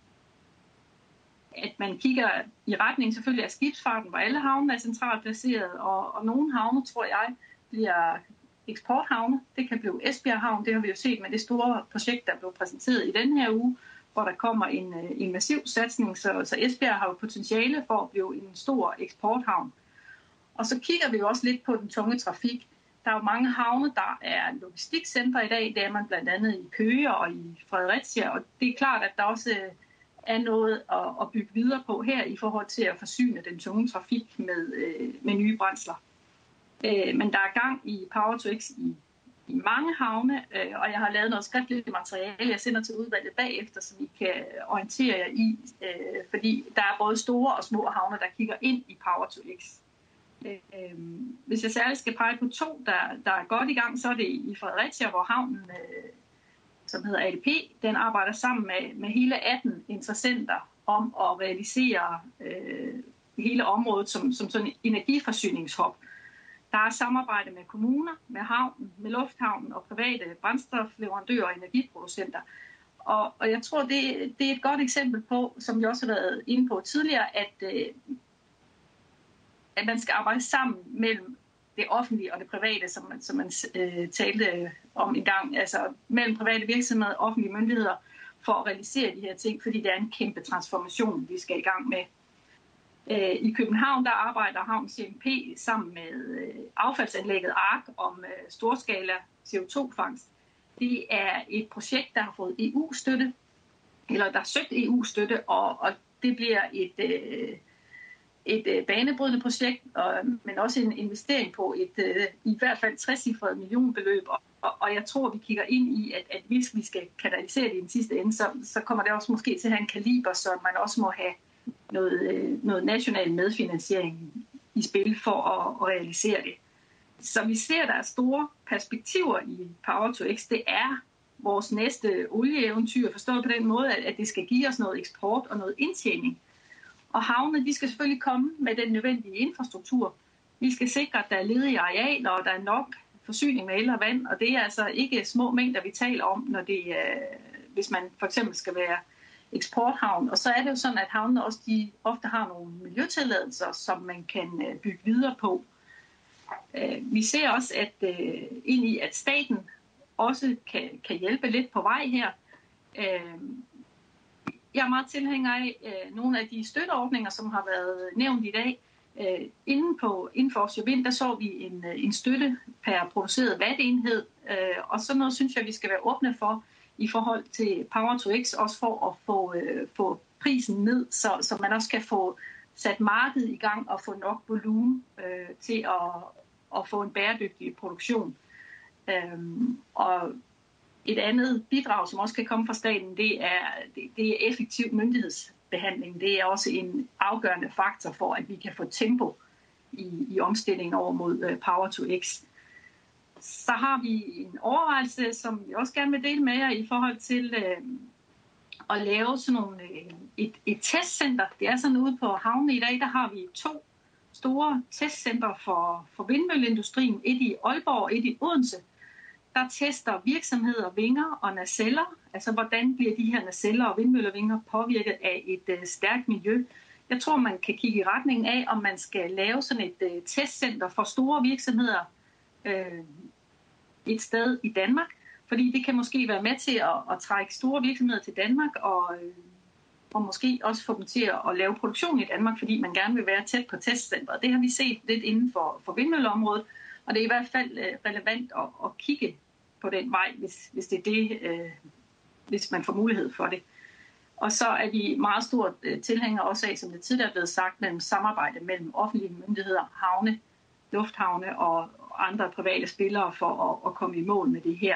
at man kigger i retning selvfølgelig af skibsfarten, hvor alle havne er centralt placeret, og, og nogle havne, tror jeg, bliver eksporthavne. Det kan blive Esbjerg Havn, det har vi jo set med det store projekt, der blev præsenteret i den her uge, hvor der kommer en, en massiv satsning, så, så Esbjerg har jo potentiale for at blive en stor eksporthavn. Og så kigger vi jo også lidt på den tunge trafik. Der er jo mange havne, der er logistikcentre i dag. Det er man blandt andet i Køge og i Fredericia. Og det er klart, at der også er noget at bygge videre på her i forhold til at forsyne den tunge trafik med, med nye brændsler. Men der er gang i Power to X i, i mange havne, og jeg har lavet noget skriftligt materiale, jeg sender til udvalget bagefter, så I kan orientere jer i, fordi der er både store og små havne, der kigger ind i Power to X. Hvis jeg særligt skal pege på to, der, der er godt i gang, så er det i Fredericia, hvor havnen, som hedder A D P, den arbejder sammen med, med hele atten interessenter om at realisere øh, hele området som, som sådan en energiforsyningshub. Der er samarbejde med kommuner, med havnen, med lufthavnen og private brændstofleverandører og energiproducenter. Og, og jeg tror, det, det er et godt eksempel på, som jeg også har været inde på tidligere, at, øh, at man skal arbejde sammen mellem det offentlige og det private, som man, som man øh, talte om en gang, altså mellem private virksomheder og offentlige myndigheder, for at realisere de her ting, fordi det er en kæmpe transformation, vi skal i gang med. Øh, I København, der arbejder Havn C M P sammen med øh, affaldsanlægget ARK om øh, storskala C O to fangst. Det er et projekt, der har fået E U-støtte, eller der har søgt E U-støtte, og, og det bliver et... Øh, et banebrydende projekt, og, men også en investering på et øh, i hvert fald trecifret millionbeløb, og, og, og jeg tror, vi kigger ind i, at, at hvis vi skal kanalisere det i den sidste ende, så, så kommer det også måske til at have en kaliber, så man også må have noget, øh, noget national medfinansiering i spil for at, at realisere det. Så vi ser, at der er store perspektiver i Power to X. Det er vores næste olieeventyr, forstået på den måde, at, at det skal give os noget eksport og noget indtjening. Og havne, de skal selvfølgelig komme med den nødvendige infrastruktur. Vi skal sikre, at der er ledige arealer, og der er nok forsyning med el og vand. Og det er altså ikke små mængder, vi taler om, når det er, hvis man for eksempel skal være eksporthavn. Og så er det jo sådan, at havnene også de ofte har nogle miljøtilladelser, som man kan bygge videre på. Vi ser også at ind i, at staten også kan, kan hjælpe lidt på vej her. Jeg er meget tilhænger af øh, nogle af de støtteordninger, som har været nævnt i dag. Øh, inden, på, inden for Offshore Wind, der så vi en, en støtte per produceret wattenhed, øh, og sådan noget synes jeg, vi skal være åbne for i forhold til Power to X, også for at få, øh, få prisen ned, så, så man også kan få sat markedet i gang og få nok volumen øh, til at, at få en bæredygtig produktion. Øh, og Et andet bidrag, som også kan komme fra staten, det er, det, det er effektiv myndighedsbehandling. Det er også en afgørende faktor for, at vi kan få tempo i, i omstillingen over mod uh, Power to X. Så har vi en overvejelse, som vi også gerne vil dele med jer i forhold til uh, at lave sådan nogle, uh, et, et testcenter. Det er sådan ude på havne i dag, der har vi to store testcenter for, for vindmølleindustrien. Et i Aalborg og et i Odense. Der tester virksomheder, vinger og naceller. Altså, hvordan bliver de her naceller og vindmøllevinger påvirket af et uh, stærkt miljø? Jeg tror, man kan kigge i retningen af, om man skal lave sådan et uh, testcenter for store virksomheder uh, et sted i Danmark. Fordi det kan måske være med til at, at trække store virksomheder til Danmark, og, uh, og måske også få dem til at, at lave produktion i Danmark, fordi man gerne vil være tæt på testcenteret. Det har vi set lidt inden for, for vindmølleområdet. Og det er i hvert fald relevant at, at kigge på den vej, hvis, hvis det er det, øh, hvis man får mulighed for det. Og så er vi meget stort øh, tilhængere også af, som det tidligere er blevet sagt, mellem samarbejde mellem offentlige myndigheder, havne, lufthavne og andre private spillere for at, at komme i mål med det her.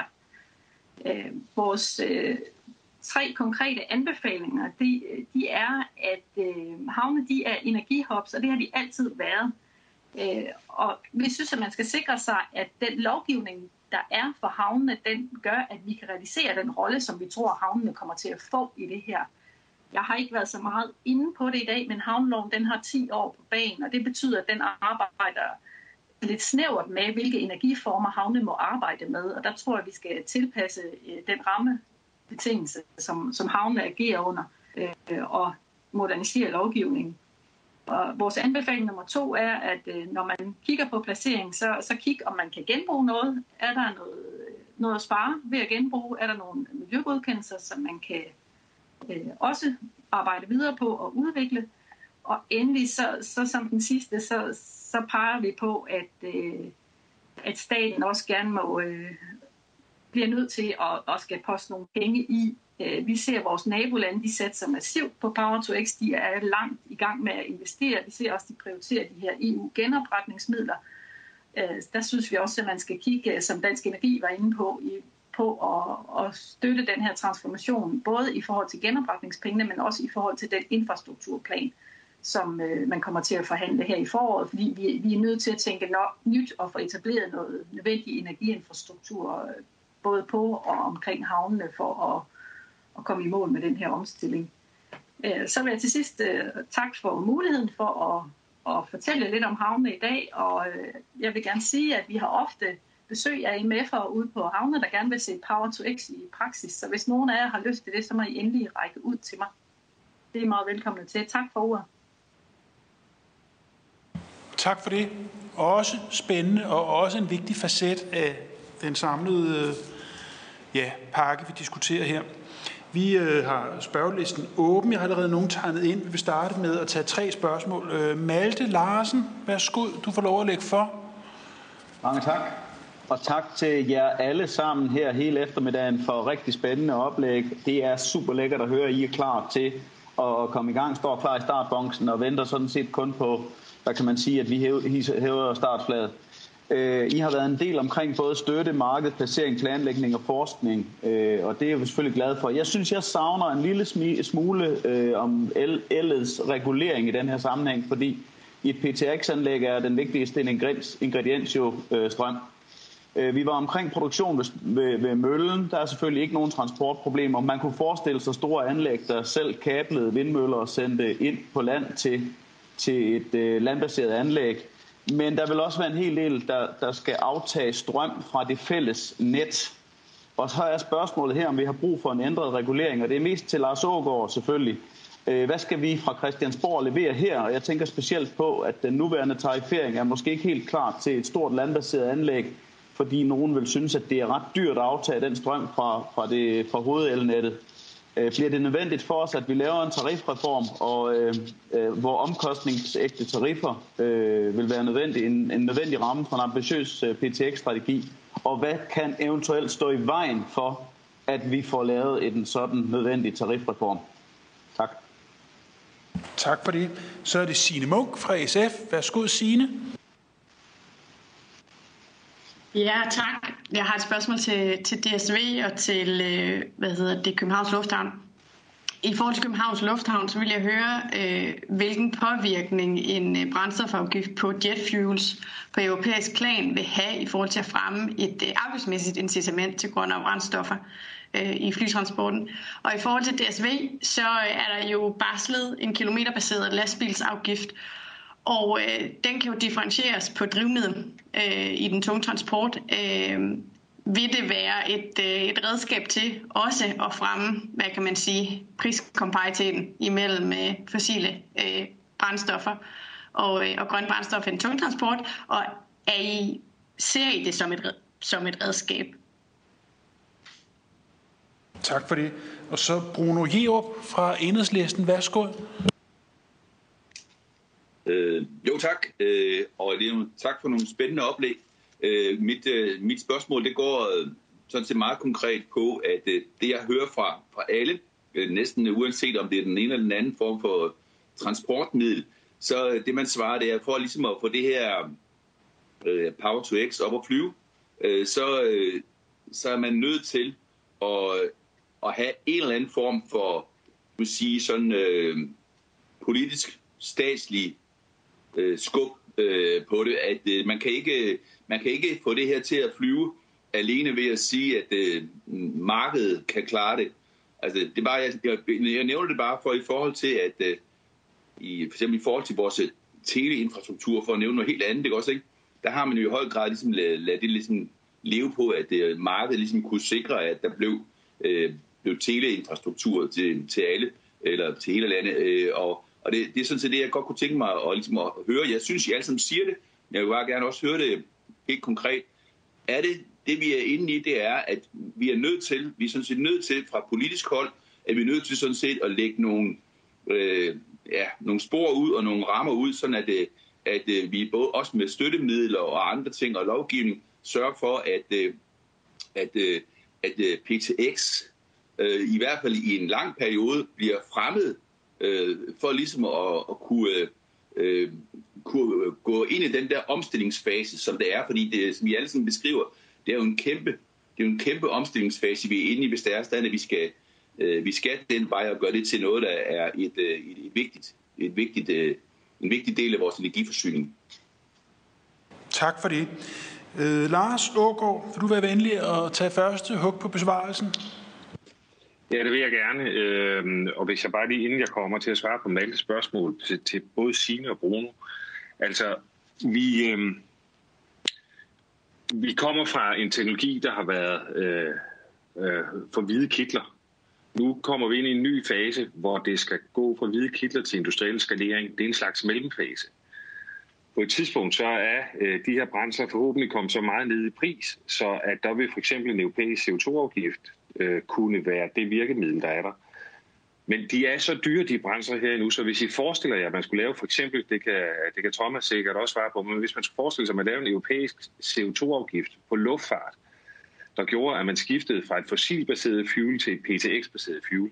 Øh, vores øh, tre konkrete anbefalinger, de, de er, at øh, havne de er energihubs, og det har de altid været. Øh, og vi synes, at man skal sikre sig, at den lovgivning, der er for havnene, den gør, at vi kan realisere den rolle, som vi tror, havnene kommer til at få i det her. Jeg har ikke været så meget inde på det i dag, men havneloven den har ti år på banen, og det betyder, at den arbejder lidt snævert med, hvilke energiformer havne må arbejde med. Og der tror jeg, at vi skal tilpasse den rammebetingelse, som, som havnene agerer under, øh, og modernisere lovgivningen. Og vores anbefaling nummer to er, at øh, når man kigger på placering, så, så kig, om man kan genbruge noget. Er der noget, noget at spare ved at genbruge? Er der nogle miljøgodkendelser, som man kan øh, også arbejde videre på og udvikle? Og endelig, så, så som den sidste, så, så peger vi på, at, øh, at staten også gerne må øh, bliver nødt til at, at skal poste nogle penge i. Øh, vi ser, at vores nabolande de satser massivt på Power to X. De er langt i gang med at investere. Vi ser også, at de prioriterer de her E U-genopretningsmidler. Øh, der synes vi også, at man skal kigge, som Dansk Energi var inde på, i på at, at støtte den her transformation, både i forhold til genopretningspengene, men også i forhold til den infrastrukturplan, som øh, man kommer til at forhandle her i foråret, fordi vi, vi er nødt til at tænke nok nyt og få etableret noget nødvendig energiinfrastruktur, øh, både på og omkring havnene, for at, at komme i mål med den her omstilling. Øh, så vil jeg til sidst øh, tak for muligheden for at, at fortælle lidt om havnene i dag, og øh, jeg vil gerne sige, at vi har ofte besøg af I M F'ere ude på havne, der gerne vil se Power to X i praksis. Så hvis nogen af jer har lyst til det, så må I endelig række ud til mig. Det er meget velkommen til. Tak for ordet. Tak for det. Også spændende og også en vigtig facet af den samlede ja, pakke, vi diskuterer her. Vi øh, har spørgelisten åben. Jeg har allerede nogen tegnet ind. Vi vil starte med at tage tre spørgsmål. Øh, Malte Larsen, værsgo. Du får lov at lægge for. Mange tak. Og tak til jer alle sammen her hele eftermiddagen for rigtig spændende oplæg. Det er super lækkert at høre, at I er klar til at komme i gang, står klar i startboksen og venter sådan set kun på, hvad kan man sige, at vi hæver startflaget. I har været en del omkring både støtte, marked, placering, planlægning og forskning, og det er vi selvfølgelig glade for. Jeg synes, jeg savner en lille smule om elets regulering i den her sammenhæng, fordi i et P T X-anlæg er den vigtigste ingrediens jo strøm. Vi var omkring produktion ved, ved, ved møllen. Der er selvfølgelig ikke nogen transportproblemer. Man kunne forestille sig store anlæg, der selv kablede vindmøller og sendte ind på land til, til et øh, landbaseret anlæg. Men der vil også være en hel del, der, der skal aftage strøm fra det fælles net. Og så er spørgsmålet her, om vi har brug for en ændret regulering, og det er mest til Lars Aagaard selvfølgelig. Hvad skal vi fra Christiansborg levere her? Og jeg tænker specielt på, at den nuværende tarifering er måske ikke helt klar til et stort landbaseret anlæg, fordi nogen vil synes, at det er ret dyrt at aftage den strøm fra, fra, det, fra hovedelnettet. Øh, bliver det nødvendigt for os, at vi laver en tarifreform, og, øh, øh, hvor omkostningsægte tariffer øh, vil være nødvendig, en, en nødvendig ramme for en ambitiøs øh, P T X-strategi? Og hvad kan eventuelt stå i vejen for, at vi får lavet en sådan nødvendig tarifreform? Tak. Tak for det. Så er det Signe Munk fra S F. Værsgo, Signe. Ja, tak. Jeg har et spørgsmål til, til D S V og til hvad hedder det, Københavns Lufthavn. I forhold til Københavns Lufthavn, så vil jeg høre, øh, hvilken påvirkning en brændstofafgift på jet fuels på europæisk plan vil have i forhold til at fremme et øh, afgiftsmæssigt incitament til grønne brændstoffer øh, i flytransporten. Og i forhold til D S V, så er der jo barslet en kilometerbaseret lastbilsafgift, og øh, den kan jo differentieres på drivmiddel øh, i den tunge transport. Øh, vil det være et, øh, et redskab til også at fremme, hvad kan man sige, priskompariteten imellem øh, fossile øh, brændstoffer og, øh, og grønne brændstoffer i den tunge transport? Og er I, ser I det som et, som et redskab? Tak for det. Og så Bruno Jerup fra Enhedslisten. Værsgo. Øh, jo tak, øh, og tak for nogle spændende oplæg. Øh, mit, øh, mit spørgsmål det går øh, sådan set meget konkret på, at øh, det jeg hører fra, fra alle, øh, næsten uanset om det er den ene eller den anden form for transportmiddel, så øh, det man svarer, det er for ligesom at få det her øh, Power to X op at flyve, øh, så, øh, så er man nødt til at, at have en eller anden form for, vil sige sådan øh, politisk, statslig øh, skub øh, på det, at øh, man kan ikke man kan ikke få det her til at flyve alene ved at sige, at øh, markedet kan klare det. Altså det er bare jeg, jeg, jeg nævner det bare for i forhold til at øh, i for eksempel i forhold til vores teleinfrastruktur, for at nævne noget helt andet, det også ikke. Der har man jo i høj grad ligesom lade, lade det ligesom leve på, at øh, markedet ligesom kunne sikre, at der blev øh, blev teleinfrastruktur til til alle eller til hele landet, øh, og Og det, det er sådan set det, jeg godt kunne tænke mig at, ligesom at høre. Jeg synes, I alle sammen siger det, men jeg vil bare gerne også høre det helt konkret. Er det, det vi er inde i, det er, at vi er nødt til, vi er sådan set nødt til fra politisk hold, at vi er nødt til sådan set at lægge nogle, øh, ja, nogle spor ud og nogle rammer ud, sådan at, at øh, vi både også med støttemidler og andre ting og lovgivning sørger for, at, øh, at, øh, at øh, P T X øh, i hvert fald i en lang periode bliver fremmet øh, for ligesom at, at kunne, øh, kunne gå ind i den der omstillingsfase, som det er, fordi det, som vi alle sammen beskriver, det er jo en kæmpe, det er jo en kæmpe omstillingsfase, vi er inde i, hvis det er sådan, at vi skal, øh, vi skal den vej og gøre det til noget, der er et, et, et vigtigt, et vigtigt, øh, en vigtig del af vores energiforsyning. Tak for det. Øh, Lars Aagaard, vil du være venlig at tage første hug på besvarelsen? Ja, det vil jeg gerne. Øh, og hvis jeg bare lige inden jeg kommer til at svare på Maltes spørgsmål til, til både Signe og Bruno. Altså, vi, øh, vi kommer fra en teknologi, der har været øh, øh, for hvide kitler. Nu kommer vi ind i en ny fase, hvor det skal gå fra hvide kitler til industriel skalering. Det er en slags mellemfase. På et tidspunkt så er øh, de her brændsler forhåbentlig kommet så meget ned i pris, så at der vil for eksempel en europæisk C O to afgift øh, kunne være det virkemiddel, der er der. Men de er så dyre, de brændsler her nu, så hvis I forestiller jer, at man skulle lave for eksempel, det kan, det kan Thomas sikkert også svare på, men hvis man skulle forestille sig, at man lavede en europæisk C O to afgift på luftfart, der gjorde, at man skiftede fra et fossilbaseret fuel til et P T X-baseret fuel,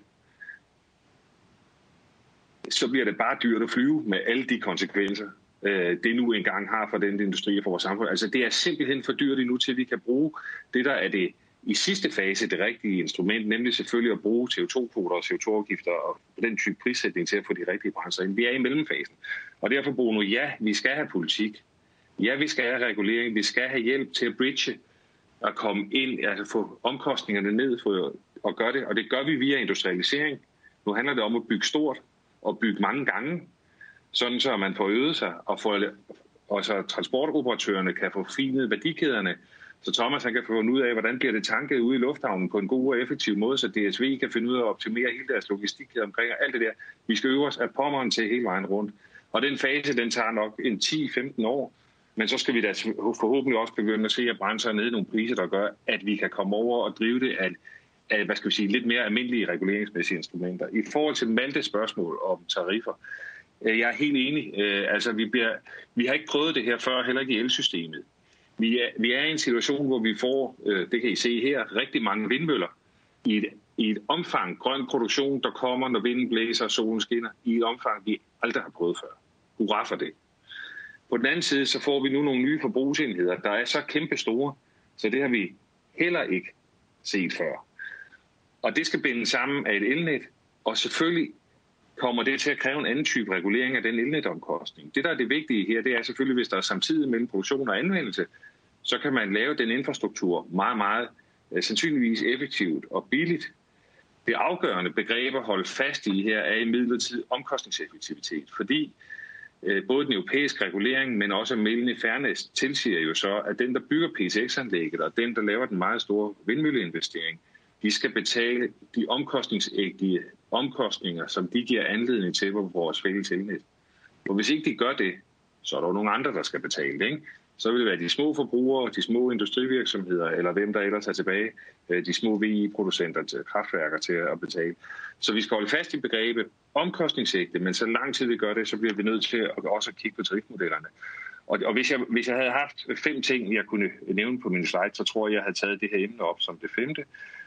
så bliver det bare dyrt at flyve med alle de konsekvenser, det nu engang har for den industri og for vores samfund. Altså det er simpelthen for dyrt endnu til, at vi kan bruge det, der er det i sidste fase det rigtige instrument, nemlig selvfølgelig at bruge C O to kvoter og C O to afgifter og den type prissætning til at få de rigtige brændsler ind. Vi er i mellemfasen. Og derfor, Bruno, ja, vi skal have politik. Ja, vi skal have regulering. Vi skal have hjælp til at bridge og komme ind, altså få omkostningerne ned for at gøre det. Og det gør vi via industrialisering. Nu handler det om at bygge stort og bygge mange gange, sådan så man får øget sig, og, får, og så transportoperatørerne kan få finet værdikæderne, så Thomas han kan få ud af, hvordan bliver det tanket ude i lufthavnen på en god og effektiv måde, så D S V kan finde ud af at optimere hele deres logistikkæde omkring og alt det der. Vi skal øve os af pommeren til hele vejen rundt. Og den fase, den tager nok en ti til femten år, men så skal vi da forhåbentlig også begynde at se at brænde sig ned i nogle priser, der gør, at vi kan komme over og drive det af, af hvad skal vi sige, lidt mere almindelige reguleringsmæssige instrumenter. I forhold til Maltes spørgsmål om tariffer, jeg er helt enig. Altså, vi, bliver, vi har ikke prøvet det her før, heller ikke i elsystemet. Vi er, vi er i en situation, hvor vi får, det kan I se her, rigtig mange vindmøller i et, i et omfang grøn produktion, der kommer, når vinden blæser og solen skinner, i et omfang, vi aldrig har prøvet før. Hurra for det. På den anden side, så får vi nu nogle nye forbrugsenheder, der er så kæmpe store, så det har vi heller ikke set før. Og det skal bindes sammen af et elnet, og selvfølgelig kommer det til at kræve en anden type regulering af den elnetomkostning. Det, der er det vigtige her, det er selvfølgelig, hvis der er samtidig mellem produktion og anvendelse, så kan man lave den infrastruktur meget, meget sandsynligvis effektivt og billigt. Det afgørende begreb at holde fast i her er imidlertid omkostningseffektivitet, fordi øh, både den europæiske regulering, men også Mældende Fairness tilsiger jo så, at den, der bygger P T X-anlægget og den, der laver den meget store vindmølleinvestering, de skal betale de omkostningsægtige omkostninger, som de giver anledning til på vores fælles elnet. Og hvis ikke de gør det, så er der jo nogle andre, der skal betale det, ikke? Så vil det være de små forbrugere, de små industrivirksomheder, eller hvem der ellers er tilbage, de små V I-producenter til kraftværker til at betale. Så vi skal holde fast i begrebet omkostningsægte, men så lang tid vi gør det, så bliver vi nødt til at også at kigge på tarifmodellerne. Og, og hvis, jeg, hvis jeg havde haft fem ting, jeg kunne nævne på min slide, så tror jeg, jeg havde taget det her emne op som det femte.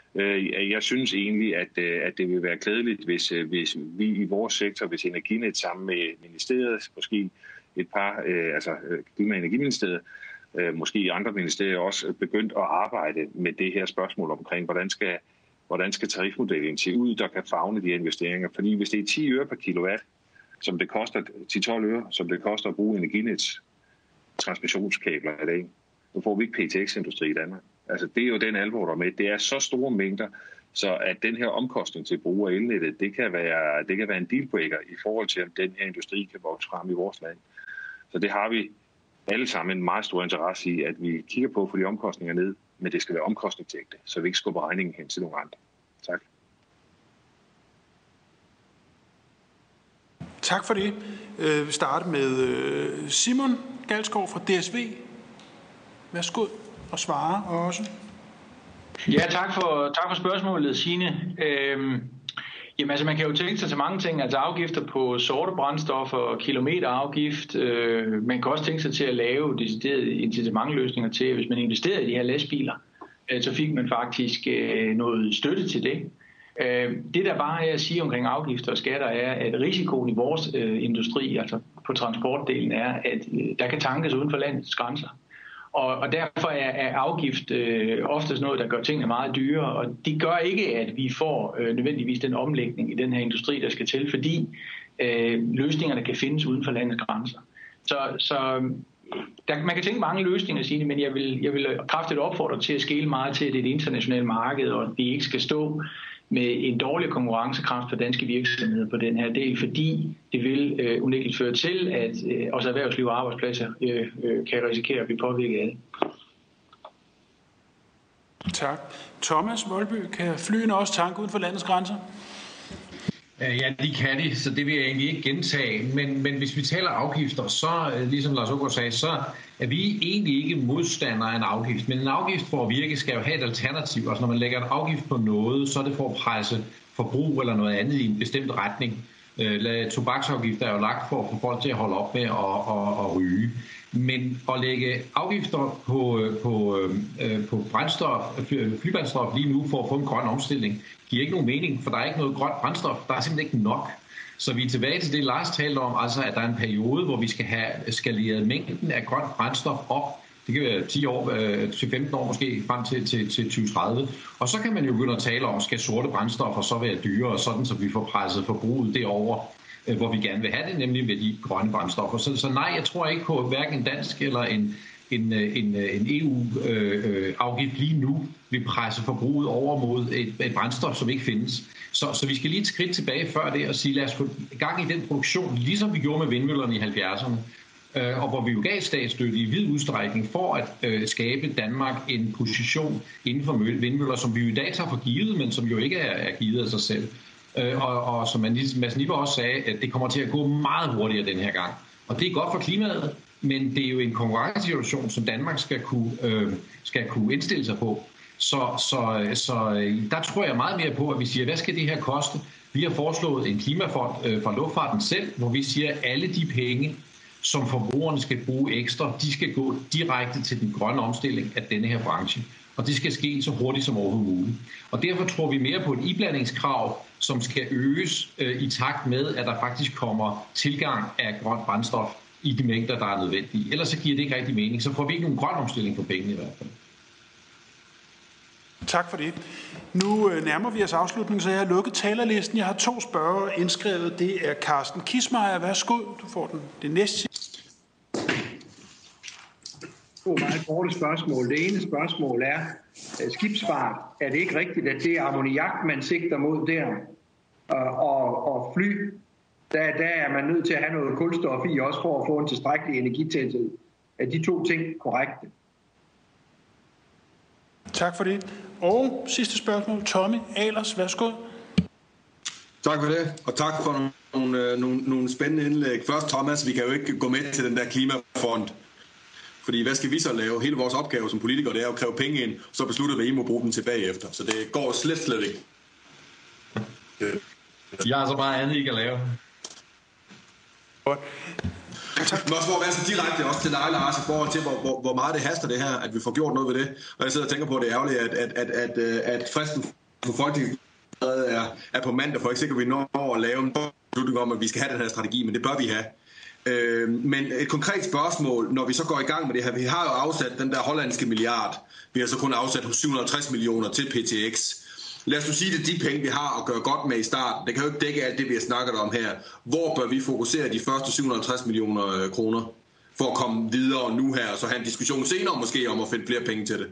Jeg synes egentlig, at, at det vil være klædeligt, hvis, hvis vi i vores sektor, hvis Energinet sammen med ministeriet, måske et par, altså Klima- og Energiministeriet, måske andre ministerier også begyndt at arbejde med det her spørgsmål omkring, hvordan skal, hvordan skal tarifmodellen se ud, der kan favne de investeringer. Fordi hvis det er ti øre per kilowatt, som det koster, ti til tolv øre, som det koster at bruge Energinets transmissionskabler i dag, så får vi ikke P T X-industri i Danmark. Altså, det er jo den alvor, der er med. Det er så store mængder, så at den her omkostning til brug af elnettet, det kan være, det kan være en dealbreaker i forhold til, om den her industri kan vokse frem i vores land. Så det har vi alle sammen en meget stor interesse i, at vi kigger på for de omkostninger ned, men det skal være omkostningsægte, så vi ikke skubber regningen hen til nogle andre. Tak. Tak for det. Vi starter med Simon Galskov fra D S V. Værsgo og svare også. Ja, tak for, tak for spørgsmålet, Signe. Øhm, Jamen altså, man kan jo tænke sig til mange ting, altså afgifter på sorte brændstoffer, kilometerafgift. Øh, man kan også tænke sig til at lave deciderede incitamentløsninger til, hvis man investerer i de her lastbiler, øh, så fik man faktisk øh, noget støtte til det. Øh, det der bare er at sige omkring afgifter og skatter er, at risikoen i vores øh, industri, altså på transportdelen, er, at øh, der kan tankes uden for landets grænser. Og, og derfor er, er afgift øh, oftest noget, der gør tingene meget dyrere, og det gør ikke, at vi får øh, nødvendigvis den omlægning i den her industri, der skal til, fordi øh, løsningerne kan findes uden for landets grænser. Så, så der, man kan tænke mange løsninger, Signe, men jeg vil, jeg vil kraftigt opfordre til at skele meget til, at det er et internationalt marked, og at vi ikke skal stå med en dårlig konkurrencekraft for danske virksomheder på den her del, fordi det vil øh, unægteligt føre til, at øh, også erhvervsliv og arbejdspladser øh, øh, kan risikere at blive påvirket af det. Tak. Thomas Voldby, kan flyene også tanke uden for landets grænser? Ja, de kan de, så det vil jeg egentlig ikke gentage. Men, men hvis vi taler afgifter, så, ligesom Lars Aagaard sagde, så er vi egentlig ikke modstandere af en afgift. Men en afgift for at virke skal jo have et alternativ. Altså når man lægger en afgift på noget, så er det for at presse forbrug eller noget andet i en bestemt retning. Tobaksafgifter er jo lagt for at få folk til at holde op med at, at, at ryge. Men at lægge afgifter på, på, på brændstof, flybrændstof lige nu for at få en grøn omstilling, giver ikke nogen mening, for der er ikke noget grønt brændstof. Der er simpelthen ikke nok. Så vi er tilbage til det, Lars talte om, altså at der er en periode, hvor vi skal have skaleret mængden af grønt brændstof op. Det kan være ti år til femten år måske, frem til, til, til tyve tredive. Og så kan man jo begynde at tale om, skal sorte brændstoffer så være dyrere, sådan så vi får presset forbruget derover, hvor vi gerne vil have det, nemlig med de grønne brændstoffer. Så, så nej, jeg tror ikke på hverken en dansk eller en, en, en, en E U-afgift lige nu vil presse forbruget over mod et, et brændstof, som ikke findes. Så, så vi skal lige et skridt tilbage før det og sige, lad os få gang i den produktion, ligesom vi gjorde med vindmøllerne i halvfjerdserne, og hvor vi jo gav statsstøtte i vid udstrækning for at øh, skabe Danmark en position inden for vindmøller, som vi jo i dag tager for givet, men som jo ikke er, er givet af sig selv. Øh, og, og som Mads Nipper også sagde, at det kommer til at gå meget hurtigere den her gang. Og det er godt for klimaet, men det er jo en konkurrencesituation, som Danmark skal kunne, øh, skal kunne indstille sig på. Så, så, så der tror jeg meget mere på, at vi siger, hvad skal det her koste? Vi har foreslået en klimafond øh, fra luftfarten selv, hvor vi siger, at alle de penge, som forbrugerne skal bruge ekstra, de skal gå direkte til den grønne omstilling af denne her branche. Og det skal ske så hurtigt som overhovedet muligt. Og derfor tror vi mere på et iblandingskrav, som skal øges øh, i takt med, at der faktisk kommer tilgang af grønt brændstof i de mængder, der er nødvendige. Ellers så giver det ikke rigtig mening. Så får vi ikke nogen grøn omstilling for pengene i hvert fald. Tak for det. Nu nærmer vi os afslutningen, så jeg har lukket talerlisten. Jeg har to spørgere indskrevet. Det er Carsten Kissmeyer. Værsgo, du får den. Det næste sidste. To meget korte spørgsmål. Det ene spørgsmål er, skibsfart. Er det ikke rigtigt, at det er ammoniak, man sigter mod der? Og, og fly, der, der er man nødt til at have noget kulstof i, også for at få en tilstrækkelig energitæthed. Er de to ting korrekte? Tak for det. Og sidste spørgsmål, Tommy Ahlers, værsgo. Tak for det, og tak for nogle, nogle, nogle spændende indlæg. Først, Thomas, vi kan jo ikke gå med til den der klimafond. Fordi hvad skal vi så lave? Hele vores opgave som politikere, det er at kræve penge ind, så beslutter vi, at I må bruge dem tilbage efter. Så det går slet, slet ikke. Jeg har så meget andet, I kan lave. Det må også være så direkte også til dig, Lars, i forhold til, hvor, hvor, hvor meget det haster det her, at vi får gjort noget ved det. Og jeg sidder og tænker på, at det er ærgerligt, at, at, at, at, at fristen for Folketinget er, er på mandag, for ikke sikkert, at vi når at lave en beslutning om, at vi skal have den her strategi, men det bør vi have. Øh, men et konkret spørgsmål, når vi så går i gang med det her, vi har jo afsat den der hollandske milliard, vi har så kun afsat syv hundrede og halvtreds millioner til P T X. Lad os nu sige, det er de penge, vi har at gøre godt med i starten. Det kan jo ikke dække alt det, vi har snakket om her. Hvor bør vi fokusere de første syv hundrede og halvtreds millioner kroner for at komme videre nu her, og så have en diskussion senere måske om at finde flere penge til det?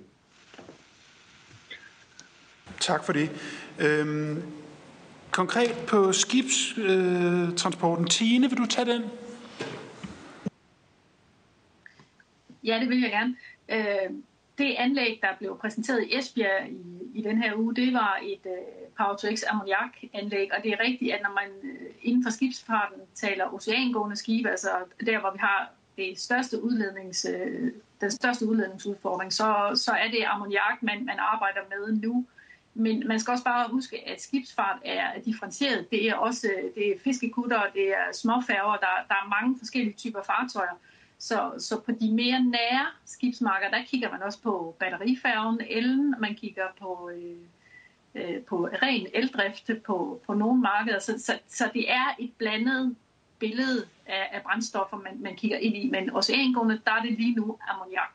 Tak for det. Øhm, konkret på skibstransporten. Tine, vil du tage den? Ja, det vil jeg gerne. Øh... Det anlæg, der blev præsenteret i Esbjerg i, i den her uge, det var et uh, Power to X ammoniak-anlæg, og det er rigtigt, at når man uh, inden for skibsfarten taler oceangående skibe, altså der, hvor vi har det største udlednings, uh, den største udledningsudfordring, så, så er det ammoniak, man, man arbejder med nu. Men man skal også bare huske, at skibsfart er differentieret. Det er også det er fiskekutter, det er småfærger, der, der er mange forskellige typer fartøjer. Så, så på de mere nære skibsmarker, der kigger man også på batterifærgen, ellen, man kigger på, øh, øh, på ren eldrift på, på nogle markeder. Så, så, så det er et blandet billede af, af brændstoffer, man, man kigger ind i. Men oceangående, der er det lige nu ammoniak.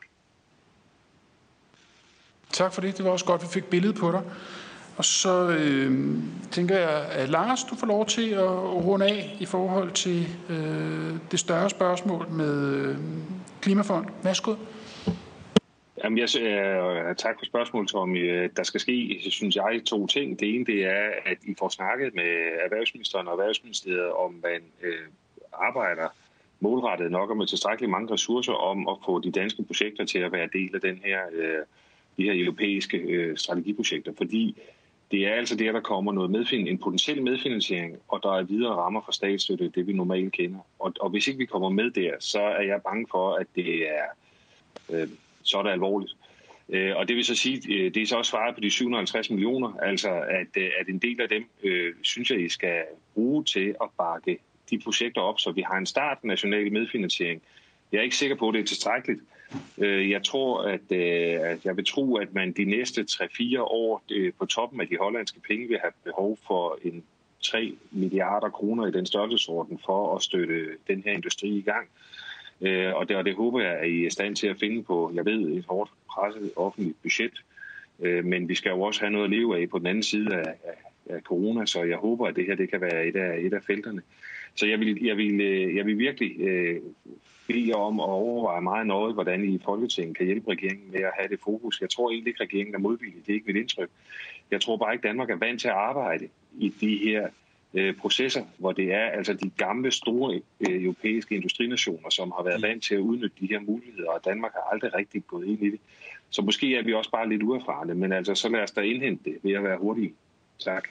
Tak for det. Det var også godt, at vi fik billedet på dig. Og så øh, tænker jeg, at Lars, du får lov til at runde af i forhold til øh, det større spørgsmål med øh, Klimafond. Værsgo. Jamen, jeg, øh, tak for spørgsmålet, Tommy. Der skal ske, synes jeg, to ting. Det ene, det er, at I får snakket med Erhvervsministeren og Erhvervsministeriet om, man øh, arbejder målrettet nok og med tilstrækkeligt mange ressourcer om at få de danske projekter til at være del af den her, øh, de her europæiske øh, strategiprojekter. Fordi det er altså der, der kommer noget medfind, en potentiel medfinansiering, og der er videre rammer for statsstøtte, det vi normalt kender. Og, og hvis ikke vi kommer med der, så er jeg bange for, at det er, øh, så er det alvorligt. Øh, og det vil så sige, øh, det er så også svaret på de syv hundrede og halvtreds millioner, altså at, øh, at en del af dem, øh, synes jeg, I skal bruge til at bakke de projekter op, så vi har en start national medfinansiering. Jeg er ikke sikker på, at det er tilstrækkeligt. Jeg tror, at, at jeg vil tro, at man de næste tre fire år på toppen af de hollandske penge vil have behov for en tre milliarder kroner i den størrelsesorden for at støtte den her industri i gang. Og det, og det håber jeg, at I er i stand til at finde på, jeg ved, et hårdt presset offentligt budget. Men vi skal jo også have noget at leve af på den anden side af, af corona, så jeg håber, at det her det kan være et af, et af felterne. Så jeg vil, jeg vil, jeg vil virkelig øh, bede om at overveje meget nøje, hvordan I i Folketinget kan hjælpe regeringen med at have det fokus. Jeg tror egentlig ikke, at regeringen er modvillig. Det er ikke mit indtryk. Jeg tror bare ikke, at Danmark er vant til at arbejde i de her øh, processer, hvor det er altså de gamle, store øh, europæiske industrinationer, som har været vant til at udnytte de her muligheder, og Danmark har aldrig rigtig gået ind i det. Så måske er vi også bare lidt uerfarne, men altså så lad os da indhente det ved at være hurtige. Tak.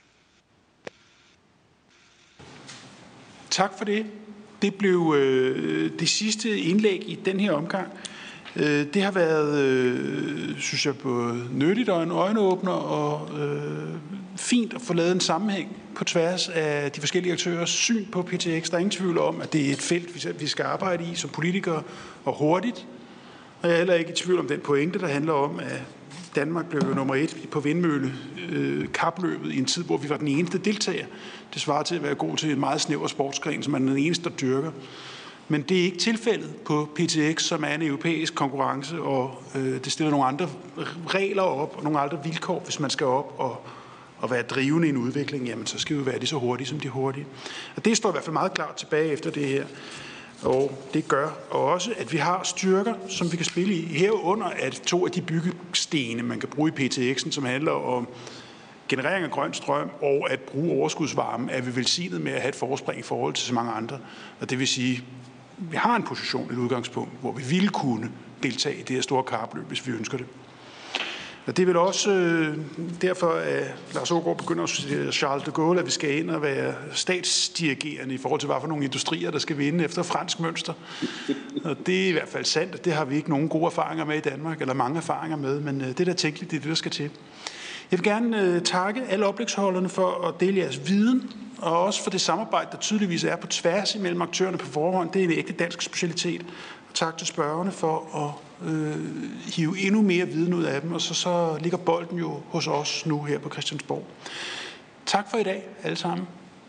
Tak for det. Det blev øh, det sidste indlæg i den her omgang. Øh, det har været, øh, synes jeg, både nyttigt og en øjenåbner og øh, fint at få lavet en sammenhæng på tværs af de forskellige aktørers syn på P T X. Der er ingen tvivl om, at det er et felt, vi skal arbejde i som politikere og hurtigt. Og jeg er heller ikke i tvivl om den pointe, der handler om, at Danmark blev nummer et på vindmølle øh, kapløbet i en tid, hvor vi var den eneste deltager. Det svarer til at være god til en meget snæver sportsgren, som man er den eneste, der dyrker. Men det er ikke tilfældet på P T X, som er en europæisk konkurrence, og øh, det stiller nogle andre regler op og nogle andre vilkår, hvis man skal op og, og være drivende i en udvikling. Jamen, så skal vi være det så hurtige som de hurtige. Og det står i hvert fald meget klart tilbage efter det her. Og det gør også, at vi har styrker, som vi kan spille i. Herunder at to af de byggestene, man kan bruge i P T X'en, som handler om generering af grøn strøm og at bruge overskudsvarme, er vi velsignet med at have et forspring i forhold til så mange andre. Og det vil sige, at vi har en position, et udgangspunkt, hvor vi ville kunne deltage i det her store kapløb, hvis vi ønsker det. Og det er vel også øh, derfor, at Lars Aagaard begynder at sige Charles de Gaulle, at vi skal ind og være statsdirigerende i forhold til, hvad for nogle industrier, der skal vinde efter fransk mønster. Og det er i hvert fald sandt, at det har vi ikke nogen gode erfaringer med i Danmark, eller mange erfaringer med, men øh, det er da tænkeligt, det er det, der skal til. Jeg vil gerne øh, takke alle oplægsholderne for at dele jeres viden, og også for det samarbejde, der tydeligvis er på tværs imellem aktørerne på forhånd. Det er en ægte dansk specialitet. Og tak til spørgerne for at øh, hive endnu mere viden ud af dem, og så, så ligger bolden jo hos os nu her på Christiansborg. Tak for i dag, alle sammen.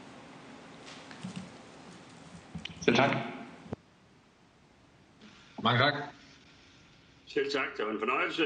Selv tak. Mange tak. Selv tak, det var en fornøjelse.